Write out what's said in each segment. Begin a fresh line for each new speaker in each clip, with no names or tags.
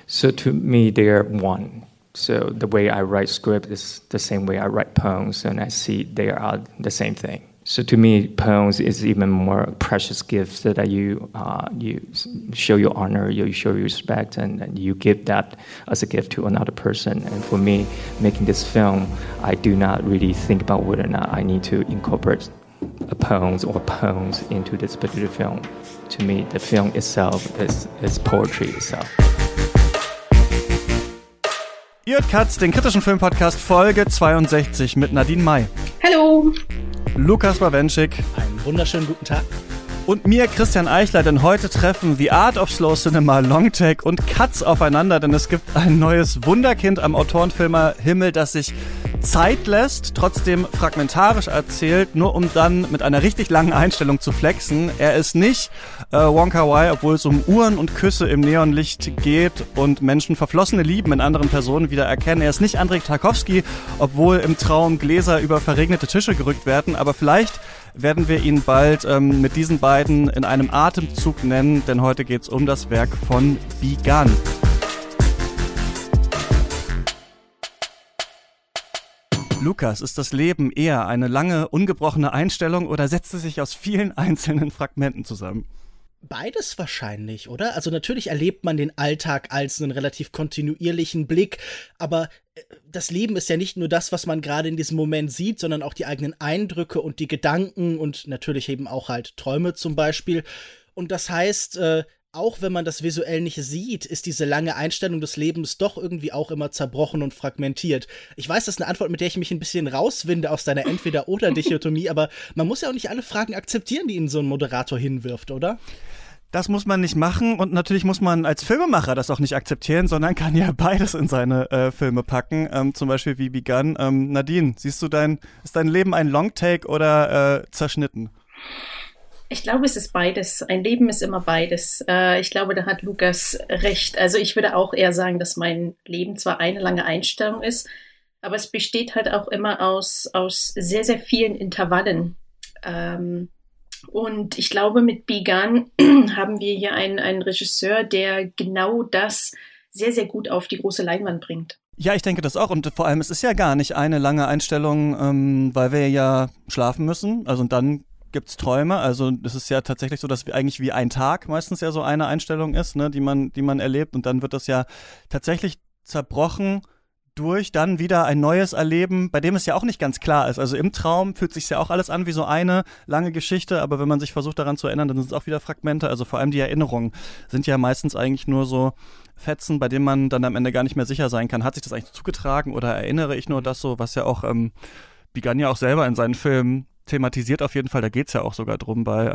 So to me, they're one. So the way I write script is the same way I write poems, and I see they are the same thing. So to me, poems is even more precious gift that you show your honor, you show your respect, and you give that as a gift to another person. And for me, making this film, I do not really think about whether or not I need to incorporate poems into this particular film. To me, the film itself is poetry itself.
Ihr hört Katz, den kritischen Filmpodcast Folge 62 mit Nadine May.
Hallo.
Lukas Bawenschik.
Einen wunderschönen guten Tag.
Und mir, Christian Eichler, denn heute treffen The Art of Slow Cinema, Longtake und Katz aufeinander, denn es gibt ein neues Wunderkind am Autorenfilmer-Himmel, das sich Zeit lässt, trotzdem fragmentarisch erzählt, nur um dann mit einer richtig langen Einstellung zu flexen. Er ist nicht Wong Kar-wai, obwohl es um Uhren und Küsse im Neonlicht geht und Menschen verflossene Lieben in anderen Personen wieder erkennen. Er ist nicht Andrei Tarkovsky, obwohl im Traum Gläser über verregnete Tische gerückt werden, aber vielleicht werden wir ihn bald mit diesen beiden in einem Atemzug nennen, denn heute geht's um das Werk von Begun. Lukas, ist das Leben eher eine lange, ungebrochene Einstellung oder setzt es sich aus vielen einzelnen Fragmenten zusammen?
Beides wahrscheinlich, oder? Also natürlich erlebt man den Alltag als einen relativ kontinuierlichen Blick, aber das Leben ist ja nicht nur das, was man gerade in diesem Moment sieht, sondern auch die eigenen Eindrücke und die Gedanken und natürlich eben auch halt Träume zum Beispiel. Und das heißt, auch wenn man das visuell nicht sieht, ist diese lange Einstellung des Lebens doch irgendwie auch immer zerbrochen und fragmentiert. Ich weiß, das ist eine Antwort, mit der ich mich ein bisschen rauswinde aus deiner Entweder-oder-Dichotomie, aber man muss ja auch nicht alle Fragen akzeptieren, die ihnen so ein Moderator hinwirft, oder?
Das muss man nicht machen und natürlich muss man als Filmemacher das auch nicht akzeptieren, sondern kann ja beides in seine Filme packen, zum Beispiel wie Begun. Nadine, siehst du ist dein Leben ein Longtake oder zerschnitten?
Ich glaube, es ist beides. Ein Leben ist immer beides. Ich glaube, da hat Lukas recht. Also ich würde auch eher sagen, dass mein Leben zwar eine lange Einstellung ist, aber es besteht halt auch immer aus sehr, sehr vielen Intervallen. Und ich glaube, mit Begun haben wir hier einen Regisseur, der genau das sehr, sehr gut auf die große Leinwand bringt.
Ja, ich denke das auch. Und vor allem, es ist ja gar nicht eine lange Einstellung, weil wir ja schlafen müssen. Also und dann gibt's Träume. Also es ist ja tatsächlich so, dass wir eigentlich wie ein Tag meistens ja so eine Einstellung ist, ne, die man erlebt. Und dann wird das ja tatsächlich zerbrochen durch dann wieder ein neues Erleben, bei dem es ja auch nicht ganz klar ist. Also im Traum fühlt sich ja auch alles an wie so eine lange Geschichte, aber wenn man sich versucht daran zu erinnern, dann sind es auch wieder Fragmente. Also vor allem die Erinnerungen sind ja meistens eigentlich nur so Fetzen, bei denen man dann am Ende gar nicht mehr sicher sein kann. Hat sich das eigentlich zugetragen oder erinnere ich nur das so, was ja auch Begun ja auch selber in seinen Filmen thematisiert auf jeden Fall. Da geht's ja auch sogar drum bei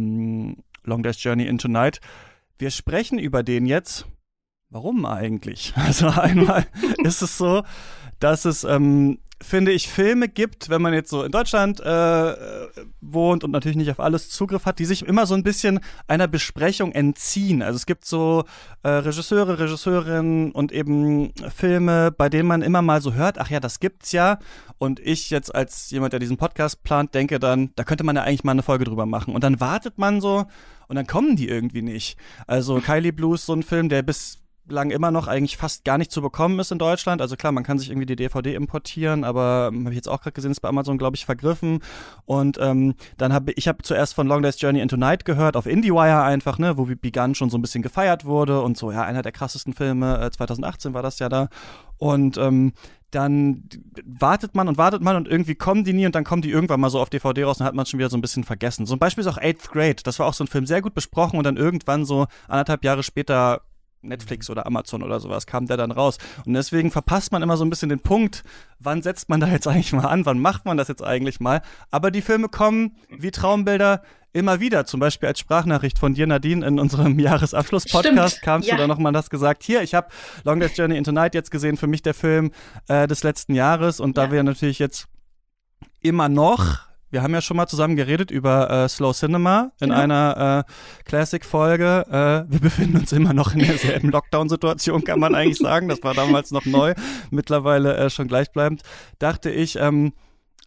Long Day's Journey into Night. Wir sprechen über den jetzt. Warum eigentlich? Also einmal ist es so, dass es, finde ich, Filme gibt, wenn man jetzt so in Deutschland wohnt und natürlich nicht auf alles Zugriff hat, die sich immer so ein bisschen einer Besprechung entziehen. Also es gibt so Regisseure, Regisseurinnen und eben Filme, bei denen man immer mal so hört, ach ja, das gibt's ja. Und ich jetzt als jemand, der diesen Podcast plant, denke dann, da könnte man ja eigentlich mal eine Folge drüber machen. Und dann wartet man so und dann kommen die irgendwie nicht. Also Kylie Blues, so ein Film, der bislang immer noch eigentlich fast gar nicht zu bekommen ist in Deutschland. Also klar, man kann sich irgendwie die DVD importieren, aber habe ich jetzt auch gerade gesehen, ist bei Amazon, glaube ich, vergriffen. Und dann habe ich zuerst von Long Day's Journey into Night gehört, auf IndieWire einfach, ne, wo Begun schon so ein bisschen gefeiert wurde und so, ja, einer der krassesten Filme, 2018 war das ja da. Und dann wartet man und irgendwie kommen die nie und dann kommen die irgendwann mal so auf DVD raus und hat man schon wieder so ein bisschen vergessen. So ein Beispiel ist auch Eighth Grade. Das war auch so ein Film, sehr gut besprochen und dann irgendwann so 1,5 Jahre später Netflix oder Amazon oder sowas kam der dann raus. Und deswegen verpasst man immer so ein bisschen den Punkt, wann setzt man da jetzt eigentlich mal an, wann macht man das jetzt eigentlich mal. Aber die Filme kommen wie Traumbilder immer wieder. Zum Beispiel als Sprachnachricht von dir, Nadine, in unserem Jahresabschluss-Podcast kamst du da nochmal das gesagt. Hier, ich habe Long Day's Journey into Night jetzt gesehen, für mich der Film des letzten Jahres. Und da wir natürlich jetzt immer noch, wir haben ja schon mal zusammen geredet über Slow Cinema in einer Classic-Folge. Wir befinden uns immer noch in derselben Lockdown-Situation, kann man eigentlich sagen. Das war damals noch neu, mittlerweile schon gleichbleibend. Dachte ich, also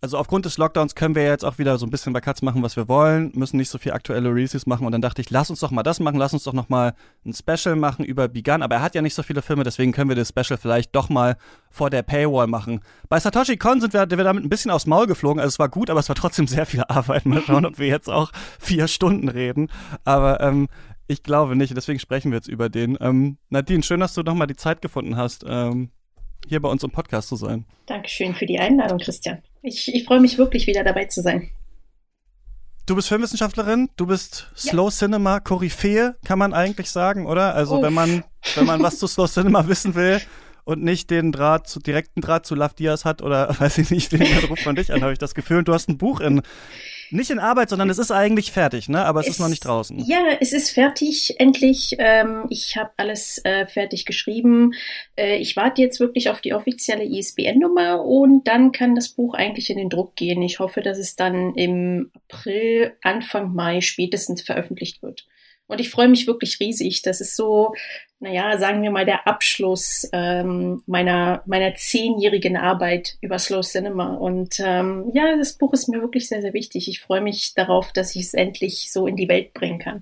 also aufgrund des Lockdowns können wir jetzt auch wieder so ein bisschen bei Katz machen, was wir wollen, müssen nicht so viel aktuelle Releases machen und dann dachte ich, lass uns doch mal das machen, lass uns doch noch mal ein Special machen über Begun, aber er hat ja nicht so viele Filme, deswegen können wir das Special vielleicht doch mal vor der Paywall machen. Bei Satoshi Kon sind wir damit ein bisschen aufs Maul geflogen, also es war gut, aber es war trotzdem sehr viel Arbeit. Mal schauen, ob wir jetzt auch 4 Stunden reden, aber ich glaube nicht, deswegen sprechen wir jetzt über den. Nadine, schön, dass du noch mal die Zeit gefunden hast, hier bei uns im Podcast zu sein.
Dankeschön für die Einladung, Christian. Ich freue mich wirklich, wieder dabei zu sein.
Du bist Filmwissenschaftlerin, du bist Slow Cinema Koryphäe, kann man eigentlich sagen, oder? Also wenn man was zu Slow Cinema wissen will und nicht den direkten Draht zu Love Diaz hat oder weiß ich nicht, wen ruft man dich an, habe ich das Gefühl. Und du hast ein Buch nicht in Arbeit, sondern es ist eigentlich fertig, ne? Aber es ist noch nicht draußen.
Ja, es ist fertig, endlich. Ich habe alles fertig geschrieben. Ich warte jetzt wirklich auf die offizielle ISBN-Nummer und dann kann das Buch eigentlich in den Druck gehen. Ich hoffe, dass es dann im April, Anfang Mai spätestens veröffentlicht wird. Und ich freue mich wirklich riesig. Das ist so, sagen wir mal, der Abschluss meiner 10-jährigen Arbeit über Slow Cinema. Und das Buch ist mir wirklich sehr, sehr wichtig. Ich freue mich darauf, dass ich es endlich so in die Welt bringen kann.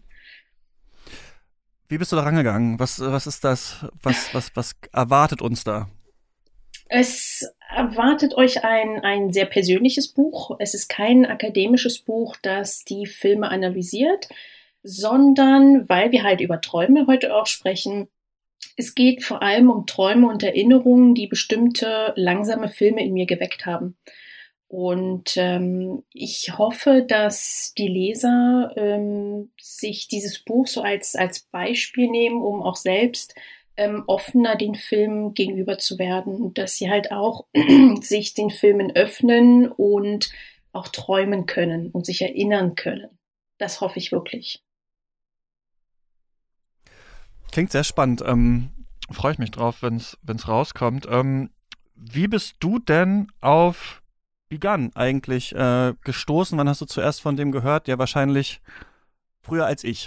Wie bist du da rangegangen? Was ist das? Was erwartet uns da?
Es erwartet euch ein sehr persönliches Buch. Es ist kein akademisches Buch, das die Filme analysiert, sondern, weil wir halt über Träume heute auch sprechen, es geht vor allem um Träume und Erinnerungen, die bestimmte langsame Filme in mir geweckt haben. Und ich hoffe, dass die Leser sich dieses Buch so als Beispiel nehmen, um auch selbst offener den Filmen gegenüber zu werden. Und dass sie halt auch sich den Filmen öffnen und auch träumen können und sich erinnern können. Das hoffe ich wirklich.
Klingt sehr spannend. Freue ich mich drauf, wenn es rauskommt. Wie bist du denn auf Begun eigentlich gestoßen? Wann hast du zuerst von dem gehört? Ja, wahrscheinlich früher als ich.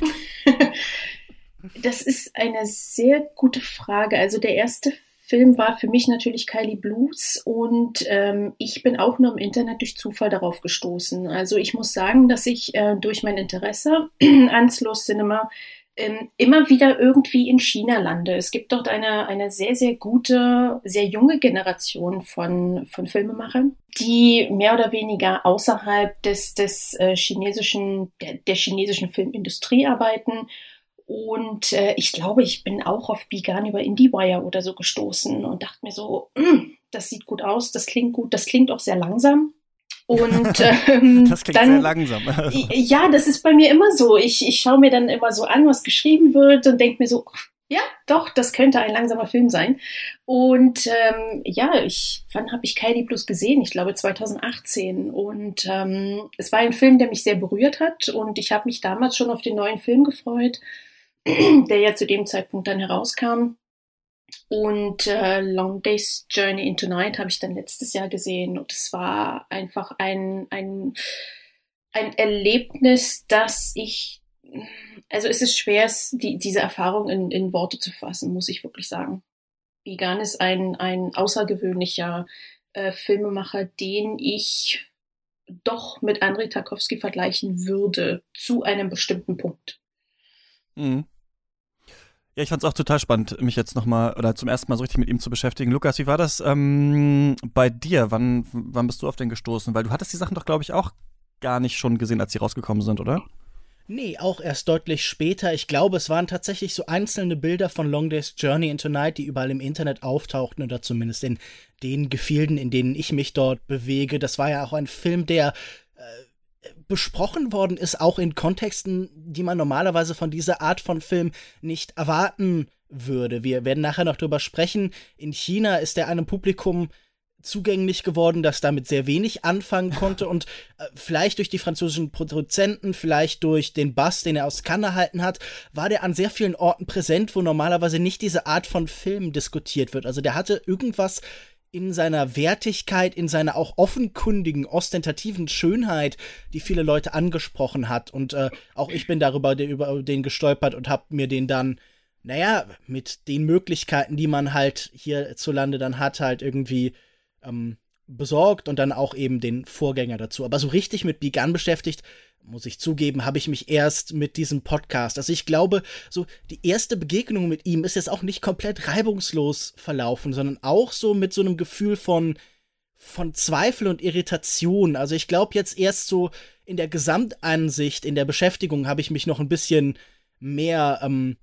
Das ist eine sehr gute Frage. Also der erste Film war für mich natürlich Kylie Blues und ich bin auch nur im Internet durch Zufall darauf gestoßen. Also ich muss sagen, dass ich durch mein Interesse an Slow Cinema immer wieder irgendwie in China lande. Es gibt dort eine sehr, sehr gute, sehr junge Generation von Filmemachern, die mehr oder weniger außerhalb der chinesischen Filmindustrie arbeiten. Und ich glaube, ich bin auch auf Begun über IndieWire oder so gestoßen und dachte mir so, das sieht gut aus, das klingt gut, das klingt auch sehr langsam. Und
das klingt
dann,
sehr langsam.
Ja, das ist bei mir immer so. Ich schaue mir dann immer so an, was geschrieben wird und denke mir so, ja, doch, das könnte ein langsamer Film sein. Und wann habe ich Kylie Blues gesehen? Ich glaube 2018. Und es war ein Film, der mich sehr berührt hat. Und ich habe mich damals schon auf den neuen Film gefreut, der ja zu dem Zeitpunkt dann herauskam. Und Long Day's Journey into Night habe ich dann letztes Jahr gesehen. Und es war einfach ein Erlebnis, das also es ist schwer, diese Erfahrung in Worte zu fassen, muss ich wirklich sagen. Begun ist ein außergewöhnlicher Filmemacher, den ich doch mit Andrei Tarkovsky vergleichen würde, zu einem bestimmten Punkt.
Mhm. Ja, ich fand es auch total spannend, mich jetzt nochmal oder zum ersten Mal so richtig mit ihm zu beschäftigen. Lukas, wie war das bei dir? Wann bist du auf den gestoßen? Weil du hattest die Sachen doch, glaube ich, auch gar nicht schon gesehen, als sie rausgekommen sind, oder?
Nee, auch erst deutlich später. Ich glaube, es waren tatsächlich so einzelne Bilder von Long Day's Journey into Night, die überall im Internet auftauchten oder zumindest in den Gefilden, in denen ich mich dort bewege. Das war ja auch ein Film, der besprochen worden ist, auch in Kontexten, die man normalerweise von dieser Art von Film nicht erwarten würde. Wir werden nachher noch drüber sprechen. In China ist er einem Publikum zugänglich geworden, das damit sehr wenig anfangen konnte und vielleicht durch die französischen Produzenten, vielleicht durch den Bass, den er aus Cannes erhalten hat, war der an sehr vielen Orten präsent, wo normalerweise nicht diese Art von Film diskutiert wird. Also der hatte irgendwas in seiner Wertigkeit, in seiner auch offenkundigen, ostentativen Schönheit, die viele Leute angesprochen hat. Und auch ich bin über den gestolpert und habe mir den dann, mit den Möglichkeiten, die man halt hierzulande dann hat, halt irgendwie besorgt und dann auch eben den Vorgänger dazu. Aber so richtig mit Begun beschäftigt, muss ich zugeben, habe ich mich erst mit diesem Podcast. Also ich glaube, so die erste Begegnung mit ihm ist jetzt auch nicht komplett reibungslos verlaufen, sondern auch so mit so einem Gefühl von Zweifel und Irritation. Also ich glaube jetzt erst so in der Gesamtansicht, in der Beschäftigung habe ich mich noch ein bisschen mehr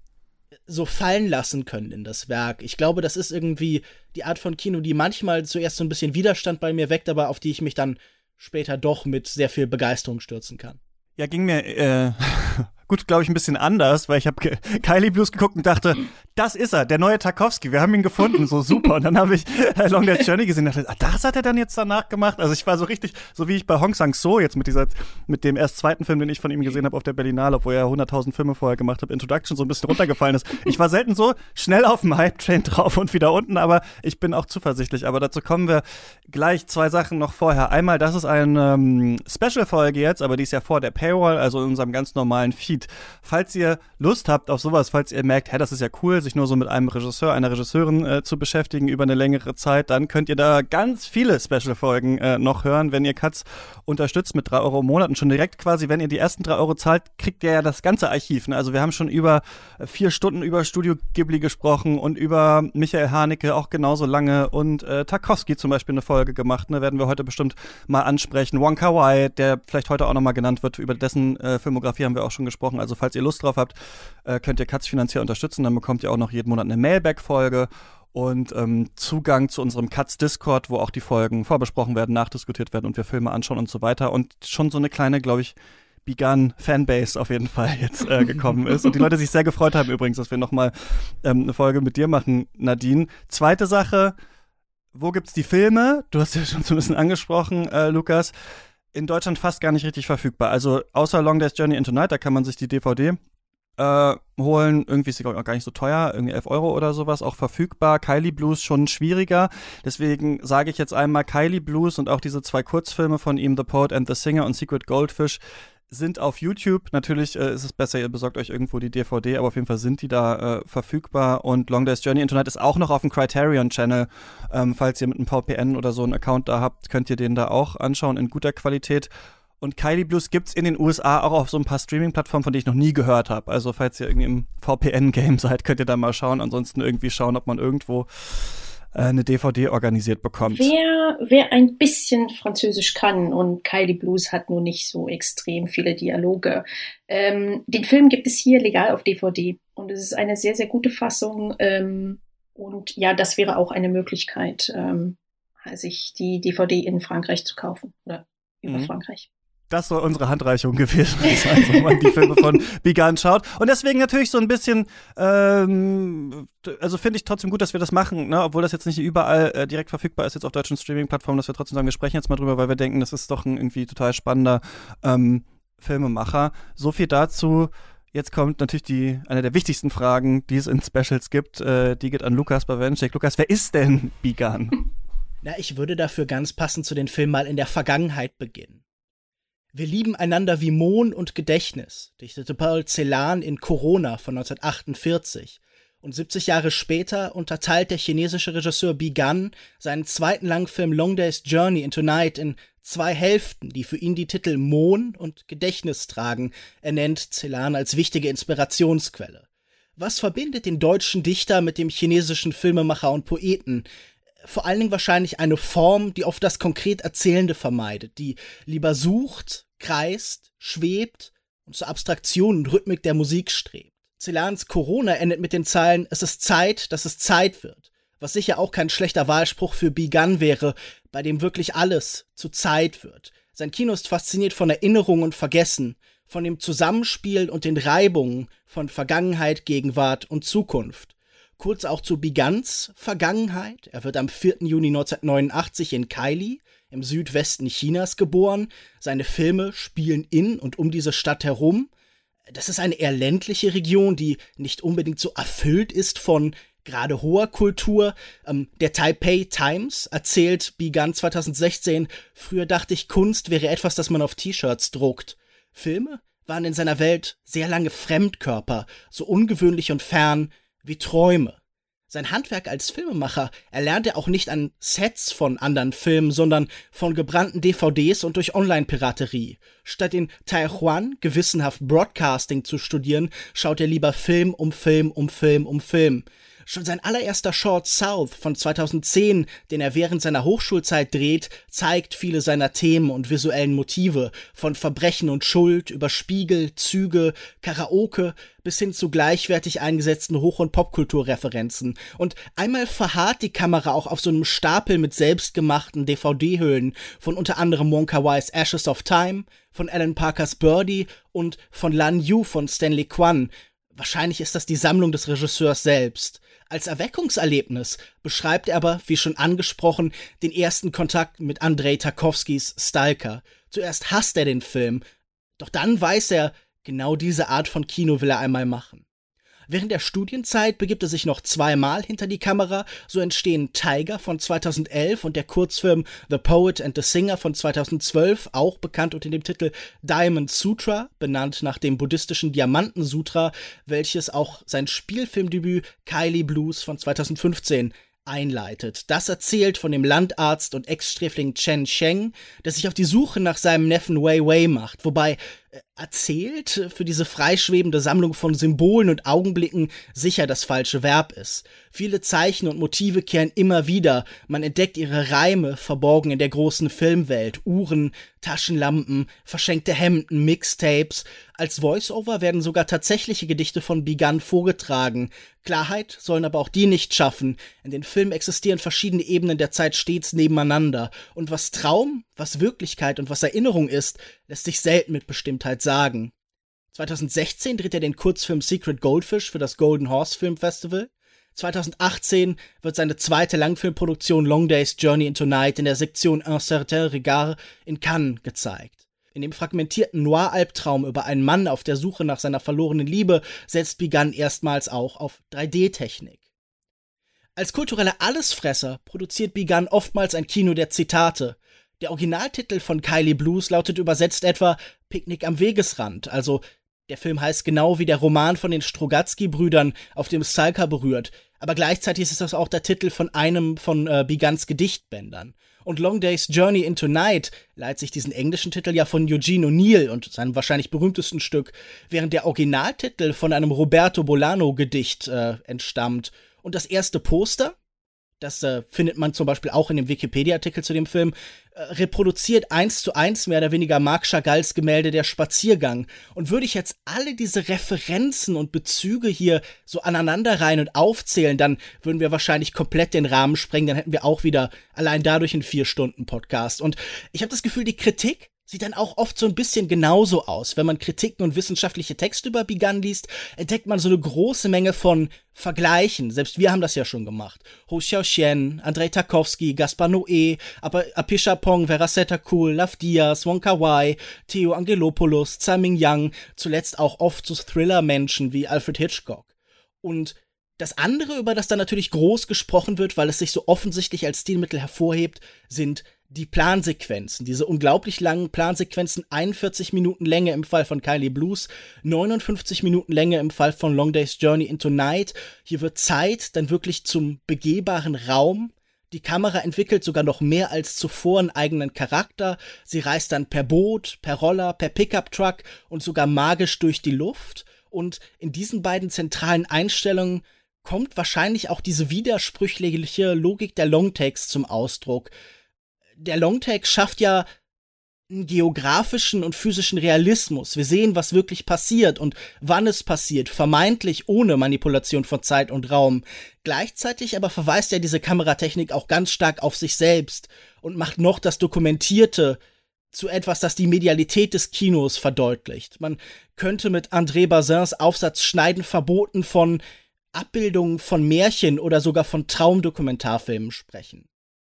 so fallen lassen können in das Werk. Ich glaube, das ist irgendwie die Art von Kino, die manchmal zuerst so ein bisschen Widerstand bei mir weckt, aber auf die ich mich dann später doch mit sehr viel Begeisterung stürzen kann.
Ja, ging mir gut, glaube ich, ein bisschen anders, weil ich habe Kylie Blues geguckt und dachte, das ist er, der neue Tarkovsky, wir haben ihn gefunden, so super. Und dann habe ich Long Day's Journey gesehen und dachte, das hat er dann jetzt danach gemacht. Also ich war so richtig, so wie ich bei Hong Sang-soo jetzt mit dem erst zweiten Film, den ich von ihm gesehen habe auf der Berlinale, obwohl er 100.000 Filme vorher gemacht hat, Introduction, so ein bisschen runtergefallen ist. Ich war selten so schnell auf dem Hype-Train drauf und wieder unten, aber ich bin auch zuversichtlich. Aber dazu kommen wir gleich, 2 Sachen noch vorher. Einmal, das ist eine Special-Folge jetzt, aber die ist ja vor der Paywall, also in unserem ganz normalen Feed. Falls ihr Lust habt auf sowas, falls ihr merkt, das ist ja cool, sich nur so mit einem Regisseur, einer Regisseurin zu beschäftigen über eine längere Zeit, dann könnt ihr da ganz viele Special-Folgen noch hören, wenn ihr Katz unterstützt mit 3 Euro im Monat. Und schon direkt quasi, wenn ihr die ersten 3 Euro zahlt, kriegt ihr ja das ganze Archiv. Ne? Also wir haben schon über 4 Stunden über Studio Ghibli gesprochen und über Michael Haneke auch genauso lange und Tarkovsky zum Beispiel eine Folge gemacht. Ne? Werden wir heute bestimmt mal ansprechen. Wong Kar-wai, der vielleicht heute auch nochmal genannt wird, über dessen Filmografie haben wir auch schon gesprochen. Also falls ihr Lust drauf habt, könnt ihr Katz finanziell unterstützen. Dann bekommt ihr auch noch jeden Monat eine Mailback-Folge und Zugang zu unserem Katz-Discord, wo auch die Folgen vorbesprochen werden, nachdiskutiert werden und wir Filme anschauen und so weiter. Und schon so eine kleine, glaube ich, Begun-Fanbase auf jeden Fall jetzt gekommen ist. Und die Leute sich sehr gefreut haben übrigens, dass wir nochmal eine Folge mit dir machen, Nadine. Zweite Sache, wo gibt's die Filme? Du hast ja schon so ein bisschen angesprochen, Lukas. In Deutschland fast gar nicht richtig verfügbar. Also außer Long Day's Journey into Night, da kann man sich die DVD holen. Irgendwie ist sie auch gar nicht so teuer, irgendwie 11 Euro oder sowas, auch verfügbar. Kylie Blues schon schwieriger. Deswegen sage ich jetzt einmal, Kylie Blues und auch diese 2 Kurzfilme von ihm, The Poet and the Singer und Secret Goldfish, sind auf YouTube. Natürlich ist es besser, ihr besorgt euch irgendwo die DVD, aber auf jeden Fall sind die da verfügbar. Und Long Day's Journey into Night ist auch noch auf dem Criterion-Channel. Falls ihr mit einem VPN oder so einen Account da habt, könnt ihr den da auch anschauen in guter Qualität. Und Kylie Blues gibt's in den USA auch auf so ein paar Streaming-Plattformen, von denen ich noch nie gehört habe. Also falls ihr irgendwie im VPN-Game seid, könnt ihr da mal schauen. Ansonsten irgendwie schauen, ob man irgendwo eine DVD organisiert bekommt.
Wer ein bisschen Französisch kann, und Kylie Blues hat nur nicht so extrem viele Dialoge, den Film gibt es hier legal auf DVD. Und es ist eine sehr, sehr gute Fassung. Und ja, das wäre auch eine Möglichkeit, sich die DVD in Frankreich zu kaufen oder über Frankreich.
Das soll unsere Handreichung gewesen sein, wenn man die Filme von Begun schaut. Und deswegen natürlich so ein bisschen, also finde ich trotzdem gut, dass wir das machen, ne? Obwohl das jetzt nicht überall direkt verfügbar ist, jetzt auf deutschen Streaming-Plattformen, dass wir trotzdem sagen, wir sprechen jetzt mal drüber, weil wir denken, das ist doch ein irgendwie total spannender Filmemacher. So viel dazu. Jetzt kommt natürlich eine der wichtigsten Fragen, die es in Specials gibt. Die geht an Lukas Bawenschek. Lukas, wer ist denn Begun?
Na, ich würde dafür ganz passend zu den Filmen mal in der Vergangenheit beginnen. Wir lieben einander wie Mohn und Gedächtnis, dichtete Paul Celan in Corona von 1948. Und 70 Jahre später unterteilt der chinesische Regisseur Begun seinen zweiten Langfilm Long Day's Journey into Night in 2 Hälften, die für ihn die Titel Mohn und Gedächtnis tragen. Er nennt Celan als wichtige Inspirationsquelle. Was verbindet den deutschen Dichter mit dem chinesischen Filmemacher und Poeten? Vor allen Dingen wahrscheinlich eine Form, die oft das konkret Erzählende vermeidet, die lieber sucht, kreist, schwebt und zur Abstraktion und Rhythmik der Musik strebt. Celans Corona endet mit den Zeilen: Es ist Zeit, dass es Zeit wird, was sicher auch kein schlechter Wahlspruch für Begun wäre, bei dem wirklich alles zu Zeit wird. Sein Kino ist fasziniert von Erinnerung und Vergessen, von dem Zusammenspiel und den Reibungen von Vergangenheit, Gegenwart und Zukunft. Kurz auch zu Beguns Vergangenheit. Er wird am 4. Juni 1989 in Kaili im Südwesten Chinas geboren. Seine Filme spielen in und um diese Stadt herum. Das ist eine eher ländliche Region, die nicht unbedingt so erfüllt ist von gerade hoher Kultur. Der Taipei Times erzählt Begun 2016, früher dachte ich, Kunst wäre etwas, das man auf T-Shirts druckt. Filme waren in seiner Welt sehr lange Fremdkörper, so ungewöhnlich und fern wie Träume. Sein Handwerk als Filmemacher erlernt er auch nicht an Sets von anderen Filmen, sondern von gebrannten DVDs und durch Online-Piraterie. Statt in Taiwan gewissenhaft Broadcasting zu studieren, schaut er lieber Film um Film um Film um Film. Schon sein allererster Short South von 2010, den er während seiner Hochschulzeit dreht, zeigt viele seiner Themen und visuellen Motive, von Verbrechen und Schuld über Spiegel, Züge, Karaoke bis hin zu gleichwertig eingesetzten Hoch- und Popkulturreferenzen. Und einmal verharrt die Kamera auch auf so einem Stapel mit selbstgemachten DVD-Hüllen von unter anderem Wong Kar-wais Ashes of Time, von Alan Parkers Birdie und von Lan Yu von Stanley Kwan. Wahrscheinlich ist das die Sammlung des Regisseurs selbst. Als Erweckungserlebnis beschreibt er aber, wie schon angesprochen, den ersten Kontakt mit Andrei Tarkovskys Stalker. Zuerst hasst er den Film, doch dann weiß er, genau diese Art von Kino will er einmal machen. Während der Studienzeit begibt er sich noch zweimal hinter die Kamera, so entstehen Tiger von 2011 und der Kurzfilm The Poet and the Singer von 2012, auch bekannt unter dem Titel Diamond Sutra, benannt nach dem buddhistischen Diamanten-Sutra, welches auch sein Spielfilmdebüt Kylie Blues von 2015 einleitet. Das erzählt von dem Landarzt und Ex-Sträfling Chen Sheng, der sich auf die Suche nach seinem Neffen Wei Wei macht, wobei erzählt für diese freischwebende Sammlung von Symbolen und Augenblicken sicher das falsche Verb ist. Viele Zeichen und Motive kehren immer wieder, man entdeckt ihre Reime verborgen in der großen Filmwelt, Uhren, Taschenlampen, verschenkte Hemden, Mixtapes. Als Voice-Over werden sogar tatsächliche Gedichte von Bigan vorgetragen. Klarheit sollen aber auch die nicht schaffen. In den Filmen existieren verschiedene Ebenen der Zeit stets nebeneinander. Und was Traum, was Wirklichkeit und was Erinnerung ist, lässt sich selten mit Bestimmtheit sagen. 2016 dreht er den Kurzfilm Secret Goldfish für das Golden Horse Film Festival. 2018 wird seine zweite Langfilmproduktion Long Day's Journey into Night in der Sektion Un certain regard in Cannes gezeigt. In dem fragmentierten Noir-Albtraum über einen Mann auf der Suche nach seiner verlorenen Liebe setzt Bigan erstmals auch auf 3D-Technik. Als kultureller Allesfresser produziert Bigan oftmals ein Kino der Zitate. Der Originaltitel von Kylie Blues lautet übersetzt etwa Picknick am Wegesrand, also der Film heißt genau wie der Roman von den Strugatsky-Brüdern, auf dem Stalker berührt, aber gleichzeitig ist das auch der Titel von einem von Bigans Gedichtbändern. Und Long Day's Journey into Night leiht sich diesen englischen Titel ja von Eugene O'Neill und seinem wahrscheinlich berühmtesten Stück, während der Originaltitel von einem Roberto Bolano-Gedicht entstammt. Und das erste Poster, das findet man zum Beispiel auch in dem Wikipedia-Artikel zu dem Film, reproduziert 1:1 mehr oder weniger Marc Chagalls Gemälde Der Spaziergang. Und würde ich jetzt alle diese Referenzen und Bezüge hier so aneinanderreihen und aufzählen, dann würden wir wahrscheinlich komplett den Rahmen sprengen. Dann hätten wir auch wieder allein dadurch einen 4-Stunden-Podcast. Und ich habe das Gefühl, die Kritik sieht dann auch oft so ein bisschen genauso aus. Wenn man Kritiken und wissenschaftliche Texte über Bigan liest, entdeckt man so eine große Menge von Vergleichen. Selbst wir haben das ja schon gemacht. Hou Xiaoxian, Andrei Tarkovsky, Gaspar Noé, Apichatpong, Veracetta Cool, Love Diaz, Wong Kar-wai, Theo Angelopoulos, Tsai Ming-yang, zuletzt auch oft so Thriller-Menschen wie Alfred Hitchcock. Und das andere, über das dann natürlich groß gesprochen wird, weil es sich so offensichtlich als Stilmittel hervorhebt, sind die Plansequenzen, diese unglaublich langen Plansequenzen, 41 Minuten Länge im Fall von Kylie Blues, 59 Minuten Länge im Fall von Long Day's Journey into Night. Hier wird Zeit dann wirklich zum begehbaren Raum. Die Kamera entwickelt sogar noch mehr als zuvor einen eigenen Charakter. Sie reist dann per Boot, per Roller, per Pickup-Truck und sogar magisch durch die Luft. Und in diesen beiden zentralen Einstellungen kommt wahrscheinlich auch diese widersprüchliche Logik der Longtakes zum Ausdruck. Der Longtake schafft ja einen geografischen und physischen Realismus. Wir sehen, was wirklich passiert und wann es passiert, vermeintlich ohne Manipulation von Zeit und Raum. Gleichzeitig aber verweist ja diese Kameratechnik auch ganz stark auf sich selbst und macht noch das Dokumentierte zu etwas, das die Medialität des Kinos verdeutlicht. Man könnte mit André Bazins Aufsatz Schneiden verboten von Abbildungen von Märchen oder sogar von Traumdokumentarfilmen sprechen.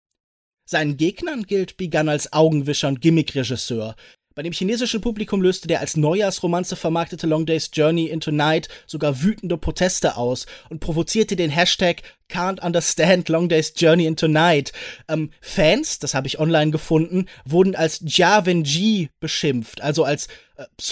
Seinen Gegnern gilt Bigan als Augenwischer und Gimmick-Regisseur. Bei dem chinesischen Publikum löste der als Neujahrsromanze vermarktete Long Day's Journey into Night sogar wütende Proteste aus und provozierte den Hashtag Can't Understand Long Day's Journey into Night. Fans, das habe ich online gefunden, wurden als Jia Wenji beschimpft, also als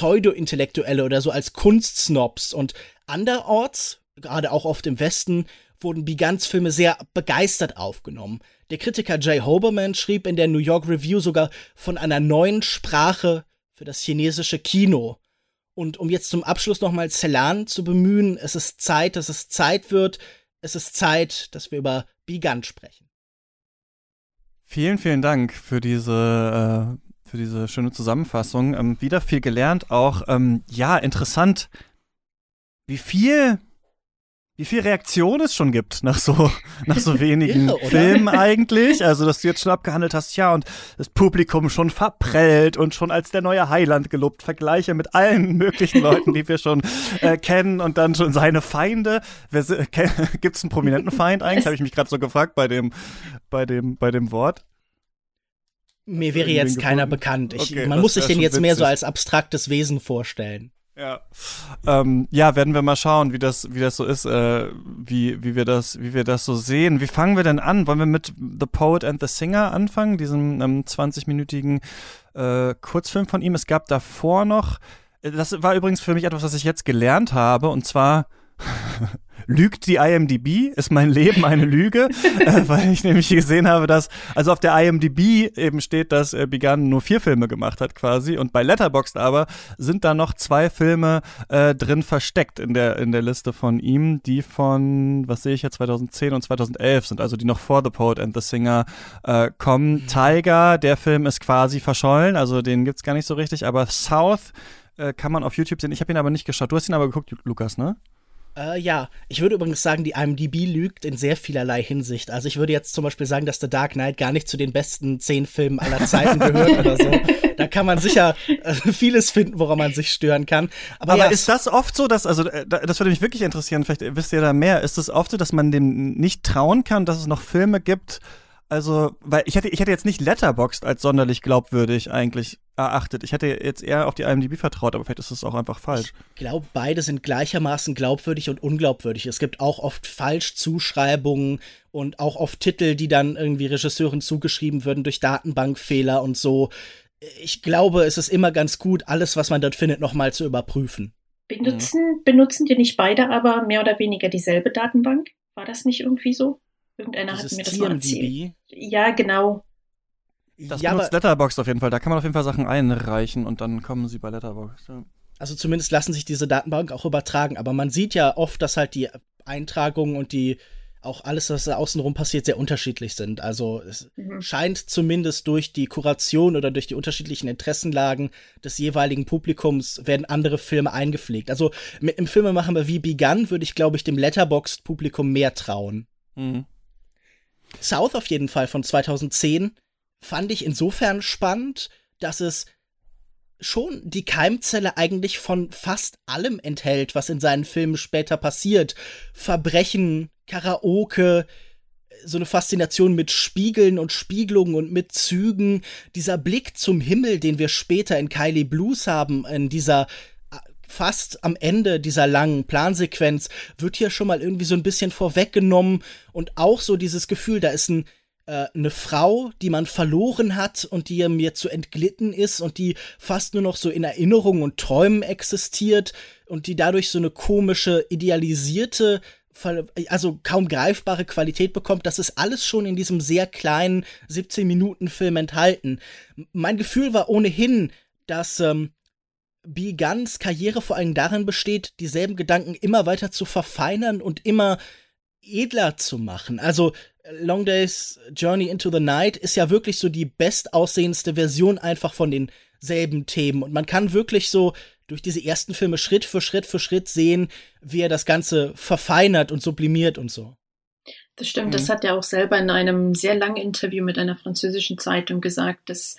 Pseudo-Intellektuelle oder so als Kunstsnobs. Und anderorts, gerade auch oft im Westen, wurden Be Guns Filme sehr begeistert aufgenommen. Der Kritiker Jay Hoberman schrieb in der New York Review sogar von einer neuen Sprache für das chinesische Kino. Und um jetzt zum Abschluss nochmal Celan zu bemühen, es ist Zeit, dass es Zeit wird. Es ist Zeit, dass wir über Be Gun sprechen.
Vielen, vielen Dank für diese schöne Zusammenfassung. Wieder viel gelernt, auch interessant, wie viel Reaktion es schon gibt nach so wenigen Filmen eigentlich. Also, dass du jetzt schon abgehandelt hast, ja, und das Publikum schon verprellt und schon als der neue Heiland gelobt, Vergleiche mit allen möglichen Leuten, die wir schon kennen, und dann schon seine Feinde. Gibt es einen prominenten Feind eigentlich? Habe ich mich gerade so gefragt bei dem Wort.
Mir wäre jetzt keiner bekannt. Man muss sich den jetzt mehr so als abstraktes Wesen vorstellen.
Ja. Werden wir mal schauen, wie das so ist, wie wir das so sehen. Wie fangen wir denn an? Wollen wir mit The Poet and the Singer anfangen, diesem 20-minütigen Kurzfilm von ihm? Es gab davor noch, das war übrigens für mich etwas, was ich jetzt gelernt habe, und zwar lügt die IMDb? Ist mein Leben eine Lüge? Weil ich nämlich gesehen habe, dass, also auf der IMDb eben steht, dass Be Gun nur 4 Filme gemacht hat quasi, und bei Letterboxd aber sind da noch 2 Filme drin versteckt in der Liste von ihm, die von, was sehe ich jetzt, 2010 und 2011 sind, also die noch vor The Poet and the Singer kommen. Tiger, der Film ist quasi verschollen, also den gibt's gar nicht so richtig, aber South kann man auf YouTube sehen. Ich habe ihn aber nicht geschaut. Du hast ihn aber geguckt, Lukas, ne?
Ja, ich würde übrigens sagen, die IMDb lügt in sehr vielerlei Hinsicht. Also ich würde jetzt zum Beispiel sagen, dass The Dark Knight gar nicht zu den besten 10 Filmen aller Zeiten gehört oder so. Da kann man sicher vieles finden, woran man sich stören kann. Aber ja,
ist das oft so, dass, also das würde mich wirklich interessieren, vielleicht wisst ihr da mehr, ist es oft so, dass man dem nicht trauen kann, dass es noch Filme gibt, also, weil ich hätte jetzt nicht Letterboxd als sonderlich glaubwürdig eigentlich erachtet. Ich hätte jetzt eher auf die IMDb vertraut, aber vielleicht ist das auch einfach falsch.
Ich glaube, beide sind gleichermaßen glaubwürdig und unglaubwürdig. Es gibt auch oft Falschzuschreibungen und auch oft Titel, die dann irgendwie Regisseuren zugeschrieben würden durch Datenbankfehler und so. Ich glaube, es ist immer ganz gut, alles, was man dort findet, nochmal zu überprüfen.
Benutzen die nicht beide aber mehr oder weniger dieselbe Datenbank? War das nicht irgendwie so? Irgendeiner hat mir das mal erzählt. Ja, genau.
Das benutzt Letterboxd auf jeden Fall. Da kann man auf jeden Fall Sachen einreichen und dann kommen sie bei Letterboxd. Ja.
Also zumindest lassen sich diese Datenbank auch übertragen. Aber man sieht ja oft, dass halt die Eintragungen und die auch alles, was da außenrum passiert, sehr unterschiedlich sind. Also es scheint zumindest durch die Kuration oder durch die unterschiedlichen Interessenlagen des jeweiligen Publikums werden andere Filme eingepflegt. Also mit einem Filmemacher wie Be Gun würde ich, glaube ich, dem Letterboxd-Publikum mehr trauen. Mhm. South auf jeden Fall von 2010 fand ich insofern spannend, dass es schon die Keimzelle eigentlich von fast allem enthält, was in seinen Filmen später passiert. Verbrechen, Karaoke, so eine Faszination mit Spiegeln und Spiegelungen und mit Zügen. Dieser Blick zum Himmel, den wir später in Kylie Blues haben, in dieser fast am Ende dieser langen Plansequenz, wird hier schon mal irgendwie so ein bisschen vorweggenommen und auch so dieses Gefühl, da ist eine Frau, die man verloren hat und die mir zu entglitten ist und die fast nur noch so in Erinnerungen und Träumen existiert und die dadurch so eine komische, idealisierte, also kaum greifbare Qualität bekommt. Das ist alles schon in diesem sehr kleinen 17-Minuten-Film enthalten. Mein Gefühl war ohnehin, dass Be Guns Karriere vor allem darin besteht, dieselben Gedanken immer weiter zu verfeinern und immer edler zu machen. Also Long Day's Journey into the Night ist ja wirklich so die bestaussehendste Version einfach von denselben Themen. Und man kann wirklich so durch diese ersten Filme Schritt für Schritt sehen, wie er das Ganze verfeinert und sublimiert und so.
Das stimmt, das hat er auch selber in einem sehr langen Interview mit einer französischen Zeitung gesagt, dass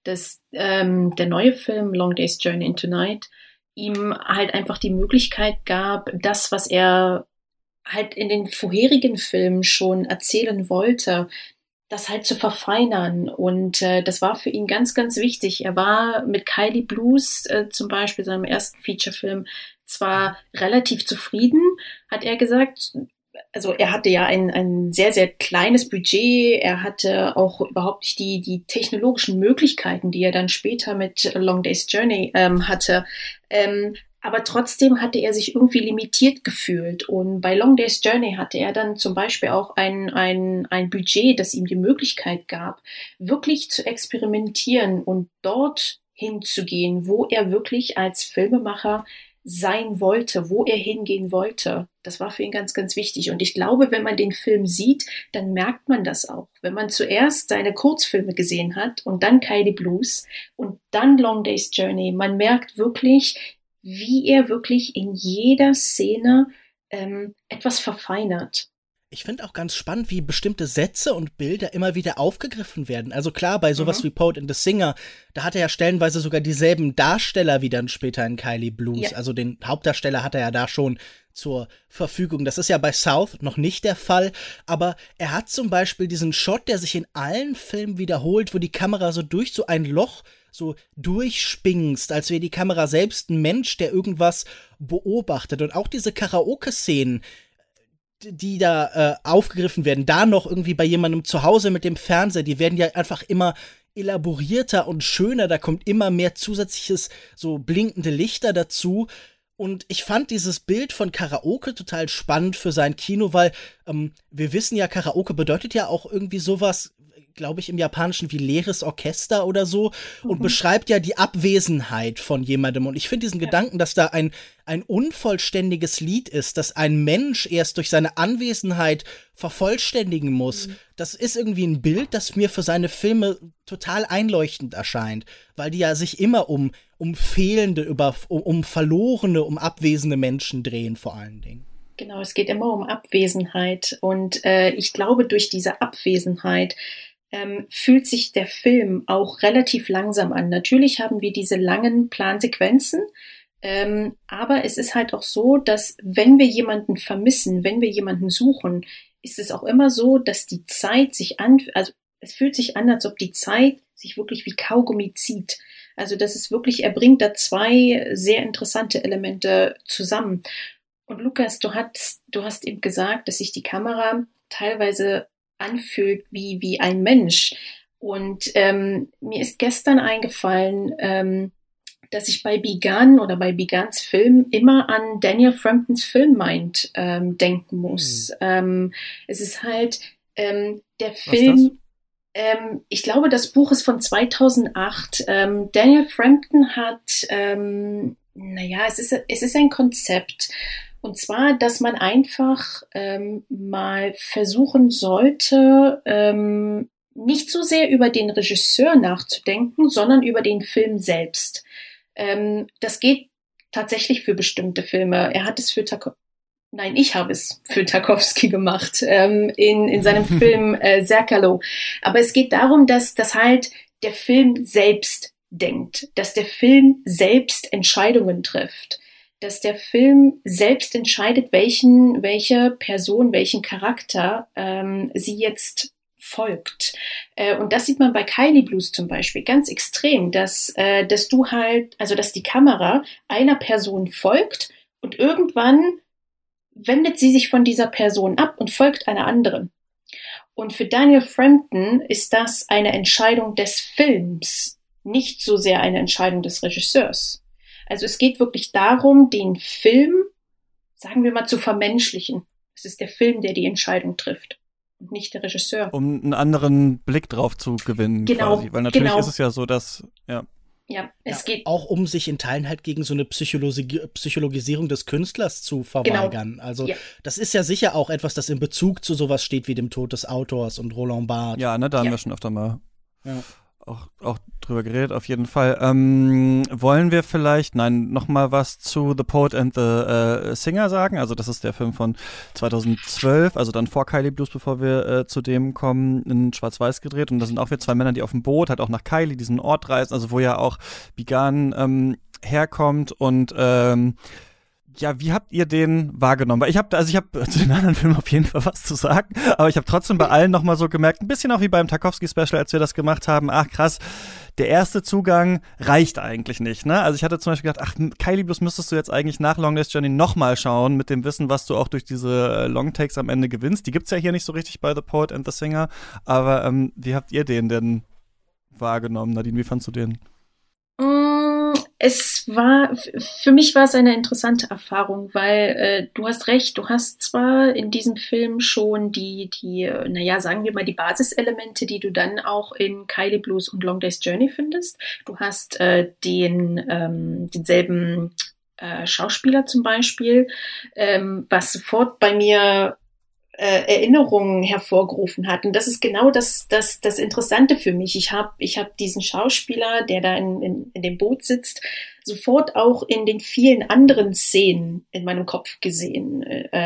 der neue Film Long Day's Journey into Night ihm halt einfach die Möglichkeit gab, das, was er halt in den vorherigen Filmen schon erzählen wollte, das halt zu verfeinern. Und das war für ihn ganz, ganz wichtig. Er war mit Kylie Blues zum Beispiel, seinem ersten Featurefilm, zwar relativ zufrieden, hat er gesagt. Also er hatte ja ein sehr, sehr kleines Budget. Er hatte auch überhaupt nicht die technologischen Möglichkeiten, die er dann später mit Long Day's Journey hatte. Aber trotzdem hatte er sich irgendwie limitiert gefühlt. Und bei Long Day's Journey hatte er dann zum Beispiel auch ein Budget, das ihm die Möglichkeit gab, wirklich zu experimentieren und dort hinzugehen, wo er wirklich als Filmemacher sein wollte, wo er hingehen wollte. Das war für ihn ganz, ganz wichtig. Und ich glaube, wenn man den Film sieht, dann merkt man das auch. Wenn man zuerst seine Kurzfilme gesehen hat und dann Kylie Blues und dann Long Day's Journey, man merkt wirklich, wie er wirklich in jeder Szene etwas verfeinert.
Ich finde auch ganz spannend, wie bestimmte Sätze und Bilder immer wieder aufgegriffen werden. Also klar, bei sowas wie Poet and the Singer, da hat er ja stellenweise sogar dieselben Darsteller wie dann später in Kylie Blues. Ja. Also den Hauptdarsteller hat er ja da schon zur Verfügung. Das ist ja bei South noch nicht der Fall, aber er hat zum Beispiel diesen Shot, der sich in allen Filmen wiederholt, wo die Kamera so durch so ein Loch so durchspingst, als wäre die Kamera selbst ein Mensch, der irgendwas beobachtet. Und auch diese Karaoke-Szenen, die da aufgegriffen werden, da noch irgendwie bei jemandem zu Hause mit dem Fernseher, die werden ja einfach immer elaborierter und schöner, da kommt immer mehr zusätzliches, so blinkende Lichter dazu. Und ich fand dieses Bild von Karaoke total spannend für sein Kino, weil wir wissen ja, Karaoke bedeutet ja auch irgendwie sowas, glaube ich, im Japanischen wie leeres Orchester oder so und beschreibt ja die Abwesenheit von jemandem. Und ich finde diesen Gedanken, dass da ein unvollständiges Lied ist, dass ein Mensch erst durch seine Anwesenheit vervollständigen muss, das ist irgendwie ein Bild, das mir für seine Filme total einleuchtend erscheint, weil die ja sich immer um fehlende, um verlorene, um abwesende Menschen drehen vor allen Dingen.
Genau, es geht immer um Abwesenheit und ich glaube, durch diese Abwesenheit fühlt sich der Film auch relativ langsam an. Natürlich haben wir diese langen Plansequenzen, aber es ist halt auch so, dass wenn wir jemanden vermissen, wenn wir jemanden suchen, ist es auch immer so, dass die Zeit also es fühlt sich an, als ob die Zeit sich wirklich wie Kaugummi zieht. Also das ist wirklich, er bringt da zwei sehr interessante Elemente zusammen. Und Lukas, du hast eben gesagt, dass sich die Kamera teilweise anfühlt wie ein Mensch. Und mir ist gestern eingefallen, dass ich bei Begun oder bei Beguns Film immer an Daniel Framptons Filmmind denken muss. Es ist halt der Film. Ich glaube, das Buch ist von 2008. Daniel Frampton hat, es ist ein Konzept. Und zwar, dass man einfach mal versuchen sollte, nicht so sehr über den Regisseur nachzudenken, sondern über den Film selbst. Das geht tatsächlich für bestimmte Filme. Er hat es für ich habe es für Tarkovsky gemacht, in seinem Film Zerkalo. Aber es geht darum, dass halt der Film selbst denkt, dass der Film selbst Entscheidungen trifft, dass der Film selbst entscheidet, welche Person, welchen Charakter sie jetzt folgt. Und das sieht man bei Kylie Blues zum Beispiel ganz extrem, dass die Kamera einer Person folgt und irgendwann wendet sie sich von dieser Person ab und folgt einer anderen. Und für Daniel Frampton ist das eine Entscheidung des Films, nicht so sehr eine Entscheidung des Regisseurs. Also es geht wirklich darum, den Film, sagen wir mal, zu vermenschlichen. Es ist der Film, der die Entscheidung trifft und nicht der Regisseur.
Um einen anderen Blick drauf zu gewinnen, quasi. Weil natürlich ist es ja so, dass,
es geht
auch um sich in Teilen halt gegen so eine Psychologisierung des Künstlers zu verweigern.
Genau.
Also das ist ja sicher auch etwas, das in Bezug zu sowas steht wie dem Tod des Autors und Roland Barthes.
Ja, da haben wir schon öfter mal auch drüber geredet, auf jeden Fall. Wollen wir vielleicht, noch mal was zu The Poet and the Singer sagen? Also das ist der Film von 2012, also dann vor Kylie Blues, bevor wir zu dem kommen, in Schwarz-Weiß gedreht. Und da sind auch wir zwei Männer, die auf dem Boot halt auch nach Kylie, diesen Ort reisen, also wo ja auch Begun herkommt und wie habt ihr den wahrgenommen? Weil ich habe zu den anderen Filmen auf jeden Fall was zu sagen, aber ich habe trotzdem bei allen nochmal so gemerkt, ein bisschen auch wie beim Tarkovsky-Special, als wir das gemacht haben, ach krass, der erste Zugang reicht eigentlich nicht, ne? Also ich hatte zum Beispiel gedacht, Kylie Blues müsstest du jetzt eigentlich nach Long Day's Journey nochmal schauen, mit dem Wissen, was du auch durch diese Longtakes am Ende gewinnst. Die gibt's ja hier nicht so richtig bei The Poet and the Singer, aber wie habt ihr den denn wahrgenommen? Nadine, wie fandst du den?
Für mich war es eine interessante Erfahrung, weil du hast recht, du hast zwar in diesem Film schon naja, sagen wir mal, die Basiselemente, die du dann auch in Kylie Blues und Long Day's Journey findest. Du hast denselben Schauspieler zum Beispiel, was sofort bei mir Erinnerungen hervorgerufen hat. Und das ist genau das Interessante für mich. Ich hab diesen Schauspieler, der da in dem Boot sitzt, sofort auch in den vielen anderen Szenen in meinem Kopf gesehen.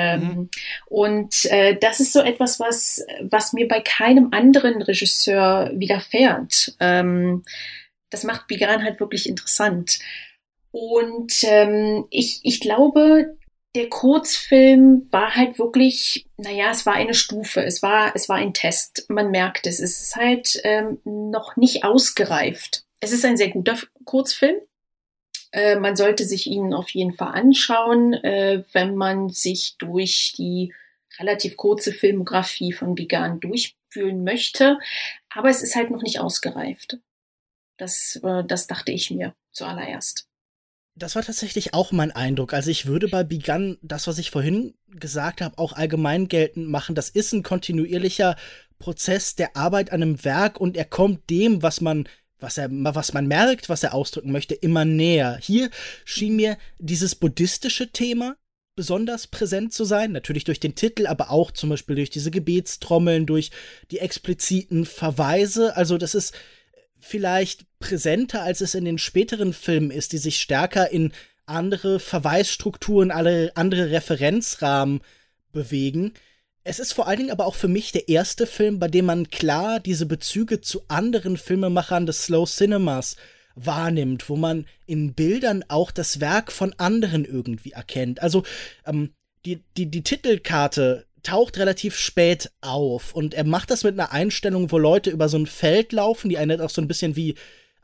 Und das ist so etwas, was mir bei keinem anderen Regisseur widerfährt. Das macht Bigan halt wirklich interessant. Und ich glaube, der Kurzfilm war halt wirklich, naja, es war eine Stufe, es war ein Test. Man merkt es ist halt noch nicht ausgereift. Es ist ein sehr guter Kurzfilm. Man sollte sich ihn auf jeden Fall anschauen, wenn man sich durch die relativ kurze Filmografie von Bigan durchfühlen möchte. Aber es ist halt noch nicht ausgereift. Das dachte ich mir zuallererst.
Das war tatsächlich auch mein Eindruck. Also ich würde bei Bigan das, was ich vorhin gesagt habe, auch allgemein geltend machen. Das ist ein kontinuierlicher Prozess der Arbeit an einem Werk und er kommt dem, was man merkt, was er ausdrücken möchte, immer näher. Hier schien mir dieses buddhistische Thema besonders präsent zu sein, natürlich durch den Titel, aber auch zum Beispiel durch diese Gebetstrommeln, durch die expliziten Verweise. Also das ist vielleicht präsenter, als es in den späteren Filmen ist, die sich stärker in andere Verweisstrukturen, andere Referenzrahmen bewegen. Es ist vor allen Dingen aber auch für mich der erste Film, bei dem man klar diese Bezüge zu anderen Filmemachern des Slow Cinemas wahrnimmt, wo man in Bildern auch das Werk von anderen irgendwie erkennt. Also die Titelkarte taucht relativ spät auf und er macht das mit einer Einstellung, wo Leute über so ein Feld laufen, die erinnert auch so ein bisschen wie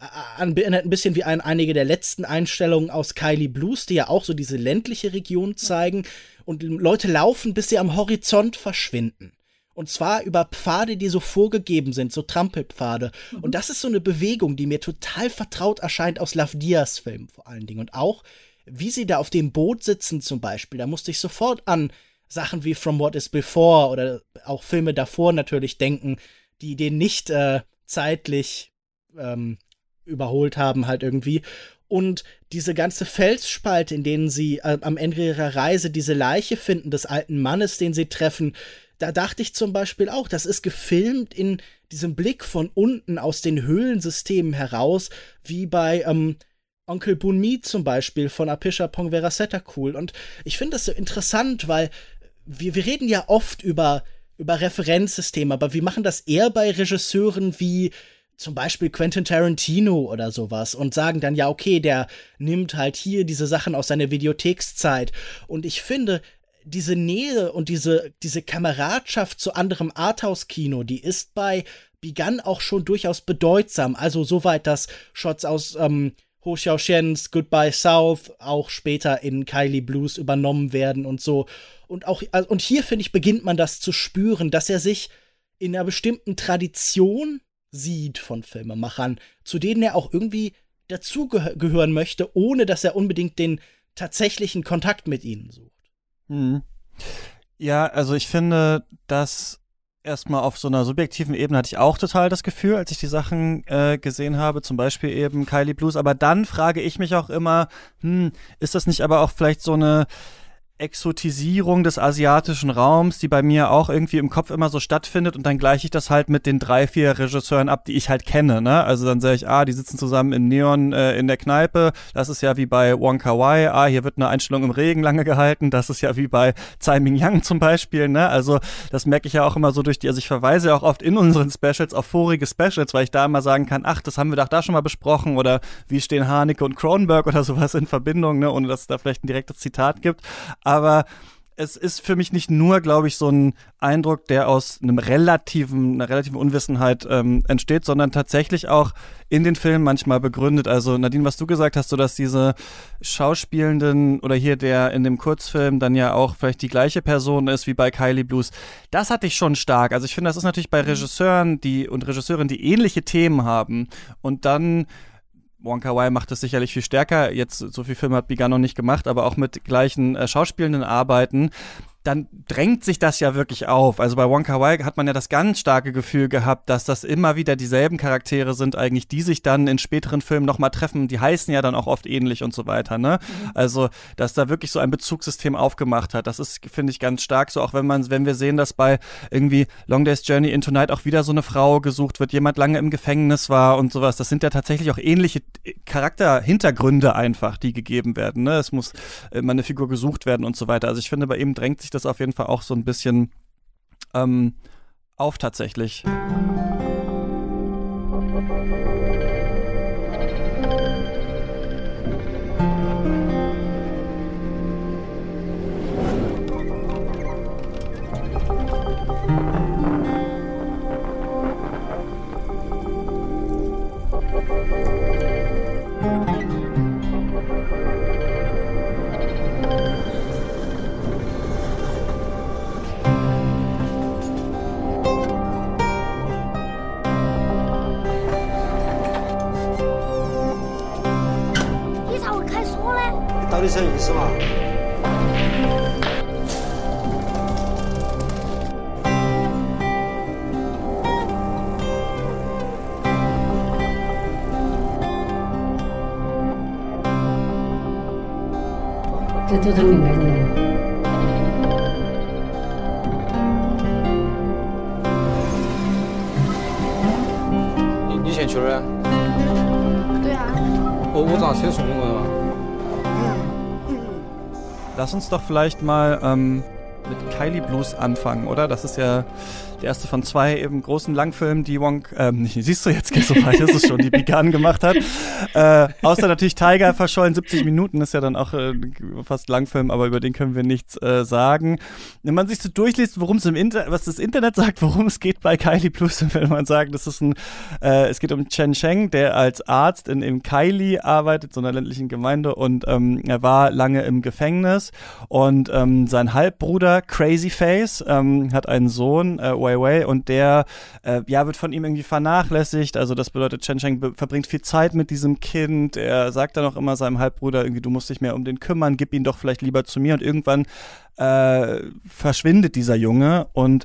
einige der letzten Einstellungen aus Kylie Blues, die ja auch so diese ländliche Region zeigen und Leute laufen, bis sie am Horizont verschwinden. Und zwar über Pfade, die so vorgegeben sind, so Trampelpfade. Und das ist so eine Bewegung, die mir total vertraut erscheint aus Love Diaz Filmen vor allen Dingen. Und auch, wie sie da auf dem Boot sitzen zum Beispiel, da musste ich sofort an Sachen wie From What Is Before oder auch Filme davor natürlich denken, die den nicht zeitlich überholt haben halt irgendwie. Und diese ganze Felsspalte, in denen sie am Ende ihrer Reise diese Leiche finden, des alten Mannes, den sie treffen, da dachte ich zum Beispiel auch, das ist gefilmt in diesem Blick von unten aus den Höhlensystemen heraus, wie bei Onkel Bunmi zum Beispiel von Apisha Pongwerasethakul. Und ich finde das so interessant, weil wir reden ja oft über Referenzsysteme, aber wir machen das eher bei Regisseuren wie zum Beispiel Quentin Tarantino oder sowas und sagen dann, ja, okay, der nimmt halt hier diese Sachen aus seiner Videothekszeit. Und ich finde, diese Nähe und diese Kameradschaft zu anderem Arthouse-Kino, die ist bei Bigan auch schon durchaus bedeutsam. Also soweit, dass Shots aus Ho Xiaoxians Goodbye South auch später in Kylie Blues übernommen werden und so. Und hier, finde ich, beginnt man das zu spüren, dass er sich in einer bestimmten Tradition sieht von Filmemachern, zu denen er auch irgendwie dazugehören möchte, ohne dass er unbedingt den tatsächlichen Kontakt mit ihnen sucht.
Mhm. Ja, also ich finde, dass erstmal auf so einer subjektiven Ebene hatte ich auch total das Gefühl, als ich die Sachen gesehen habe, zum Beispiel eben Kylie Blues, aber dann frage ich mich auch immer, ist das nicht aber auch vielleicht so eine Exotisierung des asiatischen Raums, die bei mir auch irgendwie im Kopf immer so stattfindet und dann gleiche ich das halt mit den 3, 4 Regisseuren ab, die ich halt kenne, ne? Also dann sage ich, die sitzen zusammen im Neon in der Kneipe, das ist ja wie bei Wong Kar-wai, hier wird eine Einstellung im Regen lange gehalten, das ist ja wie bei Tsai Ming-Yang zum Beispiel, ne? Also das merke ich ja auch immer so also ich verweise ja auch oft in unseren Specials auf vorige Specials, weil ich da immer sagen kann, das haben wir doch da schon mal besprochen oder wie stehen Haneke und Cronenberg oder sowas in Verbindung, ne? Ohne dass es da vielleicht ein direktes Zitat gibt. Aber es ist für mich nicht nur, glaube ich, so ein Eindruck, der aus einer relativen Unwissenheit entsteht, sondern tatsächlich auch in den Filmen manchmal begründet. Also Nadine, was du gesagt hast, so dass diese Schauspielenden oder hier der in dem Kurzfilm dann ja auch vielleicht die gleiche Person ist wie bei Kylie Blues, das hatte ich schon stark. Also ich finde, das ist natürlich bei Regisseuren und Regisseurinnen, die ähnliche Themen haben und dann Wong Kar-wai macht es sicherlich viel stärker. Jetzt, so viel Filme hat Begun noch nicht gemacht, aber auch mit gleichen schauspielenden Arbeiten. Dann drängt sich das ja wirklich auf. Also bei Wong Kar-wai hat man ja das ganz starke Gefühl gehabt, dass das immer wieder dieselben Charaktere sind eigentlich, die sich dann in späteren Filmen nochmal treffen. Die heißen ja dann auch oft ähnlich und so weiter, ne? Also, dass da wirklich so ein Bezugssystem aufgemacht hat. Das ist, finde ich, ganz stark so, auch wenn wir sehen, dass bei irgendwie Long Day's Journey into Night auch wieder so eine Frau gesucht wird, jemand lange im Gefängnis war und sowas. Das sind ja tatsächlich auch ähnliche Charakterhintergründe einfach, die gegeben werden, ne? Es muss immer eine Figur gesucht werden und so weiter. Also ich finde, bei ihm drängt sich das auf jeden Fall auch so ein bisschen auf tatsächlich.
你选球啊？对啊。我咋才送我？
Lass uns doch vielleicht mal mit Kylie Blues anfangen, oder? Das ist ja der erste von 2 eben großen Langfilmen, die Wong, siehst du, jetzt geht so weit, ist es schon, die Begun gemacht hat. Außer natürlich Tiger, verschollen 70 Minuten, ist ja dann auch fast Langfilm, aber über den können wir nichts sagen. Wenn man sich so durchliest, was das Internet sagt, worum es geht bei Kylie Blues, dann will man sagen, das ist es geht um Chen Sheng, der als Arzt in Kylie arbeitet, so einer ländlichen Gemeinde, und er war lange im Gefängnis und sein Halbbruder Crazy Face hat einen Sohn, Wei Wei, und der wird von ihm irgendwie vernachlässigt. Also das bedeutet, Chen Sheng verbringt viel Zeit mit diesem Kind. Er sagt dann auch immer seinem Halbbruder irgendwie, du musst dich mehr um den kümmern, gib ihn doch vielleicht lieber zu mir. Und irgendwann verschwindet dieser Junge und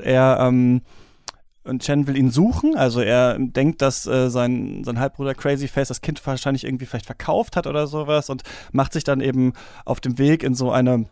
und Chen will ihn suchen. Also er denkt, dass sein Halbbruder Crazy Face das Kind wahrscheinlich irgendwie vielleicht verkauft hat oder sowas, und macht sich dann eben auf dem Weg in so eine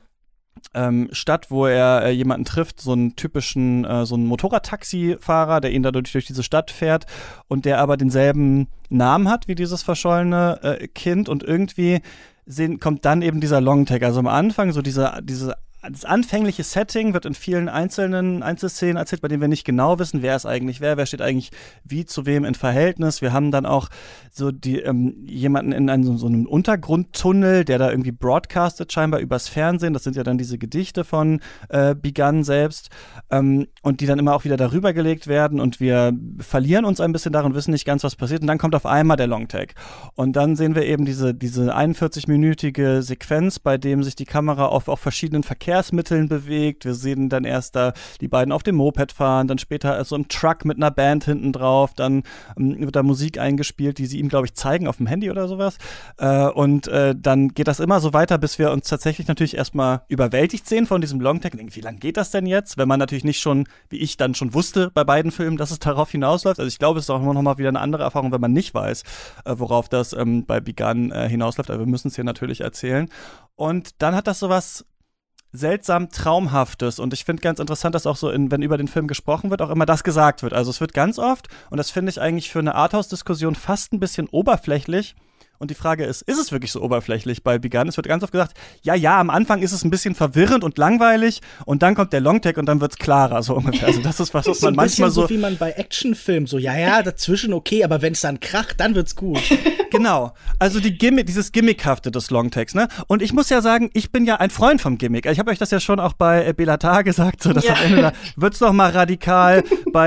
Stadt, wo er jemanden trifft, so einen typischen, so einen Motorradtaxifahrer, der ihn dadurch durch diese Stadt fährt und der aber denselben Namen hat wie dieses verschollene Kind, und irgendwie kommt dann eben dieser Longtake. Also am Anfang so das anfängliche Setting wird in vielen Einzelszenen erzählt, bei denen wir nicht genau wissen, wer ist eigentlich wer steht eigentlich wie zu wem in Verhältnis. Wir haben dann auch so jemanden in so einem Untergrundtunnel, der da irgendwie broadcastet scheinbar übers Fernsehen. Das sind ja dann diese Gedichte von Begun selbst, und die dann immer auch wieder darüber gelegt werden, und wir verlieren uns ein bisschen darin, wissen nicht ganz, was passiert, und dann kommt auf einmal der Longtake. Und dann sehen wir eben diese 41-minütige Sequenz, bei dem sich die Kamera auf verschiedenen Verkehrsmitteln bewegt. Wir sehen dann erst da die beiden auf dem Moped fahren, dann später so im Truck mit einer Band hinten drauf, dann wird da Musik eingespielt, die sie ihm, glaube ich, zeigen auf dem Handy oder sowas. Und dann geht das immer so weiter, bis wir uns tatsächlich natürlich erstmal überwältigt sehen von diesem Longtake. Wie lang geht das denn jetzt? Wenn man natürlich nicht schon, wie ich dann schon wusste bei beiden Filmen, dass es darauf hinausläuft. Also ich glaube, es ist auch immer noch mal wieder eine andere Erfahrung, wenn man nicht weiß, worauf das bei Begun hinausläuft. Aber wir müssen es hier natürlich erzählen. Und dann hat das sowas seltsam Traumhaftes, und ich finde ganz interessant, dass auch so, wenn über den Film gesprochen wird, auch immer das gesagt wird. Also es wird ganz oft, und das finde ich eigentlich für eine Arthouse-Diskussion fast ein bisschen oberflächlich. Und die Frage ist es wirklich so oberflächlich bei Begun? Es wird ganz oft gesagt, ja, am Anfang ist es ein bisschen verwirrend und langweilig, und dann kommt der Longtake und dann wird's klarer, so ungefähr. Also das ist was man manchmal so
wie man bei Actionfilmen so, dazwischen okay, aber wenn es dann kracht, dann wird's gut.
Genau. Also dieses Gimmickhafte des Longtakes, ne? Und ich muss ja sagen, ich bin ja ein Freund vom Gimmick. Ich habe euch das ja schon auch bei Belatar gesagt, so dass am Ende da wird's noch mal radikal.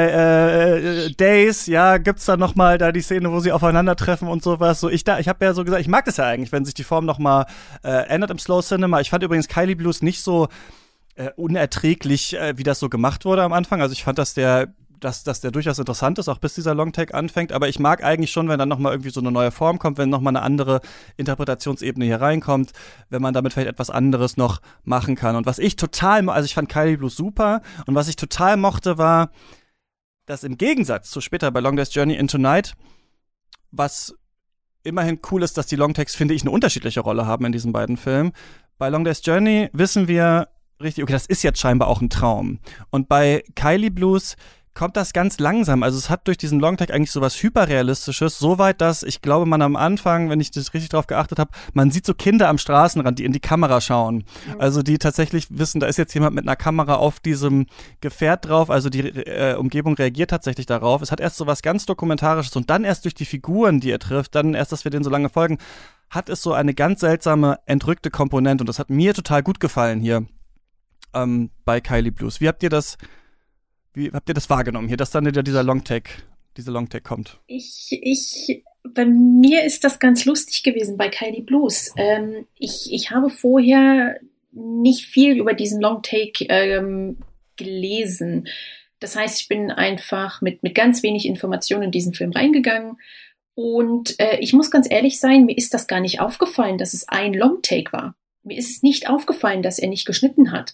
Bei Days, gibt's da noch mal da die Szene, wo sie aufeinandertreffen und sowas. So ich habe ja so gesagt, ich mag das ja eigentlich, wenn sich die Form noch mal ändert im Slow Cinema. Ich fand übrigens Kylie Blues nicht so unerträglich, wie das so gemacht wurde am Anfang. Also ich fand, dass der dass der durchaus interessant ist, auch bis dieser Longtake anfängt. Aber ich mag eigentlich schon, wenn dann nochmal irgendwie so eine neue Form kommt, wenn nochmal eine andere Interpretationsebene hier reinkommt, wenn man damit vielleicht etwas anderes noch machen kann. Und was ich ich fand Kylie Blues super. Und was ich total mochte, war, dass im Gegensatz zu später bei Long Day's Journey into Night, was immerhin cool ist, dass die Longtakes, finde ich, eine unterschiedliche Rolle haben in diesen beiden Filmen. Bei Long Day's Journey wissen wir richtig, okay, das ist jetzt scheinbar auch ein Traum. Und bei Kylie Blues kommt das ganz langsam. Also es hat durch diesen Longtake eigentlich so was Hyperrealistisches, soweit, dass ich glaube, man am Anfang, wenn ich das richtig drauf geachtet habe, man sieht so Kinder am Straßenrand, die in die Kamera schauen. Also die tatsächlich wissen, da ist jetzt jemand mit einer Kamera auf diesem Gefährt drauf, also die Umgebung reagiert tatsächlich darauf. Es hat erst so was ganz Dokumentarisches und dann erst durch die Figuren, die er trifft, dann erst, dass wir denen so lange folgen, hat es so eine ganz seltsame, entrückte Komponente und das hat mir total gut gefallen hier bei Kylie Blues. Wie habt ihr das wahrgenommen hier, dass dann wieder dieser Longtake kommt?
Bei mir ist das ganz lustig gewesen bei Kylie Blues. Ich habe vorher nicht viel über diesen Longtake gelesen. Das heißt, ich bin einfach mit ganz wenig Informationen in diesen Film reingegangen. Und ich muss ganz ehrlich sein, mir ist das gar nicht aufgefallen, dass es ein Longtake war. Mir ist es nicht aufgefallen, dass er nicht geschnitten hat.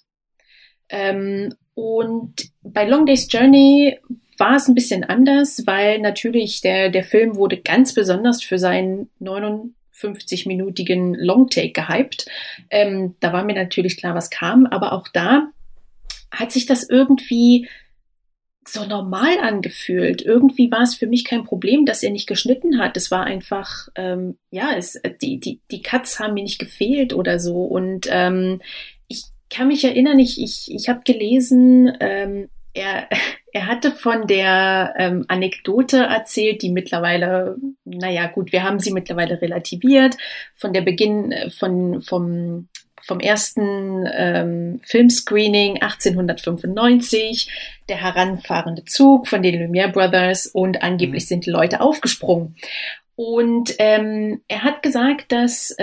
Und bei Long Day's Journey war es ein bisschen anders, weil natürlich der Film wurde ganz besonders für seinen 59-minütigen Longtake gehypt. Da war mir natürlich klar, was kam, aber auch da hat sich das irgendwie so normal angefühlt. Irgendwie war es für mich kein Problem, dass er nicht geschnitten hat. Es war einfach, die Cuts haben mir nicht gefehlt oder so. Und ich kann mich erinnern, ich habe gelesen, er hatte von der Anekdote erzählt, die mittlerweile, naja gut, wir haben sie mittlerweile relativiert, von der Beginn vom ersten Filmscreening 1895, der heranfahrende Zug von den Lumière Brothers und angeblich sind die Leute aufgesprungen. Und er hat gesagt, dass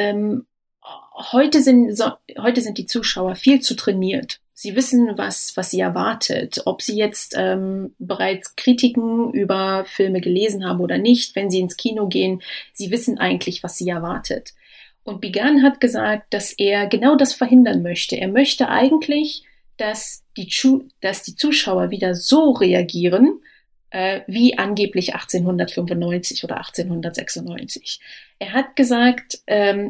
heute sind die Zuschauer viel zu trainiert. Sie wissen, was sie erwartet. Ob sie jetzt bereits Kritiken über Filme gelesen haben oder nicht, wenn sie ins Kino gehen, sie wissen eigentlich, was sie erwartet. Und Bigan hat gesagt, dass er genau das verhindern möchte. Er möchte eigentlich, dass die Zuschauer wieder so reagieren, wie angeblich 1895 oder 1896. Er hat gesagt,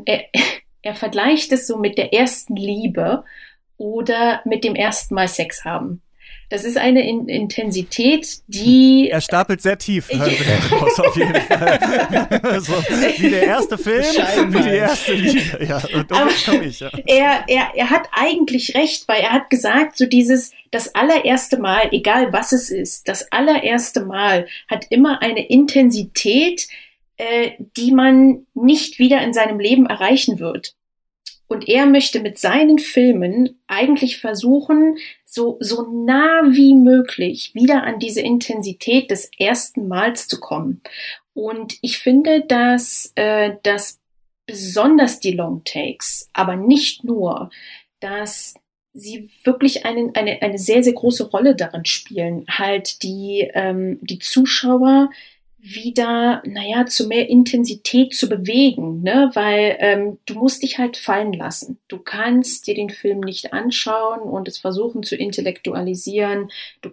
er vergleicht es so mit der ersten Liebe oder mit dem ersten Mal Sex haben. Das ist eine Intensität, die...
Er stapelt sehr tief, auf jeden Fall. So, wie der erste Film, wie die erste Liebe. Ja, und jetzt komme ich. Ja.
Er hat eigentlich recht, weil er hat gesagt, so das allererste Mal, egal was es ist, das allererste Mal hat immer eine Intensität, die man nicht wieder in seinem Leben erreichen wird. Und er möchte mit seinen Filmen eigentlich versuchen, so nah wie möglich wieder an diese Intensität des ersten Mals zu kommen. Und ich finde, dass besonders die Longtakes, aber nicht nur, dass sie wirklich eine sehr, sehr große Rolle darin spielen, halt die Zuschauer wieder, zu mehr Intensität zu bewegen, ne, weil du musst dich halt fallen lassen. Du kannst dir den Film nicht anschauen und es versuchen zu intellektualisieren. Du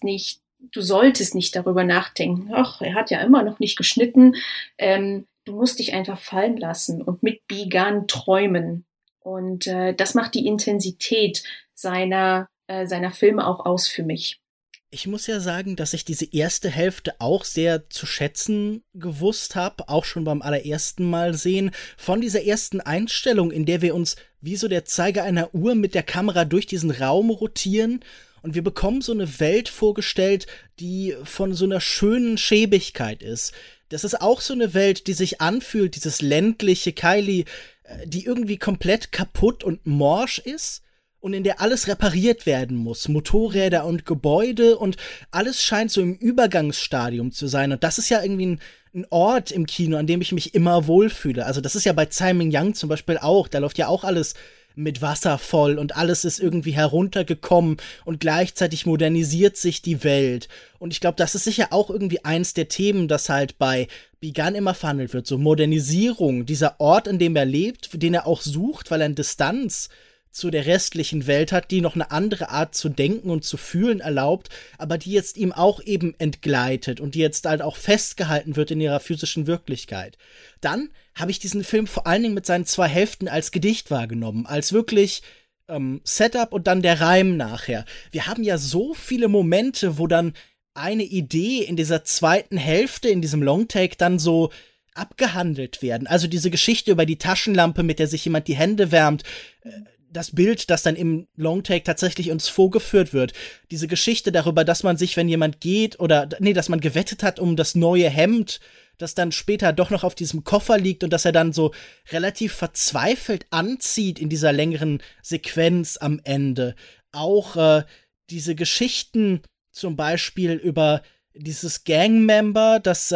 solltest nicht darüber nachdenken, ach, er hat ja immer noch nicht geschnitten. Du musst dich einfach fallen lassen und mit Bigan träumen. Und das macht die Intensität seiner Filme auch aus für mich.
Ich muss ja sagen, dass ich diese erste Hälfte auch sehr zu schätzen gewusst habe, auch schon beim allerersten Mal sehen, von dieser ersten Einstellung, in der wir uns wie so der Zeiger einer Uhr mit der Kamera durch diesen Raum rotieren und wir bekommen so eine Welt vorgestellt, die von so einer schönen Schäbigkeit ist. Das ist auch so eine Welt, die sich anfühlt, dieses ländliche Kylie, die irgendwie komplett kaputt und morsch ist. Und in der alles repariert werden muss. Motorräder und Gebäude und alles scheint so im Übergangsstadium zu sein. Und das ist ja irgendwie ein Ort im Kino, an dem ich mich immer wohlfühle. Also das ist ja bei Tsai Ming-liang zum Beispiel auch. Da läuft ja auch alles mit Wasser voll und alles ist irgendwie heruntergekommen und gleichzeitig modernisiert sich die Welt. Und ich glaube, das ist sicher auch irgendwie eins der Themen, das halt bei Bigan immer verhandelt wird. So Modernisierung, dieser Ort, in dem er lebt, den er auch sucht, weil er eine Distanz zu der restlichen Welt hat, die noch eine andere Art zu denken und zu fühlen erlaubt, aber die jetzt ihm auch eben entgleitet und die jetzt halt auch festgehalten wird in ihrer physischen Wirklichkeit. Dann habe ich diesen Film vor allen Dingen mit seinen 2 Hälften als Gedicht wahrgenommen, als wirklich Setup und dann der Reim nachher. Wir haben ja so viele Momente, wo dann eine Idee in dieser zweiten Hälfte, in diesem Longtake dann so abgehandelt werden. Also diese Geschichte über die Taschenlampe, mit der sich jemand die Hände wärmt, das Bild, das dann im Longtake tatsächlich uns vorgeführt wird. Diese Geschichte darüber, dass man sich, wenn jemand geht, dass man gewettet hat um das neue Hemd, das dann später doch noch auf diesem Koffer liegt und dass er dann so relativ verzweifelt anzieht in dieser längeren Sequenz am Ende. Auch diese Geschichten zum Beispiel über dieses Gangmember, das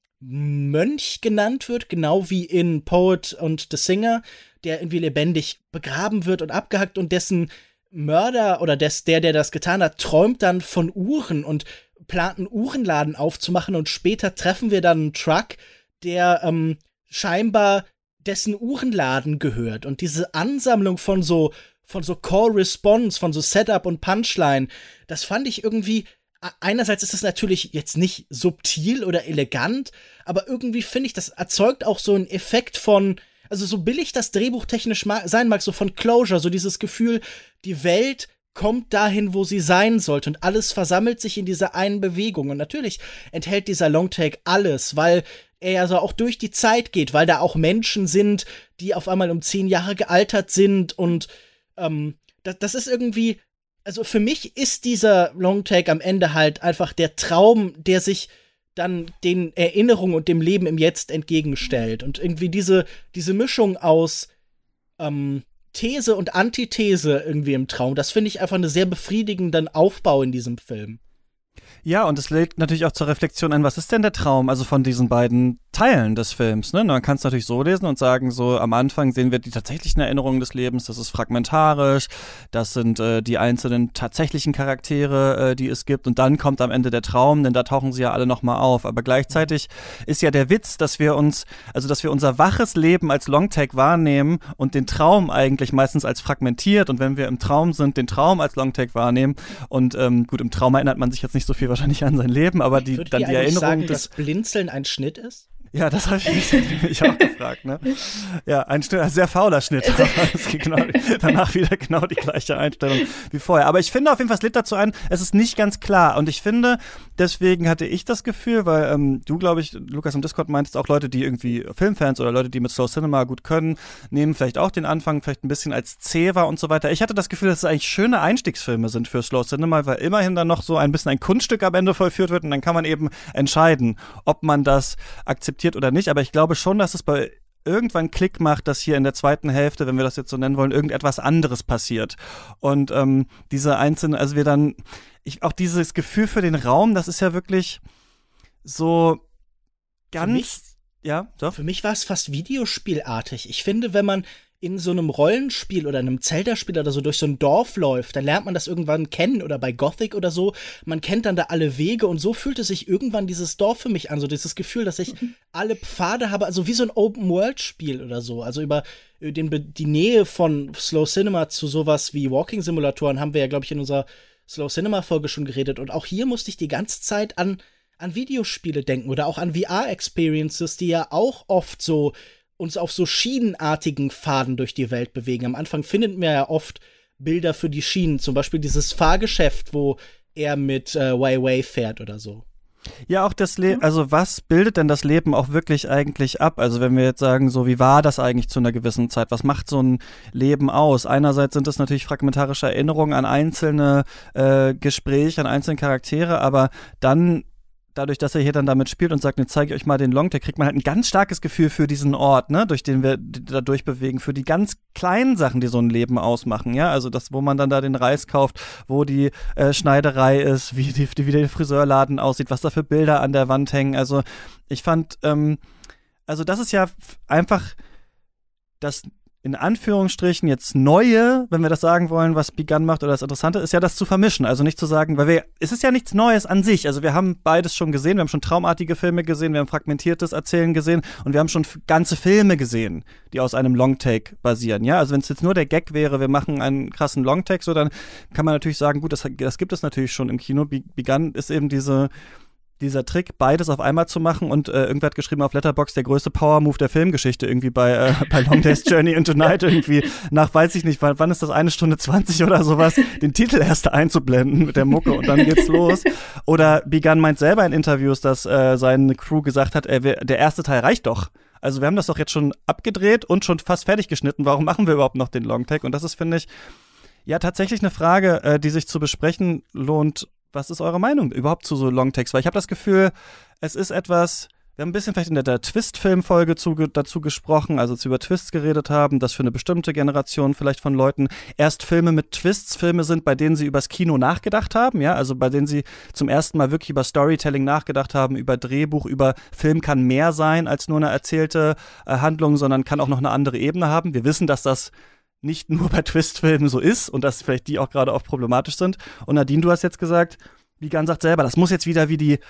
Mönch genannt wird, genau wie in Poet und The Singer, der irgendwie lebendig begraben wird und abgehackt und dessen Mörder oder der das getan hat, träumt dann von Uhren und plant einen Uhrenladen aufzumachen und später treffen wir dann einen Truck, der scheinbar dessen Uhrenladen gehört und diese Ansammlung von so Call-Response, von so Setup und Punchline, das fand ich irgendwie. Einerseits ist es natürlich jetzt nicht subtil oder elegant, aber irgendwie finde ich, das erzeugt auch so einen Effekt von, also so billig das Drehbuch technisch sein mag, so von Closure, so dieses Gefühl, die Welt kommt dahin, wo sie sein sollte und alles versammelt sich in dieser einen Bewegung. Und natürlich enthält dieser Longtake alles, weil er ja so auch durch die Zeit geht, weil da auch Menschen sind, die auf einmal um 10 Jahre gealtert sind und das ist irgendwie. Also für mich ist dieser Longtake am Ende halt einfach der Traum, der sich dann den Erinnerungen und dem Leben im Jetzt entgegenstellt. Und irgendwie diese Mischung aus These und Antithese irgendwie im Traum, das finde ich einfach einen sehr befriedigenden Aufbau in diesem Film.
Ja, und es lädt natürlich auch zur Reflexion ein, was ist denn der Traum, also von diesen beiden Teilen des Films, ne? Man kann es natürlich so lesen und sagen, so am Anfang sehen wir die tatsächlichen Erinnerungen des Lebens, das ist fragmentarisch, das sind die einzelnen tatsächlichen Charaktere, die es gibt und dann kommt am Ende der Traum, denn da tauchen sie ja alle nochmal auf, aber gleichzeitig ist ja der Witz, dass wir unser waches Leben als Longtake wahrnehmen und den Traum eigentlich meistens als fragmentiert und wenn wir im Traum sind, den Traum als Longtake wahrnehmen und gut, im Traum erinnert man sich jetzt nicht so viel wahrscheinlich an sein Leben, aber die Erinnerung
sagen, dass Blinzeln ein Schnitt ist?
Ja, das habe ich mich auch gefragt, ne? Ja, ein sehr fauler Schnitt. Es geht danach wieder genau die gleiche Einstellung wie vorher. Aber ich finde auf jeden Fall, es lädt dazu ein, es ist nicht ganz klar. Und ich finde, deswegen hatte ich das Gefühl, weil du, glaube ich, Lukas im Discord meintest, auch Leute, die irgendwie Filmfans oder Leute, die mit Slow Cinema gut können, nehmen vielleicht auch den Anfang vielleicht ein bisschen als zäh wahr und so weiter. Ich hatte das Gefühl, dass es eigentlich schöne Einstiegsfilme sind für Slow Cinema, weil immerhin dann noch so ein bisschen ein Kunststück am Ende vollführt wird und dann kann man eben entscheiden, ob man das akzeptiert oder nicht, aber ich glaube schon, dass es bei irgendwann Klick macht, dass hier in der zweiten Hälfte, wenn wir das jetzt so nennen wollen, irgendetwas anderes passiert. Und diese einzelnen, also wir dann, auch dieses Gefühl für den Raum, das ist ja wirklich so ganz,
Für mich war es fast videospielartig. Ich finde, wenn man in so einem Rollenspiel oder einem Zelda-Spiel oder so durch so ein Dorf läuft, dann lernt man das irgendwann kennen oder bei Gothic oder so. Man kennt dann da alle Wege und so fühlte sich irgendwann dieses Dorf für mich an. So dieses Gefühl, dass ich alle Pfade habe, also wie so ein Open-World-Spiel oder so. Also über die Nähe von Slow Cinema zu sowas wie Walking-Simulatoren haben wir ja, glaube ich, in unserer Slow Cinema-Folge schon geredet. Und auch hier musste ich die ganze Zeit an Videospiele denken oder auch an VR-Experiences, die ja auch oft so uns auf so schienenartigen Pfaden durch die Welt bewegen. Am Anfang findet man ja oft Bilder für die Schienen, zum Beispiel dieses Fahrgeschäft, wo er mit Wei fährt oder so.
Ja, auch das Leben, also was bildet denn das Leben auch wirklich eigentlich ab? Also wenn wir jetzt sagen, so wie war das eigentlich zu einer gewissen Zeit? Was macht so ein Leben aus? Einerseits sind es natürlich fragmentarische Erinnerungen an einzelne Gespräche, an einzelne Charaktere, aber dann dadurch, dass er hier dann damit spielt und sagt, jetzt zeige ich euch mal den Longtake, kriegt man halt ein ganz starkes Gefühl für diesen Ort, ne, durch den wir da durchbewegen, für die ganz kleinen Sachen, die so ein Leben ausmachen, ja, also das, wo man dann da den Reis kauft, wo die Schneiderei ist, wie der Friseurladen aussieht, was da für Bilder an der Wand hängen, also ich fand, also das ist ja einfach das in Anführungsstrichen jetzt Neue, wenn wir das sagen wollen, was Begun macht oder das Interessante, ist ja das zu vermischen. Also nicht zu sagen, es ist ja nichts Neues an sich. Also wir haben beides schon gesehen, wir haben schon traumartige Filme gesehen, wir haben fragmentiertes Erzählen gesehen und wir haben schon ganze Filme gesehen, die aus einem Longtake basieren. Ja, also wenn es jetzt nur der Gag wäre, wir machen einen krassen Longtake, so dann kann man natürlich sagen, gut, das gibt es natürlich schon im Kino. Begun ist eben dieser Trick, beides auf einmal zu machen und irgendwer hat geschrieben auf Letterboxd, der größte Power-Move der Filmgeschichte irgendwie bei Long Day's Journey into Night irgendwie nach, weiß ich nicht, wann ist das, 1:20 oder sowas, den Titel erst einzublenden mit der Mucke und dann geht's los. Oder Begun meint selber in Interviews, dass seine Crew gesagt hat, der erste Teil reicht doch. Also wir haben das doch jetzt schon abgedreht und schon fast fertig geschnitten, warum machen wir überhaupt noch den Longtake? Und das ist, finde ich, ja tatsächlich eine Frage, die sich zu besprechen lohnt. Was ist eure Meinung überhaupt zu so Longtakes? Weil ich habe das Gefühl, es ist etwas, wir haben ein bisschen vielleicht in der Twist-Film-Folge dazu gesprochen, also als wir über Twists geredet haben, dass für eine bestimmte Generation vielleicht von Leuten erst Filme mit Twists Filme sind, bei denen sie übers Kino nachgedacht haben, ja, also bei denen sie zum ersten Mal wirklich über Storytelling nachgedacht haben, über Drehbuch, über Film kann mehr sein als nur eine erzählte Handlung, sondern kann auch noch eine andere Ebene haben. Wir wissen, dass das nicht nur bei Twist-Filmen so ist und dass vielleicht die auch gerade oft problematisch sind. Und Nadine, du hast jetzt gesagt, Begun sagt selber, das muss jetzt wieder der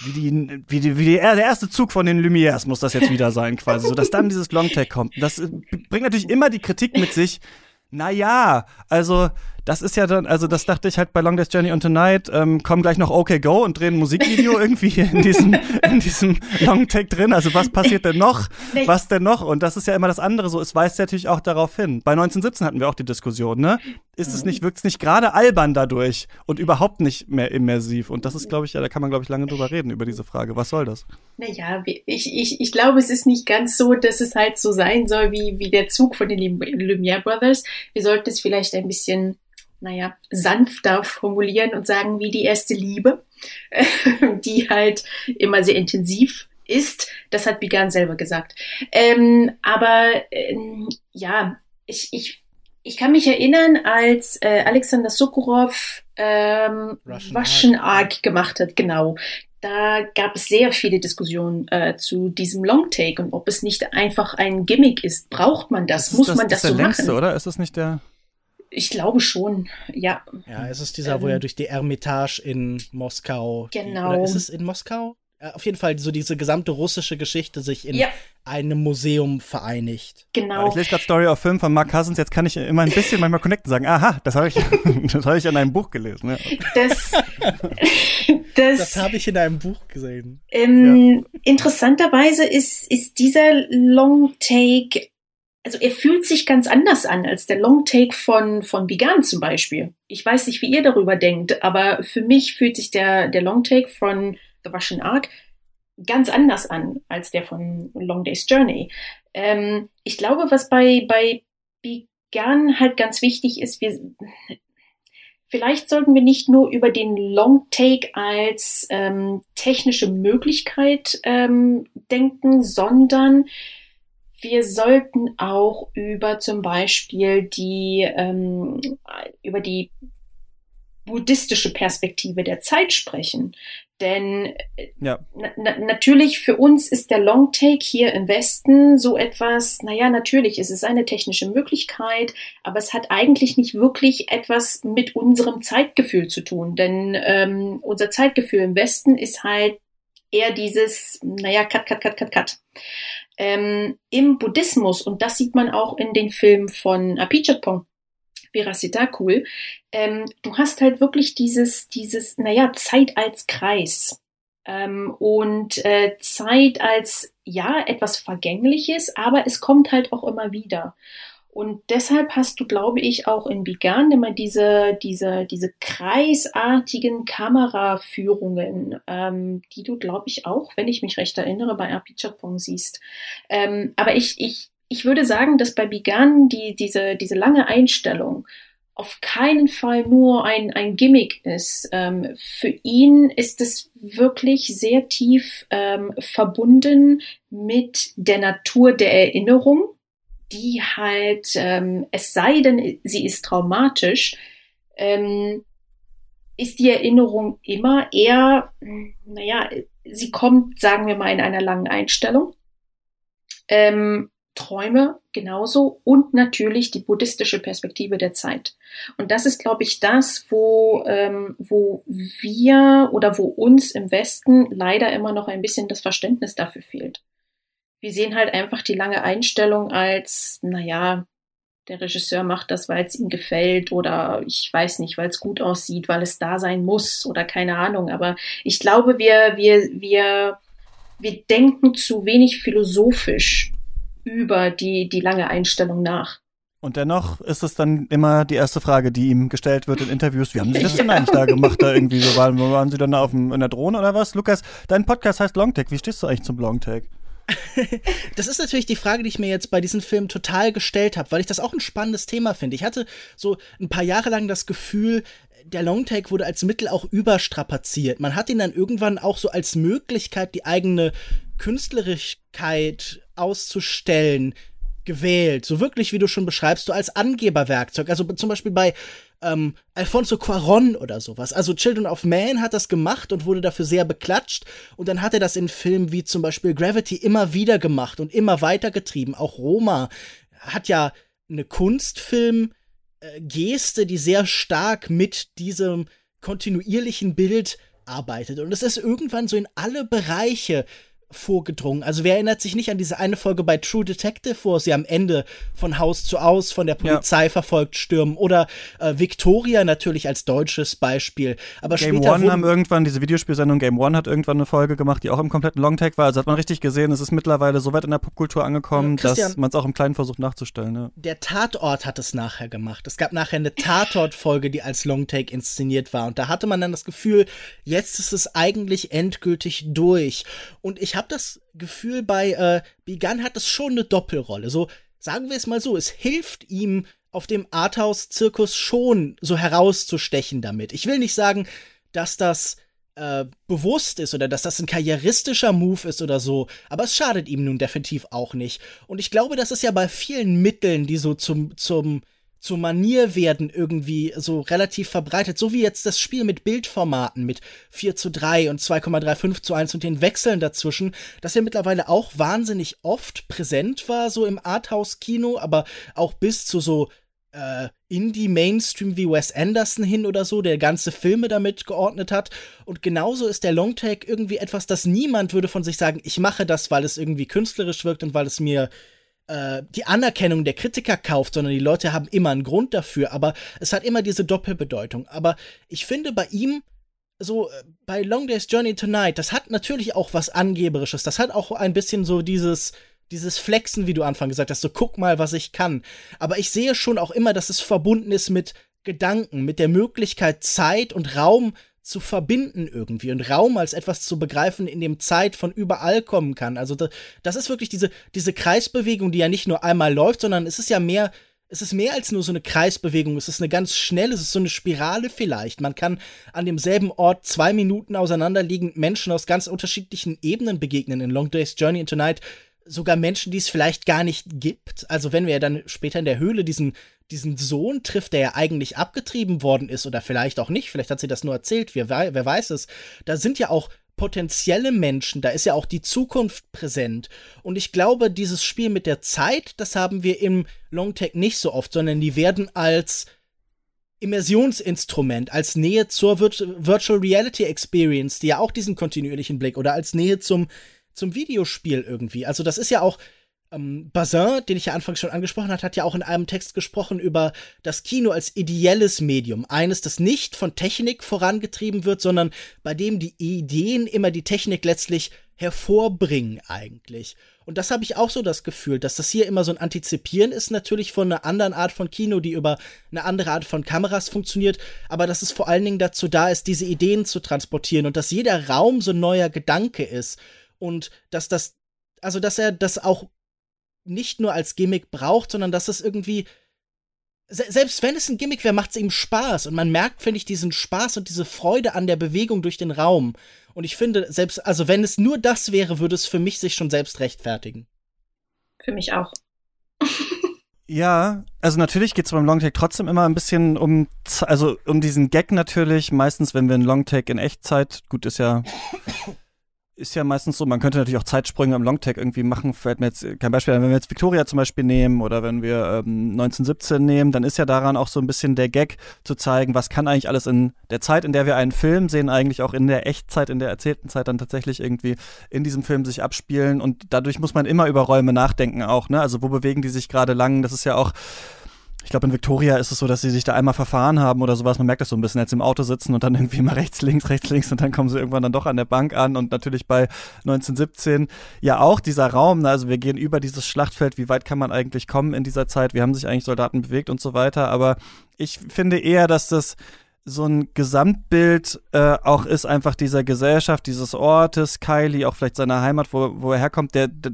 erste Zug von den Lumières muss das jetzt wieder sein, quasi, so dass dann dieses Longtake kommt. Das bringt natürlich immer die Kritik mit sich. Naja, also das ist ja dann, also das dachte ich halt bei Long Day's Journey into Night, kommen gleich noch OK Go und drehen ein Musikvideo irgendwie in diesem Longtake drin. Also was passiert denn noch? Was denn noch? Und das ist ja immer das andere so, es weist ja natürlich auch darauf hin. Bei 1917 hatten wir auch die Diskussion, ne? Wirkt es nicht gerade albern dadurch und überhaupt nicht mehr immersiv? Und das ist, glaube ich, ja, da kann man, glaube ich, lange drüber reden, über diese Frage. Was soll das?
Naja, ich glaube, es ist nicht ganz so, dass es halt so sein soll wie der Zug von den Lumière Brothers. Wir sollten es vielleicht ein bisschen sanfter formulieren und sagen, wie die erste Liebe, die halt immer sehr intensiv ist. Das hat Begun selber gesagt. Ich kann mich erinnern, als Alexander Sokurov Russian Ark gemacht hat, genau. Da gab es sehr viele Diskussionen zu diesem Longtake und ob es nicht einfach ein Gimmick ist. Braucht man das? Muss man das so machen? Das ist der längste,
oder? Ist das nicht der...
Ich glaube schon, ja.
Ja, es ist dieser, wo er durch die Ermitage in Moskau...
Genau.
Oder ist es in Moskau? Auf jeden Fall so diese gesamte russische Geschichte sich in einem Museum vereinigt.
Genau.
Ja, ich lese gerade Story of Film von Mark Cousins, jetzt kann ich immer ein bisschen manchmal connecten und sagen, aha, das habe ich in einem Buch gelesen. Ja.
Das habe ich in einem Buch gesehen.
Interessanterweise ist dieser Longtake, also er fühlt sich ganz anders an als der Longtake von Begun zum Beispiel. Ich weiß nicht, wie ihr darüber denkt, aber für mich fühlt sich der Longtake von The Russian Ark ganz anders an als der von Long Day's Journey. Ich glaube, was bei Begun halt ganz wichtig ist, vielleicht sollten wir nicht nur über den Longtake als technische Möglichkeit denken, sondern wir sollten auch über zum Beispiel über die buddhistische Perspektive der Zeit sprechen. Denn natürlich für uns ist der Longtake hier im Westen so etwas, natürlich, es ist eine technische Möglichkeit, aber es hat eigentlich nicht wirklich etwas mit unserem Zeitgefühl zu tun. Denn unser Zeitgefühl im Westen ist halt eher dieses, cut. Im Buddhismus, und das sieht man auch in den Filmen von Apichatpong, Virasitakul, du hast halt wirklich dieses Zeit als Kreis und Zeit als etwas Vergängliches, aber es kommt halt auch immer wieder. Und deshalb hast du, glaube ich, auch in Begun immer diese kreisartigen Kameraführungen, die du, glaube ich, auch, wenn ich mich recht erinnere, bei Apichatpong siehst. Aber ich würde sagen, dass bei Begun diese lange Einstellung auf keinen Fall nur ein Gimmick ist. Für ihn ist es wirklich sehr tief verbunden mit der Natur der Erinnerung, die halt, es sei denn, sie ist traumatisch, ist die Erinnerung immer eher, sie kommt, sagen wir mal, in einer langen Einstellung. Träume genauso und natürlich die buddhistische Perspektive der Zeit. Und das ist, glaube ich, das, wo wir oder wo uns im Westen leider immer noch ein bisschen das Verständnis dafür fehlt. Wir sehen halt einfach die lange Einstellung als, naja, der Regisseur macht das, weil es ihm gefällt oder ich weiß nicht, weil es gut aussieht, weil es da sein muss oder keine Ahnung. Aber ich glaube, wir denken zu wenig philosophisch über die lange Einstellung nach.
Und dennoch ist es dann immer die erste Frage, die ihm gestellt wird in Interviews. Wie haben Sie das denn eigentlich da gemacht? Da irgendwie so waren Sie dann da in der Drohne oder was? Lukas, dein Podcast heißt Longtake. Wie stehst du eigentlich zum Longtake?
Das ist natürlich die Frage, die ich mir jetzt bei diesem Film total gestellt habe, weil ich das auch ein spannendes Thema finde. Ich hatte so ein paar Jahre lang das Gefühl, der Longtake wurde als Mittel auch überstrapaziert. Man hat ihn dann irgendwann auch so als Möglichkeit, die eigene Künstlerischkeit auszustellen, gewählt. So wirklich, wie du schon beschreibst, so als Angeberwerkzeug. Also zum Beispiel bei Alfonso Cuarón oder sowas. Also Children of Man hat das gemacht und wurde dafür sehr beklatscht. Und dann hat er das in Filmen wie zum Beispiel Gravity immer wieder gemacht und immer weitergetrieben. Auch Roma hat ja eine Kunstfilm-Geste, die sehr stark mit diesem kontinuierlichen Bild arbeitet. Und es ist irgendwann so in alle Bereiche vorgedrungen. Also wer erinnert sich nicht an diese eine Folge bei True Detective, wo sie am Ende von Haus zu Haus von der Polizei verfolgt stürmen, oder Victoria natürlich als deutsches Beispiel. Aber
Game
später
One haben irgendwann, diese Videospielsendung Game One hat irgendwann eine Folge gemacht, die auch im kompletten Longtake war. Also hat man richtig gesehen, es ist mittlerweile so weit in der Popkultur angekommen, dass man es auch im Kleinen versucht nachzustellen. Ja.
Der Tatort hat es nachher gemacht. Es gab nachher eine Tatort-Folge, die als Longtake inszeniert war. Und da hatte man dann das Gefühl, jetzt ist es eigentlich endgültig durch. Und ich habe das Gefühl, bei Bigan hat es schon eine Doppelrolle. So, sagen wir es mal so, es hilft ihm auf dem Arthouse-Zirkus schon so herauszustechen damit. Ich will nicht sagen, dass das bewusst ist oder dass das ein karrieristischer Move ist oder so, aber es schadet ihm nun definitiv auch nicht. Und ich glaube, das ist ja bei vielen Mitteln, die so zur Manier werden, irgendwie so relativ verbreitet, so wie jetzt das Spiel mit Bildformaten mit 4:3 und 2,35:1 und den Wechseln dazwischen, das ja mittlerweile auch wahnsinnig oft präsent war, so im Arthouse-Kino, aber auch bis zu so Indie-Mainstream wie Wes Anderson hin oder so, der ganze Filme damit geordnet hat. Und genauso ist der Longtake irgendwie etwas, das niemand würde von sich sagen, ich mache das, weil es irgendwie künstlerisch wirkt und weil es mir die Anerkennung der Kritiker kauft, sondern die Leute haben immer einen Grund dafür, aber es hat immer diese Doppelbedeutung. Aber ich finde bei ihm, so bei Long Day's Journey Tonight, das hat natürlich auch was Angeberisches, das hat auch ein bisschen so dieses Flexen, wie du Anfang gesagt hast, so guck mal, was ich kann. Aber ich sehe schon auch immer, dass es verbunden ist mit Gedanken, mit der Möglichkeit, Zeit und Raum zu verbinden irgendwie und Raum als etwas zu begreifen, in dem Zeit von überall kommen kann. Also das ist wirklich diese Kreisbewegung, die ja nicht nur einmal läuft, sondern es ist mehr als nur so eine Kreisbewegung. Es ist eine ganz schnelle, es ist so eine Spirale vielleicht. Man kann an demselben Ort 2 Minuten auseinanderliegend Menschen aus ganz unterschiedlichen Ebenen begegnen. In Long Day's Journey Tonight sogar Menschen, die es vielleicht gar nicht gibt. Also wenn wir ja dann später in der Höhle diesen Sohn trifft, der ja eigentlich abgetrieben worden ist oder vielleicht auch nicht, vielleicht hat sie das nur erzählt, wer weiß es. Da sind ja auch potenzielle Menschen, da ist ja auch die Zukunft präsent. Und ich glaube, dieses Spiel mit der Zeit, das haben wir im Longtake nicht so oft, sondern die werden als Immersionsinstrument, als Nähe zur Virtual Reality Experience, die ja auch diesen kontinuierlichen Blick, oder als Nähe zum Videospiel irgendwie. Also das ist ja auch Bazin, den ich ja anfangs schon angesprochen habe, hat ja auch in einem Text gesprochen über das Kino als ideelles Medium. Eines, das nicht von Technik vorangetrieben wird, sondern bei dem die Ideen immer die Technik letztlich hervorbringen eigentlich. Und das habe ich auch so das Gefühl, dass das hier immer so ein Antizipieren ist, natürlich von einer anderen Art von Kino, die über eine andere Art von Kameras funktioniert, aber dass es vor allen Dingen dazu da ist, diese Ideen zu transportieren und dass jeder Raum so ein neuer Gedanke ist und dass er das auch nicht nur als Gimmick braucht, sondern dass es irgendwie, selbst wenn es ein Gimmick wäre, macht es ihm Spaß. Und man merkt, finde ich, diesen Spaß und diese Freude an der Bewegung durch den Raum. Und ich finde, selbst, also wenn es nur das wäre, würde es für mich sich schon selbst rechtfertigen.
Für mich auch.
Ja, also natürlich geht es beim Longtake trotzdem immer ein bisschen um diesen Gag natürlich. Meistens, wenn wir einen Longtake in Echtzeit, gut, ist ja ist ja meistens so, man könnte natürlich auch Zeitsprünge im Longtake irgendwie machen, fällt mir jetzt kein Beispiel, wenn wir jetzt Victoria zum Beispiel nehmen oder wenn wir 1917 nehmen, dann ist ja daran auch so ein bisschen der Gag zu zeigen, was kann eigentlich alles in der Zeit, in der wir einen Film sehen, eigentlich auch in der Echtzeit, in der erzählten Zeit dann tatsächlich irgendwie in diesem Film sich abspielen und dadurch muss man immer über Räume nachdenken auch, ne? Also wo bewegen die sich gerade lang, das ist ja auch ich glaube, in Victoria ist es so, dass sie sich da einmal verfahren haben oder sowas. Man merkt das so ein bisschen, jetzt im Auto sitzen und dann irgendwie immer rechts, links und dann kommen sie irgendwann dann doch an der Bank an. Und natürlich bei 1917 ja auch dieser Raum, also wir gehen über dieses Schlachtfeld, wie weit kann man eigentlich kommen in dieser Zeit, wie haben sich eigentlich Soldaten bewegt und so weiter. Aber ich finde eher, dass das so ein Gesamtbild auch ist einfach dieser Gesellschaft, dieses Ortes, Kylie, auch vielleicht seiner Heimat, wo er herkommt,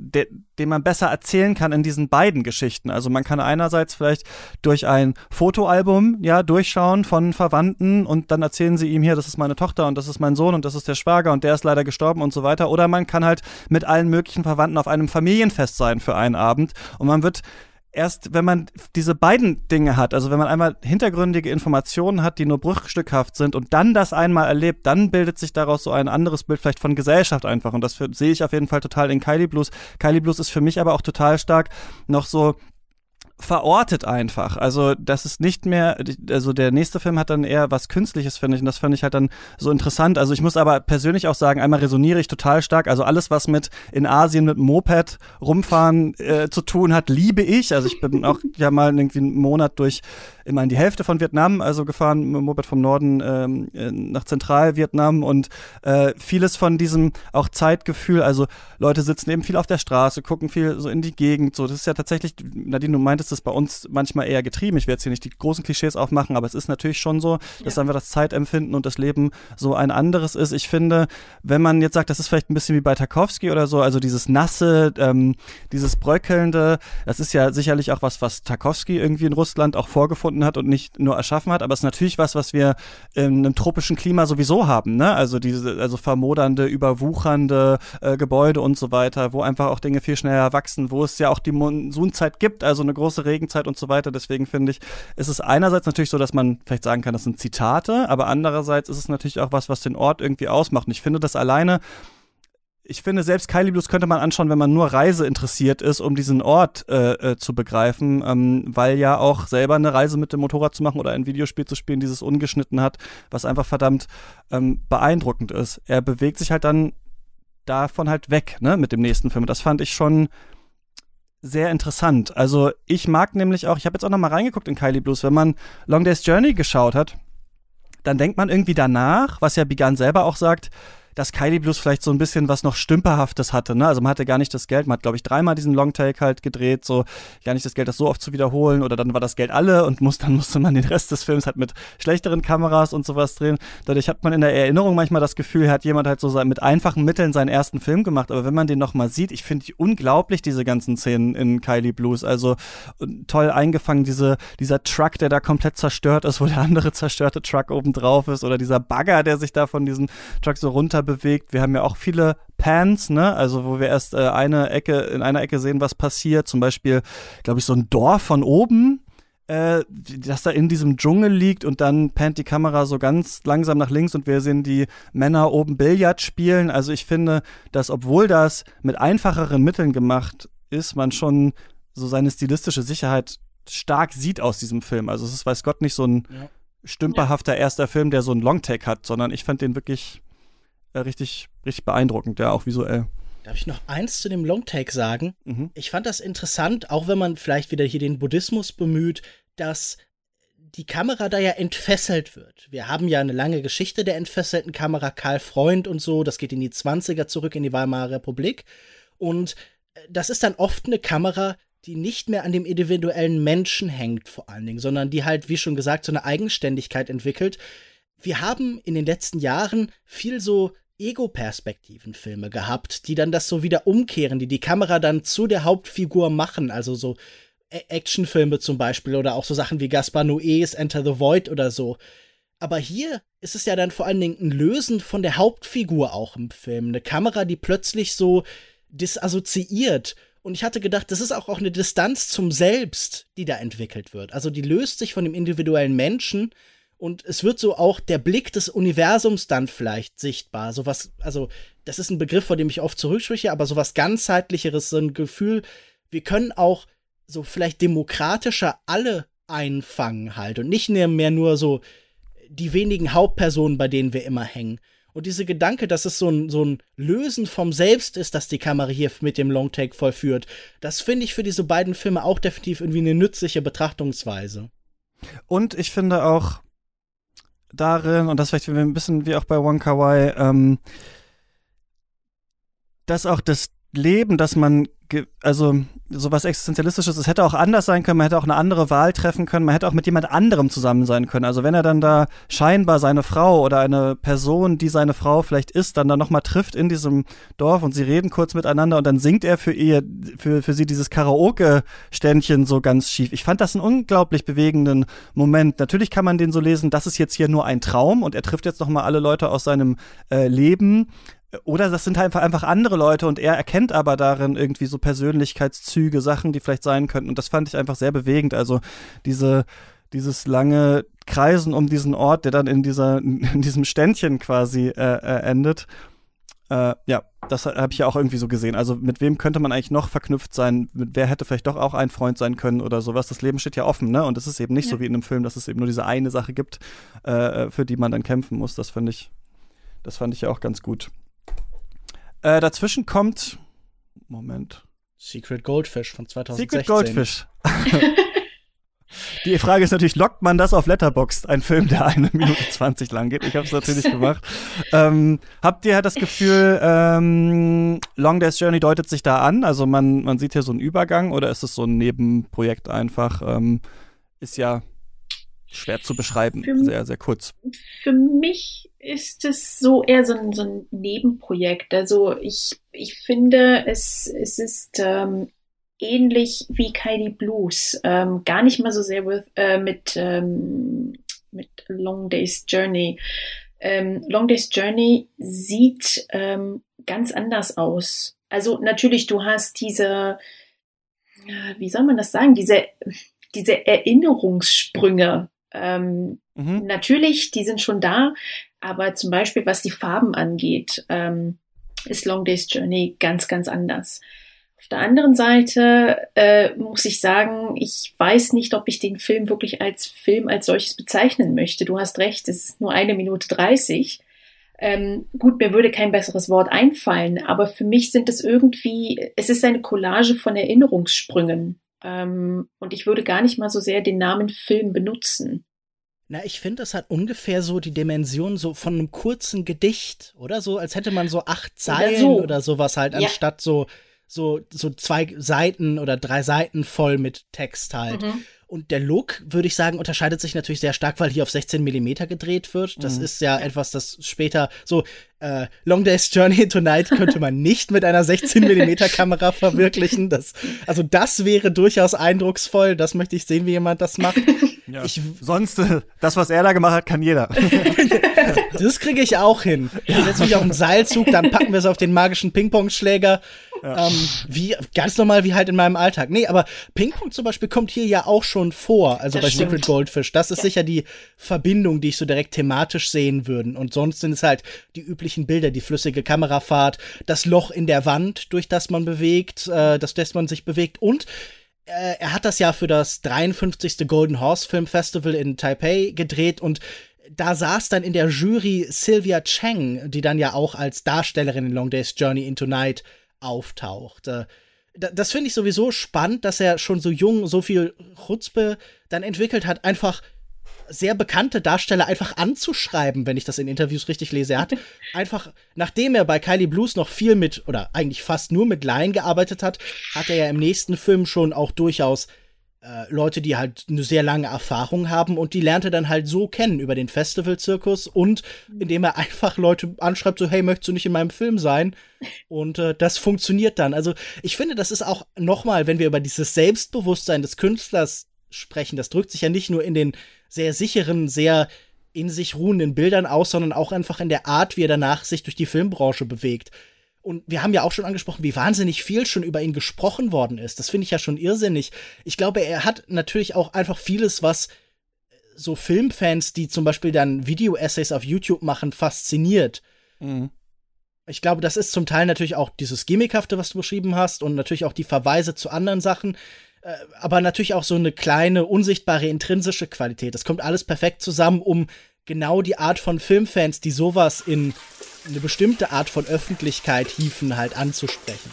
den man besser erzählen kann in diesen beiden Geschichten. Also man kann einerseits vielleicht durch ein Fotoalbum durchschauen von Verwandten und dann erzählen sie ihm hier, das ist meine Tochter und das ist mein Sohn und das ist der Schwager und der ist leider gestorben und so weiter. Oder man kann halt mit allen möglichen Verwandten auf einem Familienfest sein für einen Abend und man wird erst, wenn man diese beiden Dinge hat, also wenn man einmal hintergründige Informationen hat, die nur bruchstückhaft sind und dann das einmal erlebt, dann bildet sich daraus so ein anderes Bild vielleicht von Gesellschaft einfach und das sehe ich auf jeden Fall total in Kylie Blues. Kylie Blues ist für mich aber auch total stark noch so verortet einfach. Also das ist nicht mehr, also der nächste Film hat dann eher was Künstliches, finde ich, und das fand ich halt dann so interessant. Also ich muss aber persönlich auch sagen, einmal resoniere ich total stark, also alles, was mit in Asien mit Moped rumfahren zu tun hat, liebe ich. Also ich bin auch ja mal irgendwie einen Monat durch immerhin die Hälfte von Vietnam, also gefahren mit dem Moped vom Norden nach Zentralvietnam und vieles von diesem auch Zeitgefühl, also Leute sitzen eben viel auf der Straße, gucken viel so in die Gegend, so, das ist ja tatsächlich, Nadine, du meintest, das bei uns manchmal eher getrieben. Ich werde jetzt hier nicht die großen Klischees aufmachen, aber es ist natürlich schon so, dass einfach das Zeitempfinden und das Leben so ein anderes ist. Ich finde, wenn man jetzt sagt, das ist vielleicht ein bisschen wie bei Tarkovsky oder so, also dieses Nasse, dieses Bröckelnde, das ist ja sicherlich auch was Tarkovsky irgendwie in Russland auch vorgefunden hat und nicht nur erschaffen hat, aber es ist natürlich was wir in einem tropischen Klima sowieso haben, ne? Also also vermodernde, überwuchernde Gebäude und so weiter, wo einfach auch Dinge viel schneller wachsen, wo es ja auch die Monsunzeit gibt, also eine große Regenzeit und so weiter. Deswegen finde ich, ist es einerseits natürlich so, dass man vielleicht sagen kann, das sind Zitate, aber andererseits ist es natürlich auch was den Ort irgendwie ausmacht. Und ich finde das alleine, ich finde, selbst Kylie Blues könnte man anschauen, wenn man nur Reise interessiert ist, um diesen Ort zu begreifen, weil ja auch selber eine Reise mit dem Motorrad zu machen oder ein Videospiel zu spielen, dieses ungeschnitten hat, was einfach verdammt beeindruckend ist. Er bewegt sich halt dann davon halt weg, ne, mit dem nächsten Film. Und das fand ich schon sehr interessant. Also ich mag nämlich auch, ich habe jetzt auch noch mal reingeguckt in Kylie Blues, wenn man Long Day's Journey geschaut hat, dann denkt man irgendwie danach, was ja Bigan selber auch sagt, dass Kylie Blues vielleicht so ein bisschen was noch Stümperhaftes hatte, ne? Also man hatte gar nicht das Geld, man hat, glaube ich, 3-mal diesen Longtake halt gedreht, so gar nicht das Geld, das so oft zu wiederholen oder dann war das Geld alle und dann musste man den Rest des Films halt mit schlechteren Kameras und sowas drehen. Dadurch hat man in der Erinnerung manchmal das Gefühl, hat jemand halt so mit einfachen Mitteln seinen ersten Film gemacht, aber wenn man den nochmal sieht, ich finde die unglaublich, diese ganzen Szenen in Kylie Blues, also toll eingefangen, dieser Truck, der da komplett zerstört ist, wo der andere zerstörte Truck oben drauf ist oder dieser Bagger, der sich da von diesem Truck so runter bewegt. Wir haben ja auch viele Pans, ne? Also wo wir erst in einer Ecke sehen, was passiert. Zum Beispiel, glaube ich, so ein Dorf von oben, das da in diesem Dschungel liegt und dann pannt die Kamera so ganz langsam nach links und wir sehen die Männer oben Billard spielen. Also ich finde, dass obwohl das mit einfacheren Mitteln gemacht ist, man schon so seine stilistische Sicherheit stark sieht aus diesem Film. Also es ist, weiß Gott, nicht so ein stümperhafter erster Film, der so einen Longtake hat, sondern ich fand den wirklich richtig beeindruckend, ja, auch visuell.
Darf ich noch eins zu dem Longtake sagen?
Mhm.
Ich fand das interessant, auch wenn man vielleicht wieder hier den Buddhismus bemüht, dass die Kamera da ja entfesselt wird. Wir haben ja eine lange Geschichte der entfesselten Kamera, Karl Freund und so, das geht in die 20er zurück, in die Weimarer Republik. Und das ist dann oft eine Kamera, die nicht mehr an dem individuellen Menschen hängt vor allen Dingen, sondern die halt, wie schon gesagt, so eine Eigenständigkeit entwickelt. Wir haben in den letzten Jahren viel so Ego-Perspektiven-Filme gehabt, die dann das so wieder umkehren, die Kamera dann zu der Hauptfigur machen, also so Actionfilme zum Beispiel oder auch so Sachen wie Gaspar Noés Enter the Void oder so. Aber hier ist es ja dann vor allen Dingen ein Lösen von der Hauptfigur auch im Film. Eine Kamera, die plötzlich so disassoziiert. Und ich hatte gedacht, das ist auch eine Distanz zum Selbst, die da entwickelt wird. Also die löst sich von dem individuellen Menschen Und es wird so auch der Blick des Universums dann vielleicht sichtbar. Sowas, also, das ist ein Begriff, vor dem ich oft zurückspreche, aber sowas ganzheitlicheres, so ein Gefühl, wir können auch so vielleicht demokratischer alle einfangen halt und nicht mehr nur so die wenigen Hauptpersonen, bei denen wir immer hängen. Und diese Gedanke, dass es so ein Lösen vom Selbst ist, das die Kamera hier mit dem Longtake vollführt, das finde ich für diese beiden Filme auch definitiv irgendwie eine nützliche Betrachtungsweise.
Und ich finde auch darin, und das vielleicht ein bisschen wie auch bei Wong Kar-wai, dass auch das Leben, dass man, also sowas Existenzialistisches, es hätte auch anders sein können, man hätte auch eine andere Wahl treffen können, man hätte auch mit jemand anderem zusammen sein können. Also wenn er dann da scheinbar seine Frau oder eine Person, die seine Frau vielleicht ist, dann da nochmal trifft in diesem Dorf und sie reden kurz miteinander und dann singt er für sie dieses Karaoke-Ständchen so ganz schief. Ich fand das einen unglaublich bewegenden Moment. Natürlich kann man den so lesen, das ist jetzt hier nur ein Traum und er trifft jetzt nochmal alle Leute aus seinem Leben. Oder das sind halt einfach andere Leute und er erkennt aber darin irgendwie so Persönlichkeitszüge, Sachen, die vielleicht sein könnten. Und das fand ich einfach sehr bewegend. Also dieses lange Kreisen um diesen Ort, der dann in diesem Ständchen quasi endet. Ja, das habe ich ja auch irgendwie so gesehen. Also mit wem könnte man eigentlich noch verknüpft sein? Mit wer hätte vielleicht doch auch ein Freund sein können oder sowas? Das Leben steht ja offen, ne? Und es ist eben nicht so wie in einem Film, dass es eben nur diese eine Sache gibt, für die man dann kämpfen muss. Das fand ich ja auch ganz gut. Dazwischen kommt
Secret Goldfish von 2016.
Secret Goldfish. Die Frage ist natürlich, lockt man das auf Letterboxd? Ein Film, der 1 Minute 20 lang geht. Ich habe es natürlich gemacht. Habt ihr das Gefühl, Long Day's Journey deutet sich da an? Also man sieht hier so einen Übergang oder ist es so ein Nebenprojekt einfach? Ist ja schwer zu beschreiben, sehr, sehr kurz.
Für mich ist es so eher so ein Nebenprojekt. Also ich finde, es ist ähnlich wie Kylie Blues. Gar nicht mal so sehr mit Long Day's Journey. Long Day's Journey sieht ganz anders aus. Also natürlich, du hast diese, wie soll man das sagen, diese Erinnerungssprünge. Natürlich, die sind schon da, aber zum Beispiel, was die Farben angeht, ist Long Day's Journey ganz, ganz anders. Auf der anderen Seite muss ich sagen, ich weiß nicht, ob ich den Film wirklich als Film als solches bezeichnen möchte. Du hast recht, es ist nur 1 Minute 30. Gut, mir würde kein besseres Wort einfallen, aber für mich sind es ist eine Collage von Erinnerungssprüngen. Und ich würde gar nicht mal so sehr den Namen Film benutzen.
Na, ich finde, das hat ungefähr so die Dimension so von einem kurzen Gedicht, oder? So, als hätte man so 8 Zeilen oder sowas halt, anstatt so 2 Seiten oder 3 Seiten voll mit Text halt. Und der Look, würde ich sagen, unterscheidet sich natürlich sehr stark, weil hier auf 16 Millimeter gedreht wird. Das ist ja etwas, das später so Long Day's Journey Tonight könnte man nicht mit einer 16 Millimeter Kamera verwirklichen. Das wäre durchaus eindrucksvoll. Das möchte ich sehen, wie jemand das macht.
Ja. Sonst, das, was er da gemacht hat, kann jeder.
Das kriege ich auch hin. Ich setze mich auf einen Seilzug, dann packen wir es auf den magischen Ping-Pong-Schläger. Ja. Ganz normal wie halt in meinem Alltag. Nee, aber Ping-Pong zum Beispiel kommt hier ja auch schon vor, also bei Secret Goldfish. Das ist sicher die Verbindung, die ich so direkt thematisch sehen würde. Und sonst sind es halt die üblichen Bilder, die flüssige Kamerafahrt, das Loch in der Wand, durch das man sich bewegt. Und er hat das ja für das 53. Golden Horse Film Festival in Taipei gedreht und da saß dann in der Jury Sylvia Cheng, die dann ja auch als Darstellerin in Long Day's Journey into Night auftaucht. Das finde ich sowieso spannend, dass er schon so jung so viel Chutzpe dann entwickelt hat, einfach sehr bekannte Darsteller einfach anzuschreiben, wenn ich das in Interviews richtig lese. Er hat einfach, nachdem er bei Kylie Blues noch viel oder eigentlich fast nur mit Laien gearbeitet hat, hat er ja im nächsten Film schon auch durchaus Leute, die halt eine sehr lange Erfahrung haben und die lernt er dann halt so kennen über den Festivalzirkus und indem er einfach Leute anschreibt, so hey, möchtest du nicht in meinem Film sein? Und das funktioniert dann. Also ich finde, das ist auch nochmal, wenn wir über dieses Selbstbewusstsein des Künstlers sprechen, das drückt sich ja nicht nur in den sehr sicheren, sehr in sich ruhenden Bildern aus, sondern auch einfach in der Art, wie er danach sich durch die Filmbranche bewegt. Und wir haben ja auch schon angesprochen, wie wahnsinnig viel schon über ihn gesprochen worden ist. Das finde ich ja schon irrsinnig. Ich glaube, er hat natürlich auch einfach vieles, was so Filmfans, die zum Beispiel dann Video-Essays auf YouTube machen, fasziniert. Mhm. Ich glaube, das ist zum Teil natürlich auch dieses Gimmickhafte, was du beschrieben hast, und natürlich auch die Verweise zu anderen Sachen, aber natürlich auch so eine kleine, unsichtbare, intrinsische Qualität. Das kommt alles perfekt zusammen, um genau die Art von Filmfans, die sowas in eine bestimmte Art von Öffentlichkeit hieven, halt anzusprechen.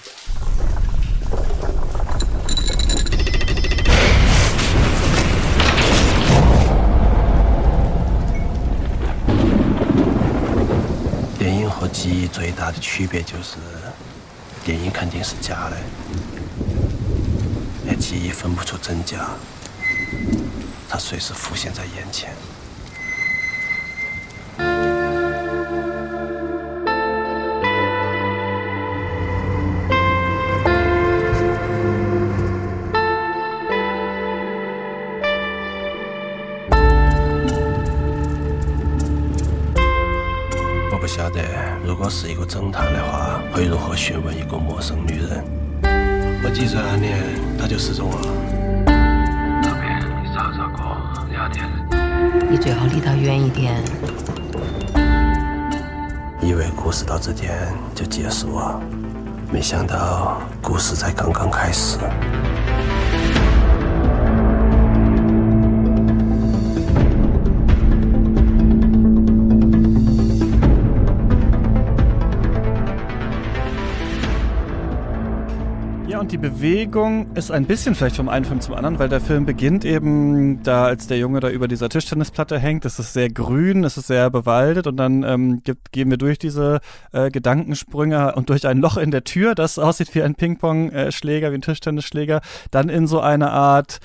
和记忆最大的区别就是电影肯定是假的，而记忆分不出真假，它随时浮现在眼前。不晓得，如果是一个侦探的话，会如何询问一个陌生女人？我记着那年他就失踪了。这边你找过2天。
你最好离他远一点。
以为故事到这点就结束了，没想到故事才刚刚开始。
Und die Bewegung ist ein bisschen vielleicht vom einen Film zum anderen, weil der Film beginnt eben da, als der Junge da über dieser Tischtennisplatte hängt. Es ist sehr grün, es ist sehr bewaldet und dann gehen wir durch diese Gedankensprünge und durch ein Loch in der Tür, das aussieht wie ein Ping-Pong-Schläger, wie ein Tischtennisschläger, dann in so eine Art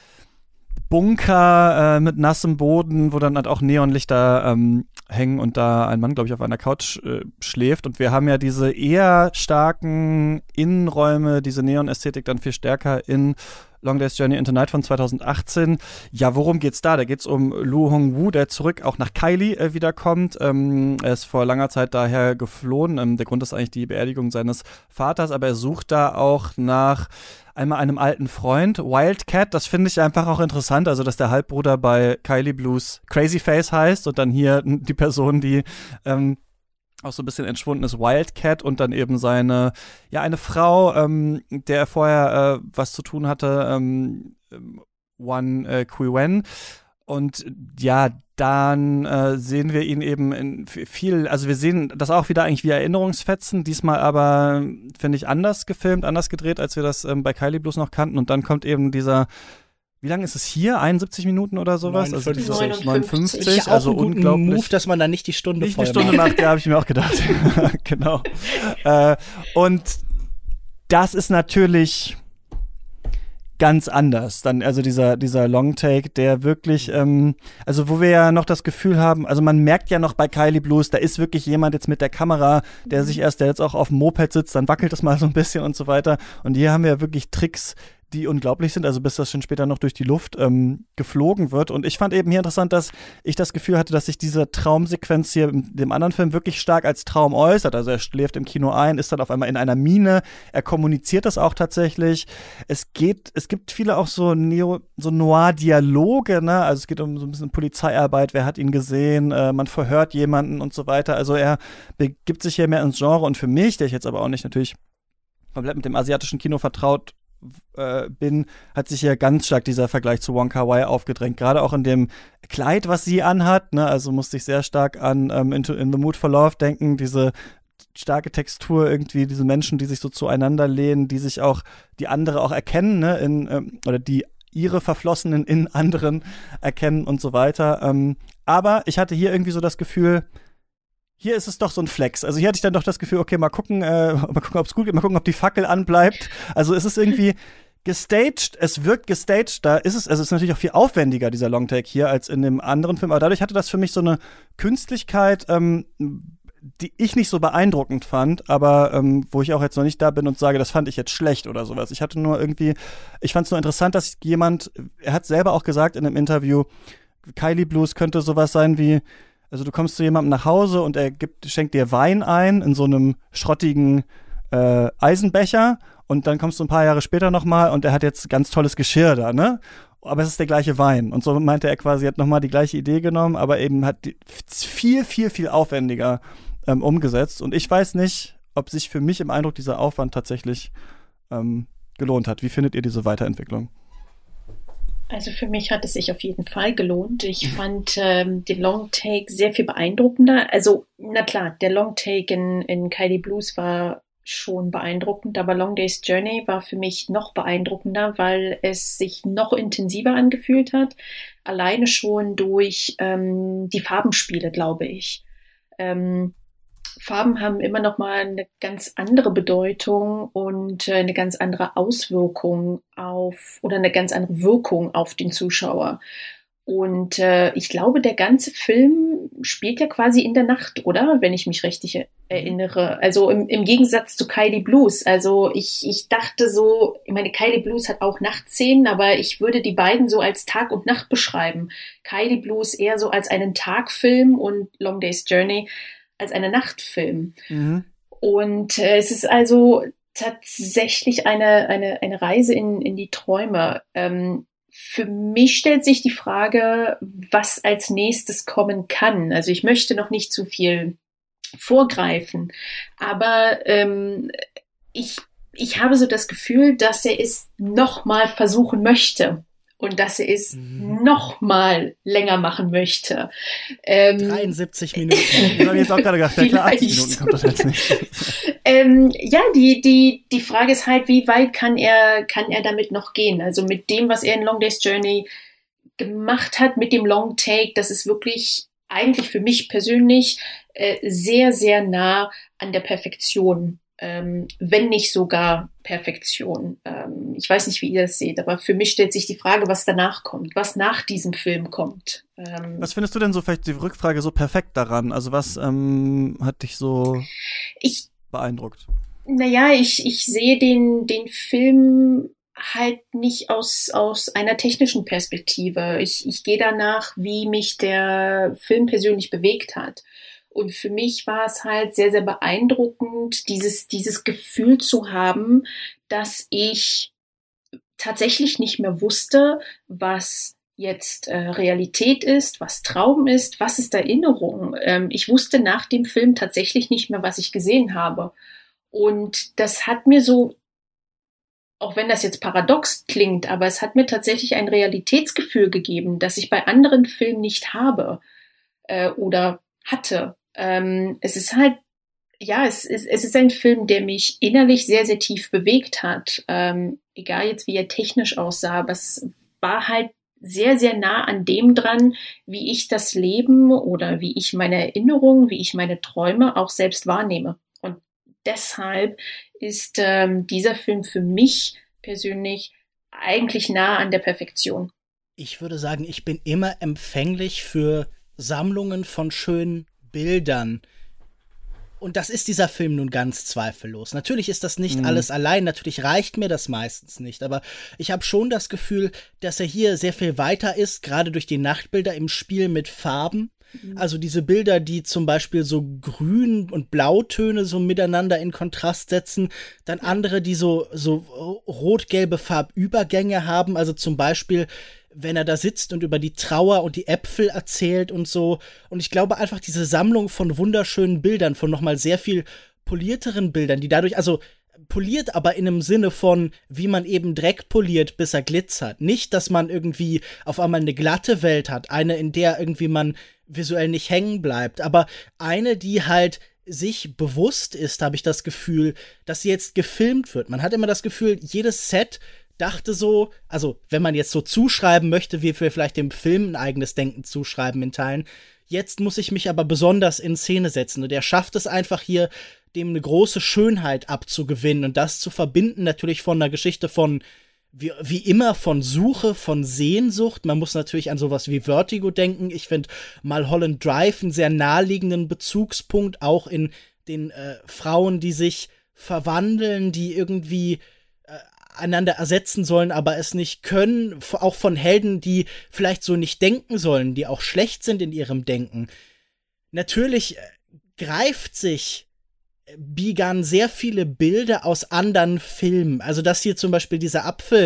Bunker mit nassem Boden, wo dann halt auch Neonlichter hängen und da ein Mann, glaube ich, auf einer Couch schläft. Und wir haben ja diese eher starken Innenräume, diese Neon-Ästhetik dann viel stärker in Long Day's Journey into Night von 2018. Ja, worum geht's da? Da geht's um Lu Hongwoo, der zurück auch nach Kylie wiederkommt. Er ist vor langer Zeit daher geflohen. Der Grund ist eigentlich die Beerdigung seines Vaters, aber er sucht da auch nach einmal einem alten Freund, Wildcat. Das finde ich einfach auch interessant, also dass der Halbbruder bei Kylie Blues Crazy Face heißt und dann hier die Person, die auch so ein bisschen entschwunden ist, Wildcat, und dann eben eine Frau, der er vorher was zu tun hatte, Wan Qui-Wen. Und ja, dann sehen wir ihn eben in viel, also wir sehen das auch wieder eigentlich wie Erinnerungsfetzen, diesmal aber, finde ich, anders gefilmt, anders gedreht, als wir das bei Kylie Blues noch kannten. Und dann kommt eben dieser, wie lange ist es hier? 71 Minuten oder sowas?
59.
59,
auch
also
einen guten
unglaublich.
Move, dass man da nicht die Stunde
Nicht die Stunde macht, ja, habe ich mir auch gedacht. Genau. Und das ist natürlich ganz anders. Dann, also dieser Longtake, der wirklich, also wo wir ja noch das Gefühl haben, also man merkt ja noch bei Kylie Blues, da ist wirklich jemand jetzt mit der Kamera, der jetzt auch auf dem Moped sitzt, dann wackelt das mal so ein bisschen und so weiter. Und hier haben wir ja wirklich Tricks, die unglaublich sind, also bis das schon später noch durch die Luft geflogen wird. Und ich fand eben hier interessant, dass ich das Gefühl hatte, dass sich diese Traumsequenz hier in dem anderen Film wirklich stark als Traum äußert. Also er schläft im Kino ein, ist dann auf einmal in einer Mine, er kommuniziert das auch tatsächlich. Es gibt viele auch so Noir-Dialoge, ne? Also es geht um so ein bisschen Polizeiarbeit, wer hat ihn gesehen, man verhört jemanden und so weiter. Also er begibt sich hier mehr ins Genre, und für mich, der ich jetzt aber auch nicht natürlich komplett mit dem asiatischen Kino vertraut bin, hat sich ja ganz stark dieser Vergleich zu Wong Kar-wai aufgedrängt. Gerade auch in dem Kleid, was sie anhat, ne? Also musste ich sehr stark an In the Mood for Love denken, diese starke Textur irgendwie, diese Menschen, die sich so zueinander lehnen, die sich auch, die andere auch erkennen, ne? Oder die ihre Verflossenen in anderen erkennen und so weiter. Aber ich hatte hier irgendwie so das Gefühl, hier ist es doch so ein Flex. Also hier hatte ich dann doch das Gefühl, okay, mal gucken, ob es gut geht, mal gucken, ob die Fackel anbleibt. Also es ist irgendwie gestaged, es wirkt gestaged, da ist es, also es ist natürlich auch viel aufwendiger, dieser Longtake hier, als in dem anderen Film, aber dadurch hatte das für mich so eine Künstlichkeit, die ich nicht so beeindruckend fand, aber wo ich auch jetzt noch nicht da bin und sage, das fand ich jetzt schlecht oder sowas. Ich hatte nur irgendwie, ich fand es nur interessant, dass er hat selber auch gesagt in einem Interview, Kylie Blues könnte sowas sein wie, also du kommst zu jemandem nach Hause und er schenkt dir Wein ein in so einem schrottigen Eisenbecher und dann kommst du ein paar Jahre später nochmal und er hat jetzt ganz tolles Geschirr da, ne? Aber es ist der gleiche Wein. Und so meinte er quasi, er hat nochmal die gleiche Idee genommen, aber eben hat die viel, viel, viel aufwendiger umgesetzt. Und ich weiß nicht, ob sich für mich im Eindruck dieser Aufwand tatsächlich gelohnt hat. Wie findet ihr diese Weiterentwicklung?
Also für mich hat es sich auf jeden Fall gelohnt. Ich fand den Long Take sehr viel beeindruckender. Also, na klar, der Long Take in Kylie Blues war schon beeindruckend, aber Long Day's Journey war für mich noch beeindruckender, weil es sich noch intensiver angefühlt hat. Alleine schon durch die Farbenspiele, glaube ich. Farben haben immer noch mal eine ganz andere Bedeutung und eine ganz andere Auswirkung oder eine ganz andere Wirkung auf den Zuschauer. Und ich glaube, der ganze Film spielt ja quasi in der Nacht, oder? Wenn ich mich richtig erinnere. Also im Gegensatz zu Kylie Blues. Also ich dachte so, ich meine, Kylie Blues hat auch Nachtszenen, aber ich würde die beiden so als Tag und Nacht beschreiben. Kylie Blues eher so als einen Tagfilm und Long Day's Journey als einen Nachtfilm. Mhm. Und es ist also tatsächlich eine Reise in die Träume. Für mich stellt sich die Frage, was als nächstes kommen kann. Also ich möchte noch nicht zu viel vorgreifen, aber ich habe so das Gefühl, dass er es nochmal versuchen möchte und dass er es nochmal länger machen möchte.
73 Minuten.
Ich habe jetzt auch gerade gedacht, klar, 80 Minuten kommt das jetzt nicht.
Ja, die Frage ist halt, wie weit kann er damit noch gehen? Also mit dem, was er in Long Day's Journey gemacht hat, mit dem Long Take, das ist wirklich eigentlich für mich persönlich sehr, sehr nah an der Perfektion, wenn nicht sogar Perfektion. Ich weiß nicht, wie ihr das seht, aber für mich stellt sich die Frage, was danach kommt, was nach diesem Film kommt.
Was findest du denn so, vielleicht die Rückfrage, so perfekt daran? Also was hat dich so beeindruckt?
Naja, ich sehe den Film halt nicht aus einer technischen Perspektive. Ich gehe danach, wie mich der Film persönlich bewegt hat. Und für mich war es halt sehr, sehr beeindruckend, dieses Gefühl zu haben, dass ich tatsächlich nicht mehr wusste, was jetzt Realität ist, was Traum ist, was ist Erinnerung. Ich wusste nach dem Film tatsächlich nicht mehr, was ich gesehen habe. Und das hat mir so, auch wenn das jetzt paradox klingt, aber es hat mir tatsächlich ein Realitätsgefühl gegeben, das ich bei anderen Filmen nicht habe oder hatte. Es ist halt, ja, es ist ein Film, der mich innerlich sehr, sehr tief bewegt hat. Egal jetzt, wie er technisch aussah, aber es war halt sehr, sehr nah an dem dran, wie ich das Leben oder wie ich meine Erinnerungen, wie ich meine Träume auch selbst wahrnehme. Und deshalb ist dieser Film für mich persönlich eigentlich nah an der Perfektion.
Ich würde sagen, ich bin immer empfänglich für Sammlungen von schönen Bildern. Und das ist dieser Film nun ganz zweifellos. Natürlich ist das nicht alles allein, natürlich reicht mir das meistens nicht, aber ich habe schon das Gefühl, dass er hier sehr viel weiter ist, gerade durch die Nachtbilder im Spiel mit Farben. Also diese Bilder, die zum Beispiel so Grün- und Blautöne so miteinander in Kontrast setzen, dann andere, die so rot-gelbe Farbübergänge haben, also zum Beispiel wenn er da sitzt und über die Trauer und die Äpfel erzählt und so. Und ich glaube einfach, diese Sammlung von wunderschönen Bildern, von nochmal sehr viel polierteren Bildern, die dadurch, also poliert aber in einem Sinne von, wie man eben Dreck poliert, bis er glitzert. Nicht, dass man irgendwie auf einmal eine glatte Welt hat, eine, in der irgendwie man visuell nicht hängen bleibt, aber eine, die halt sich bewusst ist, habe ich das Gefühl, dass sie jetzt gefilmt wird. Man hat immer das Gefühl, jedes Set dachte so, also wenn man jetzt so zuschreiben möchte, wie wir vielleicht dem Film ein eigenes Denken zuschreiben in Teilen, jetzt muss ich mich aber besonders in Szene setzen. Und er schafft es einfach hier, dem eine große Schönheit abzugewinnen und das zu verbinden natürlich von einer Geschichte von, wie immer, von Suche, von Sehnsucht. Man muss natürlich an sowas wie Vertigo denken. Ich finde Mulholland Drive einen sehr naheliegenden Bezugspunkt, auch in den Frauen, die sich verwandeln, die irgendwie einander ersetzen sollen, aber es nicht können, auch von Helden, die vielleicht so nicht denken sollen, die auch schlecht sind in ihrem Denken. Natürlich greift sich Bigan sehr viele Bilder aus anderen Filmen. Also dass hier zum Beispiel dieses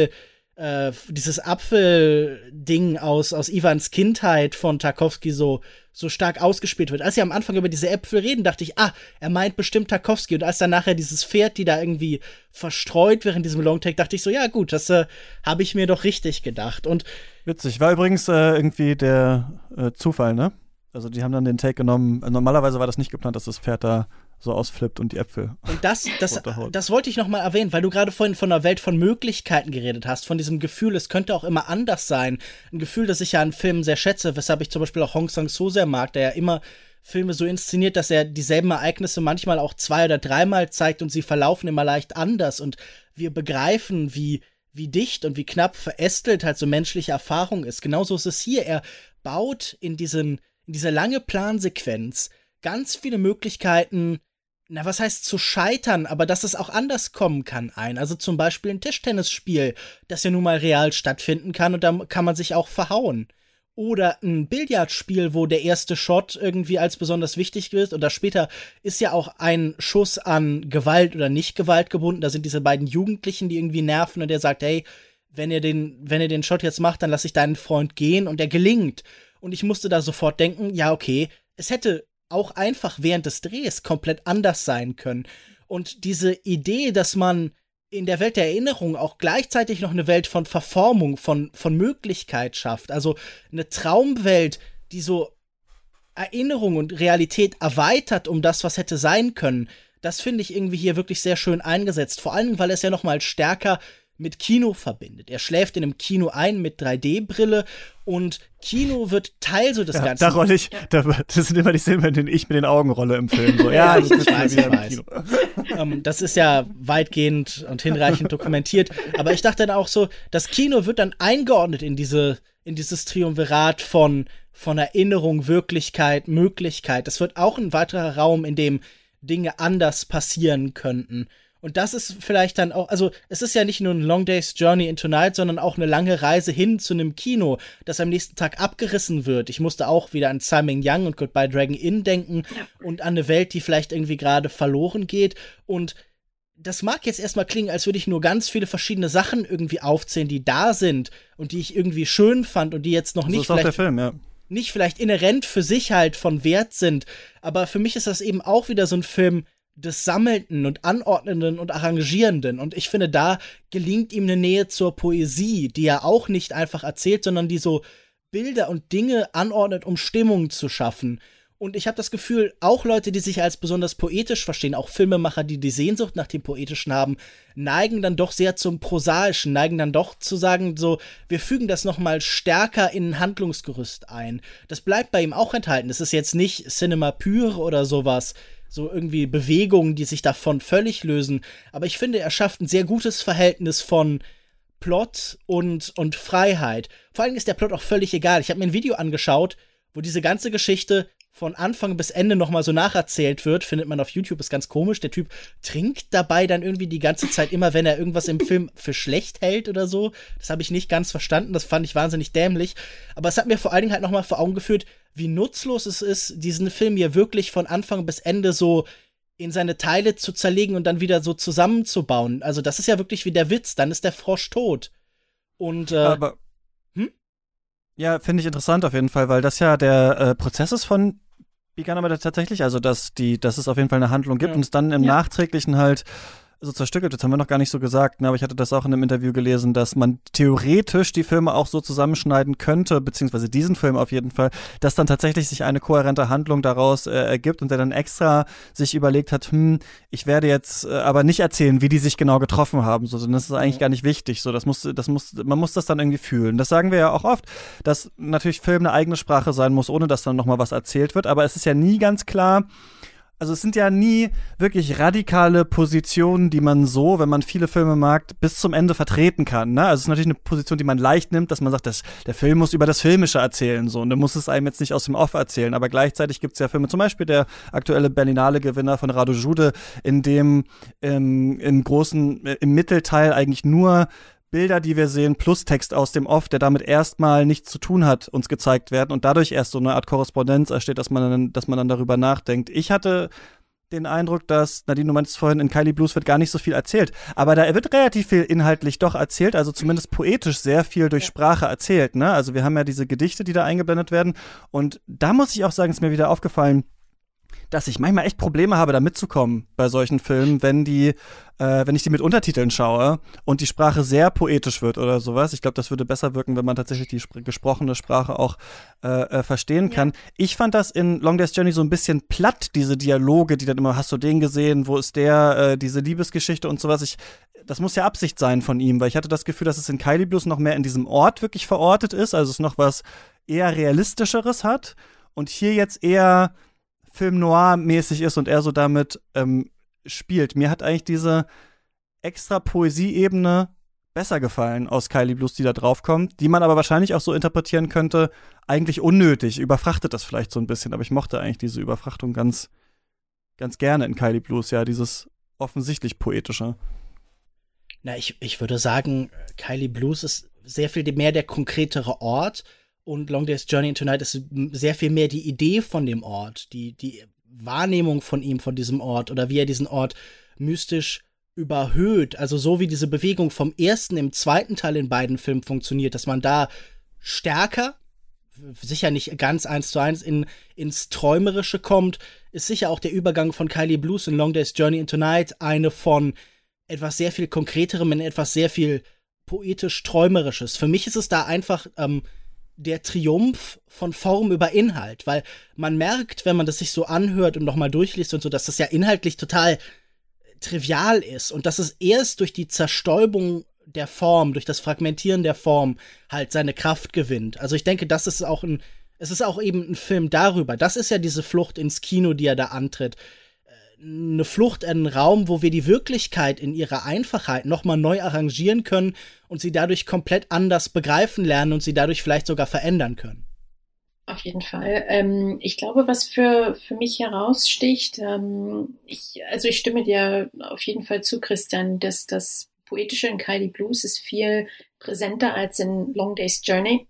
Apfel-Ding aus Ivans Kindheit von Tarkovsky so stark ausgespielt wird. Als sie am Anfang über diese Äpfel reden, dachte ich, er meint bestimmt Tarkovsky. Und als dann nachher dieses Pferd, die da irgendwie verstreut während diesem Longtake, dachte ich so, ja gut, das habe ich mir doch richtig gedacht. Und
witzig, war übrigens irgendwie der Zufall, ne? Also die haben dann den Take genommen. Normalerweise war das nicht geplant, dass das Pferd da so ausflippt und die Äpfel.
Und das wollte ich noch mal erwähnen, weil du gerade vorhin von einer Welt von Möglichkeiten geredet hast, von diesem Gefühl, es könnte auch immer anders sein. Ein Gefühl, das ich ja an Filmen sehr schätze, weshalb ich zum Beispiel auch Hong Sang-soo sehr mag, der ja immer Filme so inszeniert, dass er dieselben Ereignisse manchmal auch 2- oder 3-mal zeigt und sie verlaufen immer leicht anders und wir begreifen, wie dicht und wie knapp verästelt halt so menschliche Erfahrung ist. Genauso ist es hier. Er baut in dieser lange Plansequenz ganz viele Möglichkeiten, was heißt zu scheitern, aber dass es auch anders kommen kann ein. Also zum Beispiel ein Tischtennisspiel, das ja nun mal real stattfinden kann und da kann man sich auch verhauen. Oder ein Billardspiel, wo der erste Shot irgendwie als besonders wichtig wird. Oder später ist ja auch ein Schuss an Gewalt oder Nicht-Gewalt gebunden. Da sind diese beiden Jugendlichen, die irgendwie nerven und der sagt, hey, wenn ihr den Shot jetzt macht, dann lass ich deinen Freund gehen und der gelingt. Und ich musste da sofort denken, ja okay, es hätte auch einfach während des Drehs komplett anders sein können. Und diese Idee, dass man in der Welt der Erinnerung auch gleichzeitig noch eine Welt von Verformung, von Möglichkeit schafft. Also eine Traumwelt, die so Erinnerung und Realität erweitert um das, was hätte sein können. Das finde ich irgendwie hier wirklich sehr schön eingesetzt. Vor allem, weil es ja noch mal stärker mit Kino verbindet. Er schläft in einem Kino ein mit 3D-Brille und Kino wird Teil so des Ganzen.
Das sind immer die Szenen, in denen ich mit den Augen rolle im Film. So,
ich weiß. Das ist ja weitgehend und hinreichend dokumentiert. Aber ich dachte dann auch so, das Kino wird dann eingeordnet in dieses Triumvirat von Erinnerung, Wirklichkeit, Möglichkeit. Das wird auch ein weiterer Raum, in dem Dinge anders passieren könnten. Und das ist vielleicht dann auch, also es ist ja nicht nur ein Long Day's Journey into Night, sondern auch eine lange Reise hin zu einem Kino, das am nächsten Tag abgerissen wird. Ich musste auch wieder an Tsai Ming-liang und Goodbye Dragon Inn denken und an eine Welt, die vielleicht irgendwie gerade verloren geht. Und das mag jetzt erstmal klingen, als würde ich nur ganz viele verschiedene Sachen irgendwie aufzählen, die da sind und die ich irgendwie schön fand und die jetzt noch nicht vielleicht,
der Film, ja.
Nicht vielleicht inhärent für sich halt von Wert sind. Aber für mich ist das eben auch wieder so ein Film des Sammelnden und Anordnenden und Arrangierenden. Und ich finde, da gelingt ihm eine Nähe zur Poesie, die er auch nicht einfach erzählt, sondern die so Bilder und Dinge anordnet, um Stimmung zu schaffen. Und ich habe das Gefühl, auch Leute, die sich als besonders poetisch verstehen, auch Filmemacher, die die Sehnsucht nach dem Poetischen haben, neigen dann doch sehr zum Prosaischen, neigen dann doch zu sagen, so, wir fügen das noch mal stärker in ein Handlungsgerüst ein. Das bleibt bei ihm auch enthalten. Das ist jetzt nicht Cinema pur oder sowas, so irgendwie Bewegungen, die sich davon völlig lösen. Aber ich finde, er schafft ein sehr gutes Verhältnis von Plot und Freiheit. Vor allem ist der Plot auch völlig egal. Ich habe mir ein Video angeschaut, wo diese ganze Geschichte von Anfang bis Ende nochmal so nacherzählt wird, findet man auf YouTube, ist ganz komisch. Der Typ trinkt dabei dann irgendwie die ganze Zeit immer, wenn er irgendwas im Film für schlecht hält oder so. Das habe ich nicht ganz verstanden, das fand ich wahnsinnig dämlich. Aber es hat mir vor allen Dingen halt nochmal vor Augen geführt, wie nutzlos es ist, diesen Film hier wirklich von Anfang bis Ende so in seine Teile zu zerlegen und dann wieder so zusammenzubauen. Also das ist ja wirklich wie der Witz, dann ist der Frosch tot. Und,
aber ja, finde ich interessant auf jeden Fall, weil das ja der Prozess ist von Bigan aber tatsächlich, also dass es auf jeden Fall eine Handlung gibt und es dann im Nachträglichen halt so zerstückelt. Das haben wir noch gar nicht so gesagt, ne? Aber ich hatte das auch in einem Interview gelesen, dass man theoretisch die Filme auch so zusammenschneiden könnte, beziehungsweise diesen Film auf jeden Fall, dass dann tatsächlich sich eine kohärente Handlung daraus ergibt und der dann extra sich überlegt hat, ich werde jetzt aber nicht erzählen, wie die sich genau getroffen haben, so, das ist eigentlich gar nicht wichtig, so, man muss das dann irgendwie fühlen. Das sagen wir ja auch oft, dass natürlich Film eine eigene Sprache sein muss, ohne dass dann nochmal was erzählt wird, aber es ist ja nie ganz klar. Also es sind ja nie wirklich radikale Positionen, die man so, wenn man viele Filme mag, bis zum Ende vertreten kann. Ne? Also es ist natürlich eine Position, die man leicht nimmt, dass man sagt, der Film muss über das Filmische erzählen. So. Und der muss es einem jetzt nicht aus dem Off erzählen. Aber gleichzeitig gibt es ja Filme, zum Beispiel der aktuelle Berlinale-Gewinner von Radu Jude, in dem im Mittelteil eigentlich nur Bilder, die wir sehen, plus Text aus dem Off, der damit erstmal nichts zu tun hat, uns gezeigt werden und dadurch erst so eine Art Korrespondenz entsteht, dass man dann darüber nachdenkt. Ich hatte den Eindruck, dass, Nadine, du meintest vorhin, in Kylie Blues wird gar nicht so viel erzählt. Aber da wird relativ viel inhaltlich doch erzählt, also zumindest poetisch sehr viel durch Sprache erzählt, ne? Also wir haben ja diese Gedichte, die da eingeblendet werden. Und da muss ich auch sagen, ist mir wieder aufgefallen, dass ich manchmal echt Probleme habe, da mitzukommen bei solchen Filmen, wenn ich die mit Untertiteln schaue und die Sprache sehr poetisch wird oder sowas. Ich glaube, das würde besser wirken, wenn man tatsächlich die gesprochene Sprache auch verstehen kann. Ich fand das in Long Day's Journey so ein bisschen platt, diese Dialoge, die dann immer, hast du den gesehen, wo ist der, diese Liebesgeschichte und sowas. Das muss ja Absicht sein von ihm, weil ich hatte das Gefühl, dass es in Kylie Blues noch mehr in diesem Ort wirklich verortet ist, also es noch was eher Realistischeres hat und hier jetzt eher Film Noir-mäßig ist und er so damit spielt. Mir hat eigentlich diese extra Poesie-Ebene besser gefallen aus Kylie Blues, die da draufkommt, die man aber wahrscheinlich auch so interpretieren könnte, eigentlich unnötig, überfrachtet das vielleicht so ein bisschen, aber ich mochte eigentlich diese Überfrachtung ganz, ganz gerne in Kylie Blues, ja, dieses offensichtlich Poetische.
Na, ich würde sagen, Kylie Blues ist sehr viel mehr der konkretere Ort. Und Long Day's Journey into Night ist sehr viel mehr die Idee von dem Ort, die Wahrnehmung von ihm, von diesem Ort oder wie er diesen Ort mystisch überhöht. Also so wie diese Bewegung vom ersten im zweiten Teil in beiden Filmen funktioniert, dass man da stärker, sicher nicht ganz 1:1 ins Träumerische kommt, ist sicher auch der Übergang von Kylie Blues in Long Day's Journey into Night eine von etwas sehr viel Konkreterem in etwas sehr viel poetisch-träumerisches. Für mich ist es da einfach der Triumph von Form über Inhalt, weil man merkt, wenn man das sich so anhört und nochmal durchliest und so, dass das ja inhaltlich total trivial ist und dass es erst durch die Zerstäubung der Form, durch das Fragmentieren der Form halt seine Kraft gewinnt. Also ich denke, es ist auch eben ein Film darüber. Das ist ja diese Flucht ins Kino, die er da antritt. Eine Flucht in einen Raum, wo wir die Wirklichkeit in ihrer Einfachheit nochmal neu arrangieren können und sie dadurch komplett anders begreifen lernen und sie dadurch vielleicht sogar verändern können.
Auf jeden Fall. Ich glaube, was für mich heraussticht, ich stimme dir auf jeden Fall zu, Christian, dass das Poetische in Kylie Blues ist viel präsenter als in Long Day's Journey.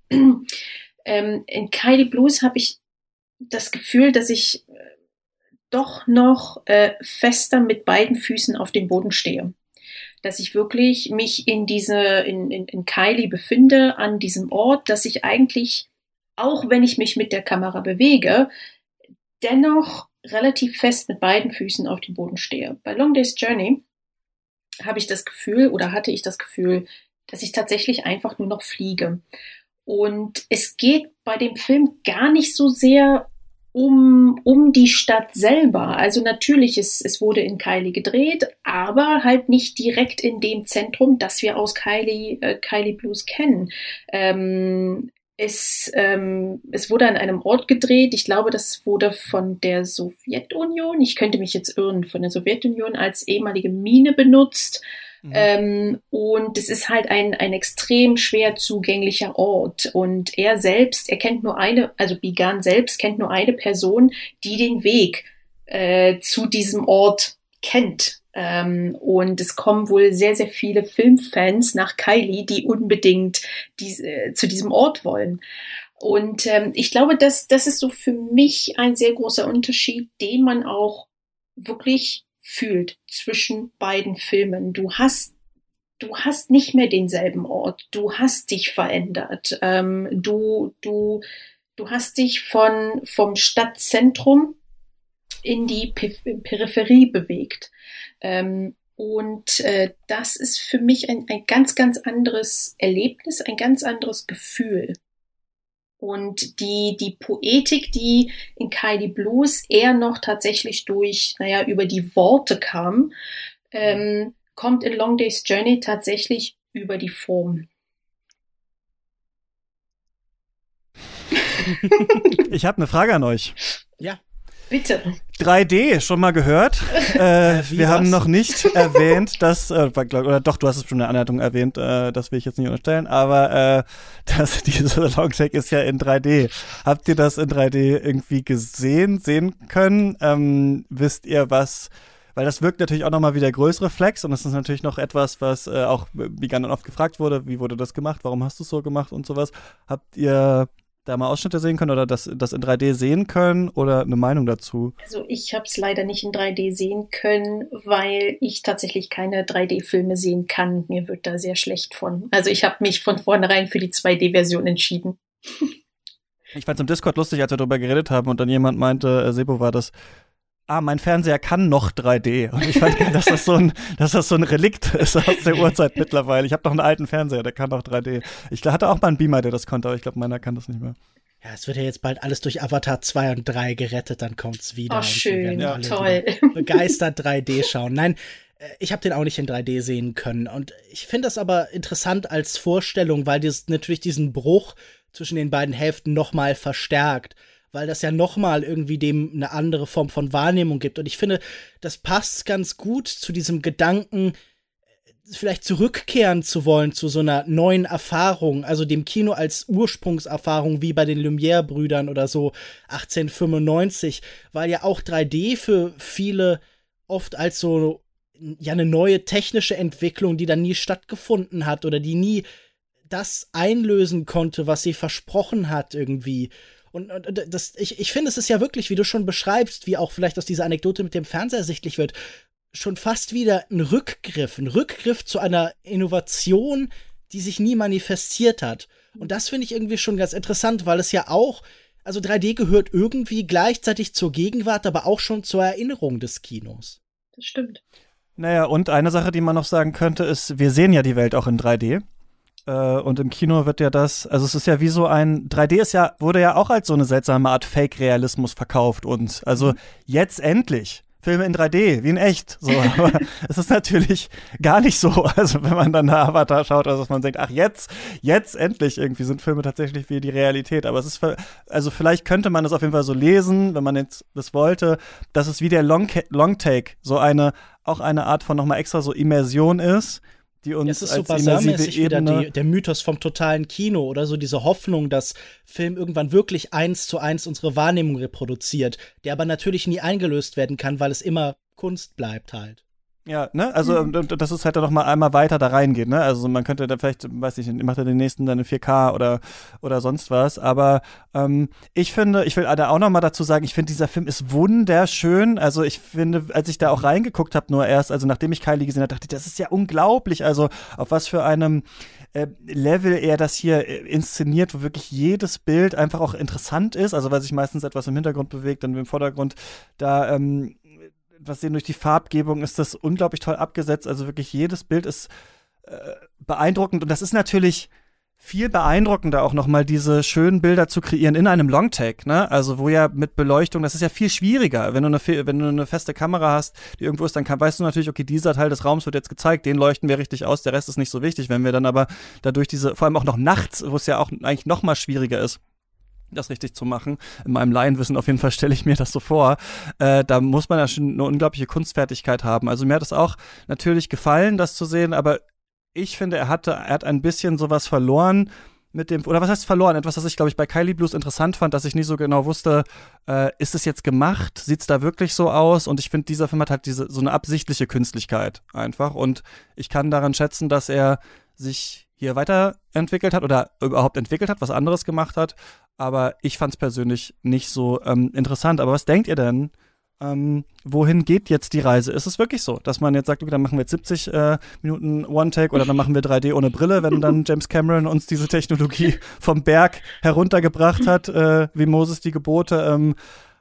In Kylie Blues habe ich das Gefühl, dass ich doch noch fester mit beiden Füßen auf dem Boden stehe. Dass ich wirklich mich in Kylie befinde, an diesem Ort, dass ich eigentlich, auch wenn ich mich mit der Kamera bewege, dennoch relativ fest mit beiden Füßen auf dem Boden stehe. Bei Long Day's Journey hatte ich das Gefühl, dass ich tatsächlich einfach nur noch fliege. Und es geht bei dem Film gar nicht so sehr um die Stadt selber. Also natürlich, es wurde in Kylie gedreht, aber halt nicht direkt in dem Zentrum, das wir aus Kylie Blues kennen. Es wurde an einem Ort gedreht, ich glaube, das wurde von der Sowjetunion, ich könnte mich jetzt irren, von der Sowjetunion als ehemalige Mine benutzt. Und es ist halt ein extrem schwer zugänglicher Ort. Und Bigan selbst kennt nur eine Person, die den Weg zu diesem Ort kennt. Und es kommen wohl sehr, sehr viele Filmfans nach Kylie, die unbedingt zu diesem Ort wollen. Und ich glaube, das ist so für mich ein sehr großer Unterschied, den man auch wirklich fühlt zwischen beiden Filmen. Du hast nicht mehr denselben Ort. Du hast dich verändert. Du hast dich vom Stadtzentrum in die Peripherie bewegt. Und das ist für mich ein ganz, ganz anderes Erlebnis, ein ganz anderes Gefühl. Und die Poetik, die in Kylie Blues eher noch tatsächlich über die Worte kam, kommt in Long Day's Journey tatsächlich über die Form.
Ich habe eine Frage an euch.
Ja.
Bitte.
3D, schon mal gehört? Wir haben noch nicht erwähnt, oder doch, du hast es schon in der Anleitung erwähnt, das will ich jetzt nicht unterstellen, aber diese Longtake ist ja in 3D. Habt ihr das in 3D irgendwie sehen können? Wisst ihr was? Weil das wirkt natürlich auch nochmal wie der größere Flex und das ist natürlich noch etwas, was auch wie ganz oft gefragt wurde, wie wurde das gemacht, warum hast du es so gemacht und sowas. Habt ihr da mal Ausschnitte sehen können oder das in 3D sehen können oder eine Meinung dazu?
Also ich habe es leider nicht in 3D sehen können, weil ich tatsächlich keine 3D-Filme sehen kann. Mir wird da sehr schlecht von. Also ich habe mich von vornherein für die 2D-Version entschieden.
Ich fand es im Discord lustig, als wir darüber geredet haben und dann jemand meinte, Sebo war das, mein Fernseher kann noch 3D. Und ich fand geil, dass das so ein Relikt ist aus der Urzeit mittlerweile. Ich habe noch einen alten Fernseher, der kann noch 3D. Ich hatte auch mal einen Beamer, der das konnte, aber ich glaube, meiner kann das nicht mehr.
Ja, es wird ja jetzt bald alles durch Avatar 2 und 3 gerettet, dann kommt's wieder.
Oh, schön,
ja,
toll.
Begeistert 3D schauen. Nein, ich habe den auch nicht in 3D sehen können. Und ich finde das aber interessant als Vorstellung, weil das natürlich diesen Bruch zwischen den beiden Hälften nochmal verstärkt. Weil das ja nochmal irgendwie dem eine andere Form von Wahrnehmung gibt. Und ich finde, das passt ganz gut zu diesem Gedanken, vielleicht zurückkehren zu wollen zu so einer neuen Erfahrung, also dem Kino als Ursprungserfahrung wie bei den Lumière-Brüdern oder so 1895, weil ja auch 3D für viele oft als so ja eine neue technische Entwicklung, die dann nie stattgefunden hat oder die nie das einlösen konnte, was sie versprochen hat irgendwie. Und ich finde, es ist ja wirklich, wie du schon beschreibst, wie auch vielleicht aus dieser Anekdote mit dem Fernseher ersichtlich wird, schon fast wieder ein Rückgriff zu einer Innovation, die sich nie manifestiert hat. Und das finde ich irgendwie schon ganz interessant, weil es ja auch, also 3D gehört irgendwie gleichzeitig zur Gegenwart, aber auch schon zur Erinnerung des Kinos.
Das stimmt.
Naja, und eine Sache, die man noch sagen könnte, ist, wir sehen ja die Welt auch in 3D. Und im Kino wird ja das, also es ist ja wie so 3D wurde ja auch als so eine seltsame Art Fake-Realismus verkauft uns. Also jetzt endlich Filme in 3D, wie in echt. So, aber es ist natürlich gar nicht so. Also wenn man dann nach Avatar schaut, also dass man denkt, ach jetzt endlich irgendwie sind Filme tatsächlich wie die Realität. Aber es ist, also vielleicht könnte man das auf jeden Fall so lesen, wenn man jetzt das wollte, dass es wie der Longtake so auch eine Art von nochmal extra so Immersion ist, die uns
es ist so
als
basarmäßig wieder
Ebene
der Mythos vom totalen Kino oder so diese Hoffnung, dass Film irgendwann wirklich 1:1 unsere Wahrnehmung reproduziert, der aber natürlich nie eingelöst werden kann, weil es immer Kunst bleibt halt.
Ja, ne, also das ist halt dann noch mal einmal weiter da reingeht, ne, also man könnte da vielleicht, weiß nicht, macht er den nächsten dann in 4K oder sonst was, aber ich will da auch noch mal dazu sagen, ich finde, dieser Film ist wunderschön, also ich finde, als ich da auch reingeguckt habe, nur erst, also nachdem ich Kylie gesehen habe, dachte ich, das ist ja unglaublich, also auf was für einem Level er das hier inszeniert, wo wirklich jedes Bild einfach auch interessant ist, also weil sich meistens etwas im Hintergrund bewegt, dann im Vordergrund da was sehen durch die Farbgebung, ist das unglaublich toll abgesetzt. Also wirklich jedes Bild ist beeindruckend. Und das ist natürlich viel beeindruckender, auch nochmal diese schönen Bilder zu kreieren in einem Longtake, ne? Also wo ja mit Beleuchtung, das ist ja viel schwieriger. Wenn du eine feste Kamera hast, die irgendwo ist, dann weißt du natürlich, okay, dieser Teil des Raums wird jetzt gezeigt, den leuchten wir richtig aus, der Rest ist nicht so wichtig. Wenn wir dann aber dadurch vor allem auch noch nachts, wo es ja auch eigentlich noch mal schwieriger ist, das richtig zu machen. In meinem Laienwissen auf jeden Fall stelle ich mir das so vor. Da muss man ja schon eine unglaubliche Kunstfertigkeit haben. Also mir hat es auch natürlich gefallen, das zu sehen, aber ich finde, er hat ein bisschen sowas verloren mit dem, oder was heißt verloren? Etwas, das ich, glaube ich, bei Kylie Blues interessant fand, dass ich nie so genau wusste, ist es jetzt gemacht? Sieht's da wirklich so aus? Und ich finde, dieser Film hat halt so eine absichtliche Künstlichkeit einfach. Und ich kann daran schätzen, dass er sich hier weiterentwickelt hat oder überhaupt entwickelt hat, was anderes gemacht hat. Aber ich fand es persönlich nicht so interessant. Aber was denkt ihr denn? Wohin geht jetzt die Reise? Ist es wirklich so, dass man jetzt sagt, okay, dann machen wir jetzt 70 Minuten One-Take oder dann machen wir 3D ohne Brille, wenn dann James Cameron uns diese Technologie vom Berg heruntergebracht hat, wie Moses die Gebote,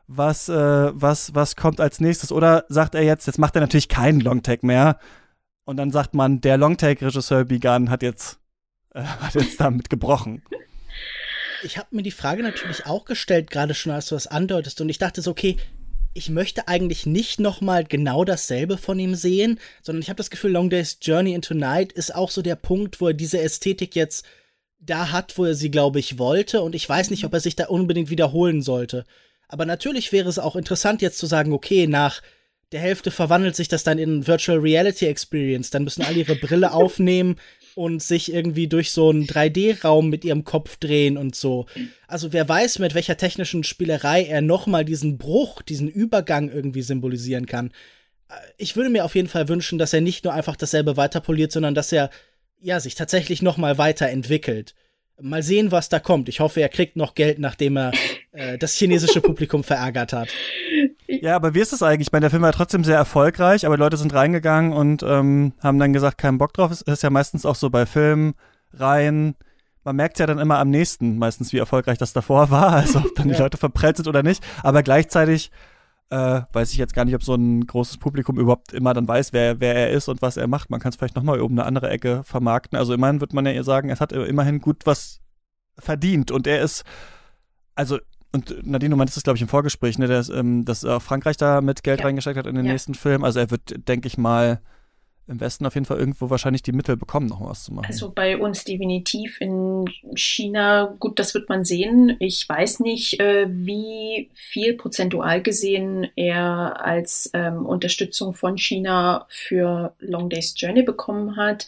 was kommt als nächstes? Oder sagt er jetzt macht er natürlich keinen Long-Take mehr und dann sagt man, der Long-Take-Regisseur Bigan hat jetzt damit gebrochen.
Ich habe mir die Frage natürlich auch gestellt, gerade schon als du das andeutest, und ich dachte so, okay, ich möchte eigentlich nicht nochmal genau dasselbe von ihm sehen, sondern ich habe das Gefühl, Long Day's Journey into Night ist auch so der Punkt, wo er diese Ästhetik jetzt da hat, wo er sie, glaube ich, wollte, und ich weiß nicht, ob er sich da unbedingt wiederholen sollte. Aber natürlich wäre es auch interessant jetzt zu sagen, okay, nach der Hälfte verwandelt sich das dann in Virtual Reality Experience, dann müssen alle ihre Brille aufnehmen und sich irgendwie durch so einen 3D-Raum mit ihrem Kopf drehen und so. Also wer weiß, mit welcher technischen Spielerei er nochmal diesen Bruch, diesen Übergang irgendwie symbolisieren kann. Ich würde mir auf jeden Fall wünschen, dass er nicht nur einfach dasselbe weiterpoliert, sondern dass er sich tatsächlich nochmal weiterentwickelt. mal sehen, was da kommt. Ich hoffe, er kriegt noch Geld, nachdem er das chinesische Publikum verärgert hat.
Ja, aber wie ist es eigentlich? Ich meine, der Film war trotzdem sehr erfolgreich, aber Leute sind reingegangen und haben dann gesagt, keinen Bock drauf. Es ist ja meistens auch so bei Filmreihen, man merkt ja dann immer am nächsten, meistens wie erfolgreich das davor war, also ob dann die Leute verprellt sind oder nicht. Aber gleichzeitig weiß ich jetzt gar nicht, ob so ein großes Publikum überhaupt immer dann weiß, wer er ist und was er macht. Man kann es vielleicht nochmal um eine andere Ecke vermarkten. Also immerhin wird man ja sagen, es hat immerhin gut was verdient. Und er ist, also, und Nadine, du meintest das, glaube ich, im Vorgespräch, ne, dass Frankreich da mit Geld reingesteckt hat in den nächsten Film. Also er wird, denke ich mal, im Westen auf jeden Fall irgendwo wahrscheinlich die Mittel bekommen, noch was zu machen.
Also bei uns definitiv. In China, gut, das wird man sehen. Ich weiß nicht, wie viel prozentual gesehen er als Unterstützung von China für Long Day's Journey bekommen hat.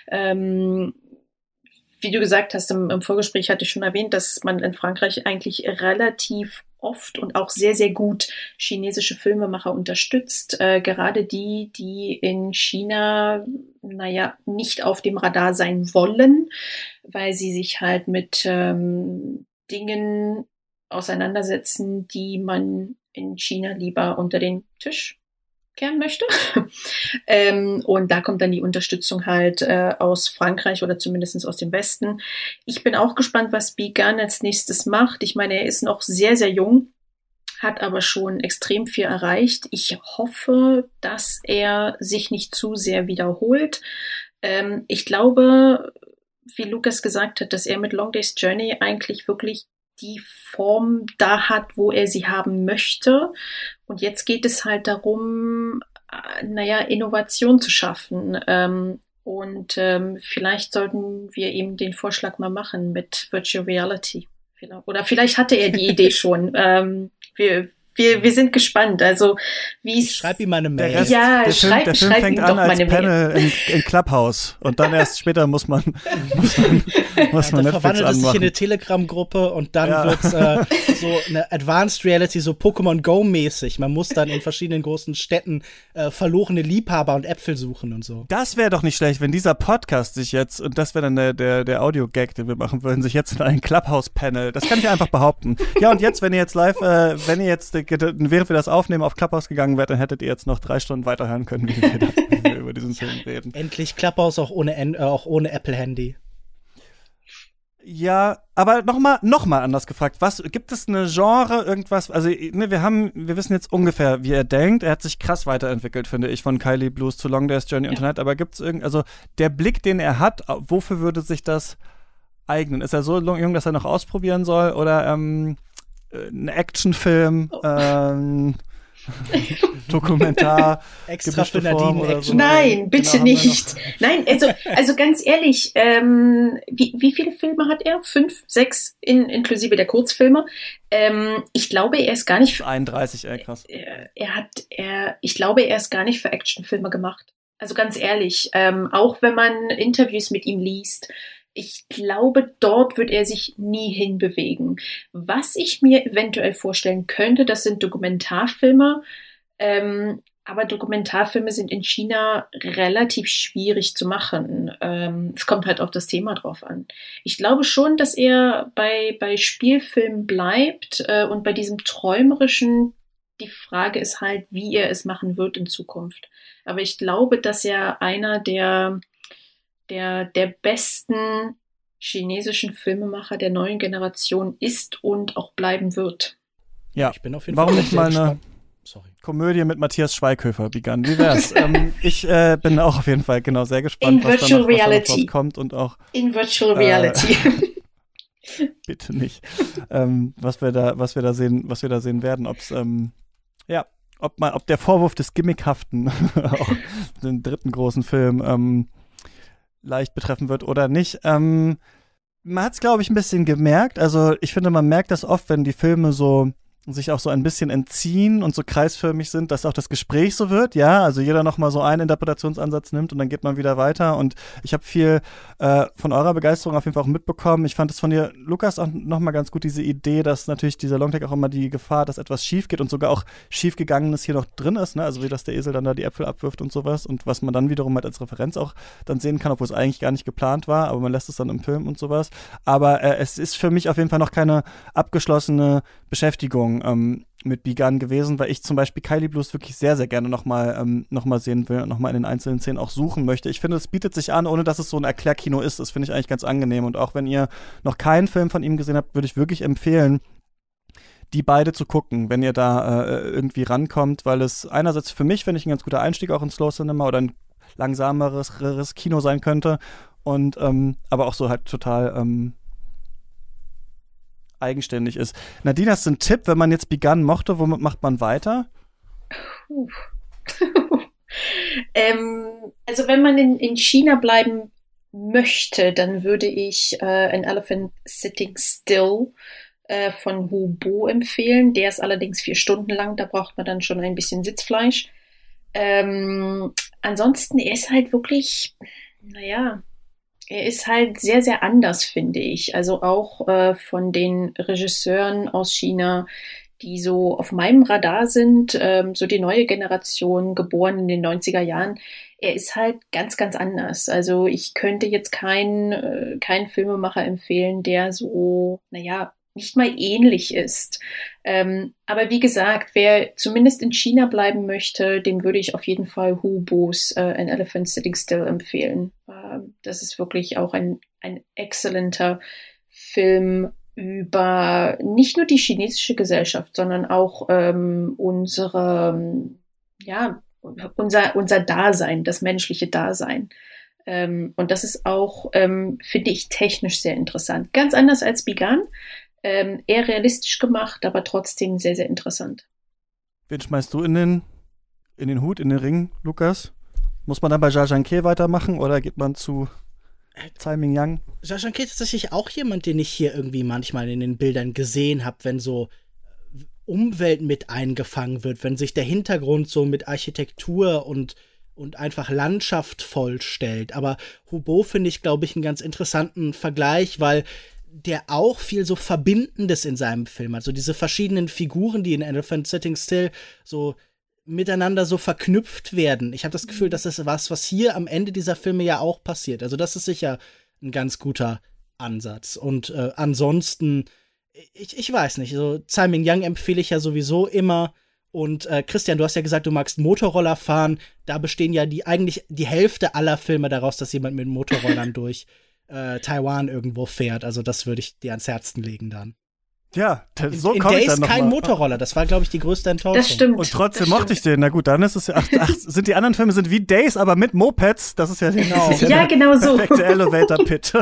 Wie du gesagt hast, im Vorgespräch hatte ich schon erwähnt, dass man in Frankreich eigentlich relativ oft und auch sehr, sehr gut chinesische Filmemacher unterstützt. Gerade die in China, nicht auf dem Radar sein wollen, weil sie sich halt mit Dingen auseinandersetzen, die man in China lieber unter den Tisch kehren möchte. Und da kommt dann die Unterstützung halt aus Frankreich oder zumindest aus dem Westen. Ich bin auch gespannt, was Bi Gan als nächstes macht. Ich meine, er ist noch sehr, sehr jung, hat aber schon extrem viel erreicht. Ich hoffe, dass er sich nicht zu sehr wiederholt. Ich glaube, wie Lukas gesagt hat, dass er mit Long Day's Journey eigentlich wirklich die Form da hat, wo er sie haben möchte. Und jetzt geht es halt darum, Innovation zu schaffen. Und vielleicht sollten wir ihm den Vorschlag mal machen mit Virtual Reality. Oder vielleicht hatte er die Idee schon. Wir sind gespannt. Also, wie es.
Schreib ihm mal eine Mail.
Der Film fängt an als Panel in Clubhouse und dann erst später muss man
dann
Netflix
verwandelt es sich
anmachen.
in eine Telegram-Gruppe und dann wird's so eine Advanced Reality, so Pokémon Go-mäßig. Man muss dann in verschiedenen großen Städten verlorene Liebhaber und Äpfel suchen und so.
Das wäre doch nicht schlecht, wenn dieser Podcast sich jetzt, und das wäre dann der Audio-Gag, den wir machen würden, sich jetzt in ein Clubhouse-Panel, das kann ich einfach behaupten. Ja, und jetzt, wenn ihr jetzt live, während wir das aufnehmen, auf Clubhouse gegangen wärt, dann hättet ihr jetzt noch 3 Stunden weiterhören können, wie wir über diesen Film reden.
Endlich Clubhouse auch ohne Apple-Handy.
Ja, aber noch mal anders gefragt. Gibt es eine Genre, irgendwas? Also, ne, wir wissen jetzt ungefähr, wie er denkt. Er hat sich krass weiterentwickelt, finde ich, von Kylie Blues zu Long Day's Journey und Tonight. Aber gibt es also der Blick, den er hat, wofür würde sich das eignen? Ist er so jung, dass er noch ausprobieren soll? Oder ein Actionfilm, Dokumentar,
extra für Nadine
oder
Action.
so.
Nein, bitte nicht. Nein, also ganz ehrlich, wie viele Filme hat er? 5, 6 inklusive der Kurzfilme. Ich glaube, er ist gar nicht für
31, krass.
Ich glaube, er ist gar nicht für Actionfilme gemacht. Also ganz ehrlich, auch wenn man Interviews mit ihm liest, ich glaube, dort wird er sich nie hinbewegen. Was ich mir eventuell vorstellen könnte, das sind Dokumentarfilme. Aber Dokumentarfilme sind in China relativ schwierig zu machen. Es kommt halt auf das Thema drauf an. Ich glaube schon, dass er bei Spielfilmen bleibt und bei diesem Träumerischen. Die Frage ist halt, wie er es machen wird in Zukunft. Aber ich glaube, dass er einer der besten chinesischen Filmemacher der neuen Generation ist und auch bleiben wird.
Ja,
ich bin auf jeden Fall
warum nicht mal eine
Sorry.
Komödie mit Matthias Schweighöfer begann? Wie wär's? Ich bin auch auf jeden Fall sehr gespannt,
was da noch
rauskommt und auch
in Virtual Reality.
Bitte nicht. Was wir da sehen werden, ob der Vorwurf des Gimmickhaften auch den dritten großen Film leicht betreffen wird oder nicht. Man hat es, glaube ich, ein bisschen gemerkt. Also ich finde, man merkt das oft, wenn die Filme so sich auch so ein bisschen entziehen und so kreisförmig sind, dass auch das Gespräch so wird, ja, also jeder nochmal so einen Interpretationsansatz nimmt und dann geht man wieder weiter und ich habe viel von eurer Begeisterung auf jeden Fall auch mitbekommen. Ich fand es von dir, Lukas, auch nochmal ganz gut, diese Idee, dass natürlich dieser Longtake auch immer die Gefahr, dass etwas schief geht und sogar auch schiefgegangenes hier noch drin ist, ne, also wie dass der Esel dann da die Äpfel abwirft und sowas und was man dann wiederum halt als Referenz auch dann sehen kann, obwohl es eigentlich gar nicht geplant war, aber man lässt es dann im Film und sowas. Aber es ist für mich auf jeden Fall noch keine abgeschlossene Beschäftigung mit Begun gewesen, weil ich zum Beispiel Kylie Blues wirklich sehr, sehr gerne noch mal sehen will und noch mal in den einzelnen Szenen auch suchen möchte. Ich finde, es bietet sich an, ohne dass es so ein Erklärkino ist. Das finde ich eigentlich ganz angenehm. Und auch wenn ihr noch keinen Film von ihm gesehen habt, würde ich wirklich empfehlen, die beide zu gucken, wenn ihr da irgendwie rankommt, weil es einerseits für mich, finde ich, ein ganz guter Einstieg auch in Slow Cinema oder ein langsameres Kino sein könnte und aber auch so halt total eigenständig ist. Nadine, hast du einen Tipp, wenn man jetzt Begun mochte, womit macht man weiter?
Also wenn man in China bleiben möchte, dann würde ich An Elephant Sitting Still von Hu Bo empfehlen. Der ist allerdings 4 Stunden lang, da braucht man dann schon ein bisschen Sitzfleisch. Ansonsten, er ist halt wirklich, er ist halt sehr, sehr anders, finde ich. Also auch von den Regisseuren aus China, die so auf meinem Radar sind, so die neue Generation, geboren in den 90er Jahren. Er ist halt ganz, ganz anders. Also ich könnte jetzt keinen Filmemacher empfehlen, der so, nicht mal ähnlich ist. Aber wie gesagt, wer zumindest in China bleiben möchte, dem würde ich auf jeden Fall Hu Bos An Elephant Sitting Still empfehlen. Das ist wirklich auch ein exzellenter Film über nicht nur die chinesische Gesellschaft, sondern auch unser Dasein, das menschliche Dasein. Und das ist auch, finde ich, technisch sehr interessant. Ganz anders als Begun. Eher realistisch gemacht, aber trotzdem sehr, sehr interessant.
Wen schmeißt du in den Hut, in den Ring, Lukas? Muss man dann bei Jia Zhangke weitermachen oder geht man zu Tsai Ming-Yang?
Jia Zhangke ist tatsächlich auch jemand, den ich hier irgendwie manchmal in den Bildern gesehen habe, wenn so Umwelt mit eingefangen wird, wenn sich der Hintergrund so mit Architektur und einfach Landschaft vollstellt. Aber Hu Bo finde ich, glaube ich, einen ganz interessanten Vergleich, weil der auch viel so Verbindendes in seinem Film hat. So diese verschiedenen Figuren, die in Elephant Sitting Still so miteinander so verknüpft werden. Ich habe das Gefühl, das ist was hier am Ende dieser Filme ja auch passiert. Also das ist sicher ein ganz guter Ansatz. Und ansonsten, ich weiß nicht, so Tsai Ming-Yang empfehle ich ja sowieso immer. Und Christian, du hast ja gesagt, du magst Motorroller fahren. Da bestehen ja eigentlich die Hälfte aller Filme daraus, dass jemand mit Motorrollern durch Taiwan irgendwo fährt. Also das würde ich dir ans Herzen legen dann.
Ja, so
in
komme ich
Days
dann noch
kein
mal.
Motorroller. Das war, glaube ich, die größte Enttäuschung.
Das stimmt.
Und trotzdem mochte ich den. Na gut, dann ist es ja, sind die anderen Filme sind wie Days, aber mit Mopeds. Das ist ja,
Genau.
das ist
Ja, genau so.
perfekte Elevator-Pitch.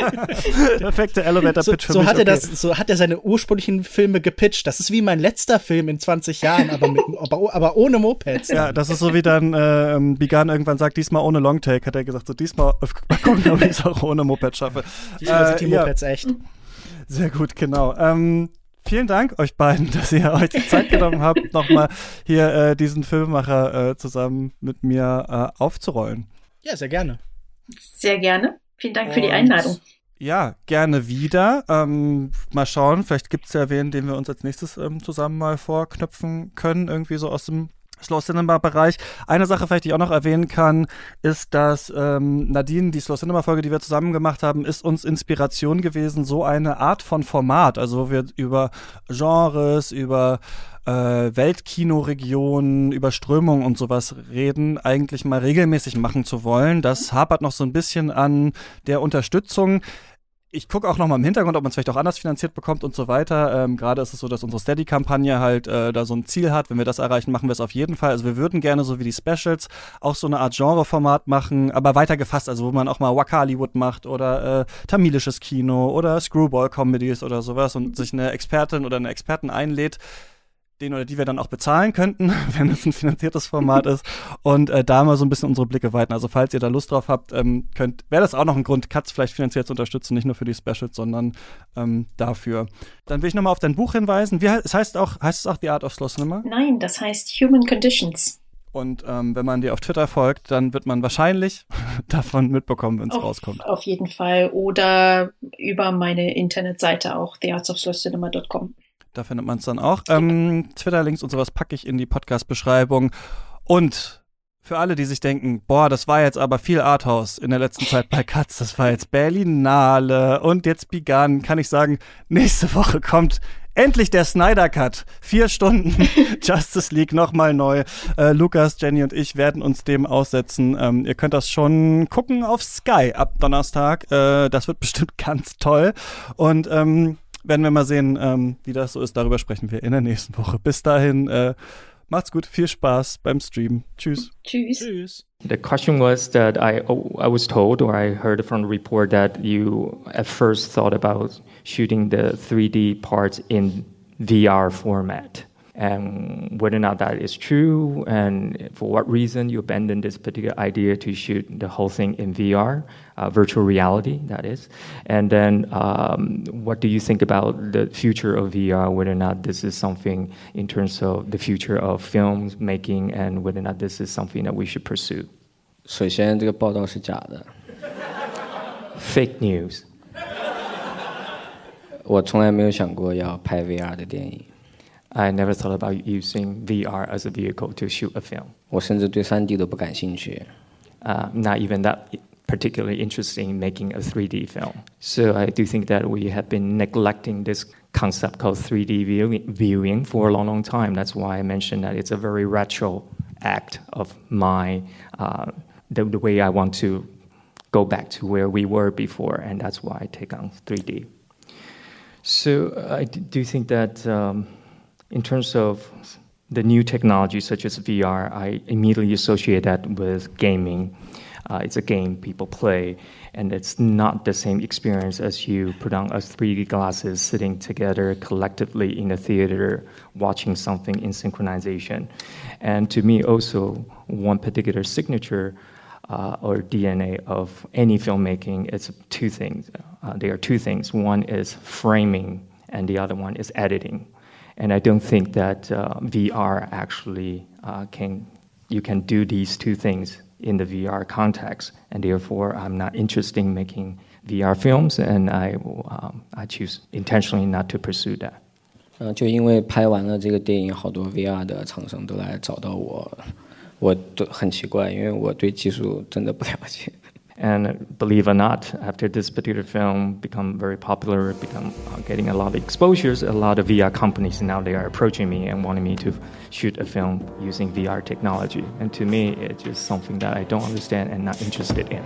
Perfekte Elevator-Pitch für
so
mich.
hat er
okay.
so hat er seine ursprünglichen Filme gepitcht. Das ist wie mein letzter Film in 20 Jahren, aber ohne Mopeds.
Ja, das ist so wie dann Begun irgendwann sagt, diesmal ohne Longtake, hat er gesagt, so diesmal mal gucken, ob ich es auch ohne Moped schaffe.
Diesmal sind die Mopeds echt.
Sehr gut, genau. Vielen Dank euch beiden, dass ihr euch die Zeit genommen habt, nochmal hier diesen Filmemacher zusammen mit mir aufzurollen.
Ja, sehr gerne.
Sehr gerne. Vielen Dank für die Einladung.
Ja, gerne wieder. Mal schauen, vielleicht gibt es ja wen, den wir uns als nächstes zusammen mal vorknöpfen können, irgendwie so aus dem Slow Cinema-Bereich. Eine Sache vielleicht, die ich auch noch erwähnen kann, ist, dass Nadine, die Slow Cinema-Folge, die wir zusammen gemacht haben, ist uns Inspiration gewesen, so eine Art von Format, also wo wir über Genres, über Weltkinoregionen, über Strömungen und sowas reden, eigentlich mal regelmäßig machen zu wollen. Das hapert noch so ein bisschen an der Unterstützung. Ich gucke auch noch mal im Hintergrund, ob man es vielleicht auch anders finanziert bekommt und so weiter. Gerade ist es so, dass unsere Steady-Kampagne halt da so ein Ziel hat. Wenn wir das erreichen, machen wir es auf jeden Fall. Also wir würden gerne, so wie die Specials, auch so eine Art Genreformat machen, aber weiter gefasst. Also wo man auch mal Wakaliwood macht oder tamilisches Kino oder Screwball-Comedies oder sowas und sich eine Expertin oder einen Experten einlädt, den oder die wir dann auch bezahlen könnten, wenn es ein finanziertes Format ist und da mal so ein bisschen unsere Blicke weiten. Also falls ihr da Lust drauf habt, wäre das auch noch ein Grund, Katz vielleicht finanziell zu unterstützen, nicht nur für die Specials, sondern dafür. Dann will ich nochmal auf dein Buch hinweisen. Heißt es auch The Art of Slow Cinema?
Nein, das heißt Human Conditions.
Und wenn man dir auf Twitter folgt, dann wird man wahrscheinlich davon mitbekommen, wenn es rauskommt.
Auf jeden Fall. Oder über meine Internetseite auch, theartsofslowcinema.com.
Da findet man es dann auch. Twitter-Links und sowas packe ich in die Podcast-Beschreibung. Und für alle, die sich denken, boah, das war jetzt aber viel Arthouse in der letzten Zeit bei Katz, das war jetzt Berlinale und jetzt Begun, kann ich sagen, nächste Woche kommt endlich der Snyder Cut. 4 Stunden Justice League nochmal neu. Lukas, Jenny und ich werden uns dem aussetzen. Ihr könnt das schon gucken auf Sky ab Donnerstag. Das wird bestimmt ganz toll. Und werden wir mal sehen, wie das so ist. Darüber sprechen wir in der nächsten Woche. Bis dahin, macht's gut, viel Spaß beim Stream. Tschüss.
Tschüss.
Tschüss.
The question was that I was told, or I heard from the report, that you at first thought about shooting the 3D parts in VR format. And whether or not that is true, and for what reason you abandoned this particular idea to shoot the whole thing in VR, virtual reality, that is. And then what do you think about the future of VR, whether or not this is something in terms of the future of film making, and whether or not this is something that we should pursue?
首先，这个报道是假的。
Fake news.
我从来没有想过要拍 VR 的电影。
I never thought about using VR as a vehicle to shoot a film.
我甚至对 3D 都不感兴趣。
Not even that particularly interested in making a 3D film. So I do think that we have been neglecting this concept called 3D viewing for a long, long time. That's why I mentioned that it's a very retro act of my, the way I want to go back to where we were before, and that's why I take on 3D. So I do think that in terms of the new technology such as VR, I immediately associate that with gaming. It's a game people play, and it's not the same experience as you put on a 3D glasses sitting together collectively in a theater watching something in synchronization. And to me also, one particular signature or DNA of any filmmaking, it's 2 things. There are 2 things. One is framing, and the other one is editing. And I don't think that VR actually you can do these 2 things in the VR context, and therefore I'm not interested in making VR films, and I choose intentionally not to pursue that.
就因为拍完了这个电影，好多 VR 的厂商都来找到我，我都很奇怪，因为我对技术真的不了解。
And believe it or not, after this particular film become very popular, getting a lot of exposures, a lot of VR companies now they are approaching me and wanting me to shoot a film using VR technology. And to me, it's just something that I don't understand and not interested in.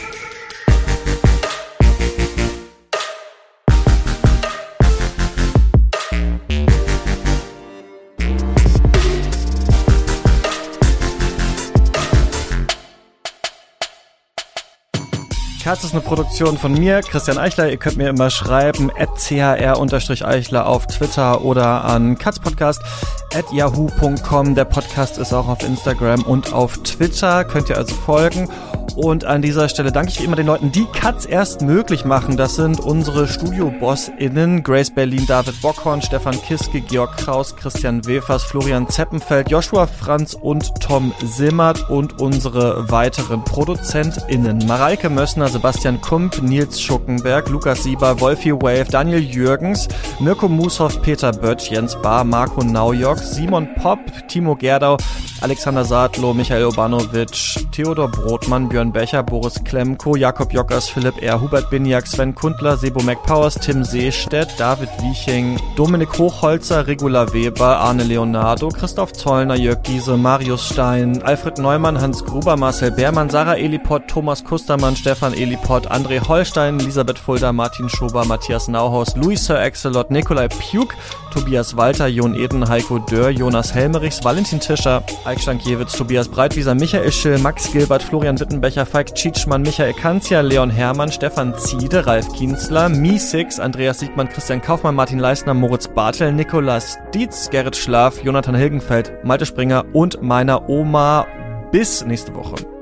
Katz ist eine Produktion von mir, Christian Eichler. Ihr könnt mir immer schreiben, @chr_Eichler auf Twitter oder an katzpodcast@yahoo.com. Der Podcast ist auch auf Instagram und auf Twitter. Könnt ihr also folgen. Und an dieser Stelle danke ich wie immer den Leuten, die Katz erst möglich machen. Das sind unsere Studio-BossInnen: Grace Berlin, David Bockhorn, Stefan Kiske, Georg Kraus, Christian Wefers, Florian Zeppenfeld, Joshua Franz und Tom Simmert, und unsere weiteren ProduzentInnen: Mareike Mössner, Sebastian Kump, Nils Schuckenberg, Lukas Sieber, Wolfi Wave, Daniel Jürgens, Mirko Mushoff, Peter Böttch, Jens Bahr, Marco Naujock, Simon Popp, Timo Gerdau, Alexander Sadlow, Michael Obanovic, Theodor Brodmann, Björn Becher, Boris Klemko, Jakob Jockers, Philipp R., Hubert Biniak, Sven Kundler, Sebo McPowers, Tim Seestedt, David Wieching, Dominik Hochholzer, Regula Weber, Arne Leonardo, Christoph Zollner, Jörg Giese, Marius Stein, Alfred Neumann, Hans Gruber, Marcel Beermann, Sarah Eliport, Thomas Kustermann, Stefan Eliport, André Holstein, Elisabeth Fulda, Martin Schober, Matthias Nauhaus, Louis Sir Axelot, Nikolai Pjuk, Tobias Walter, Jon Eden, Heiko Dörr, Jonas Helmerichs, Valentin Tischer, Eik Stankiewicz, Tobias Breitwieser, Michael Schill, Max Gilbert, Florian Wittenbecher, Falk Tschitschmann, Michael Kanzia, Leon Herrmann, Stefan Ziede, Ralf Kienzler, Mi6, Andreas Siegmann, Christian Kaufmann, Martin Leisner, Moritz Bartel, Nikolas Dietz, Gerrit Schlaf, Jonathan Hilgenfeld, Malte Springer und meiner Oma. Bis nächste Woche.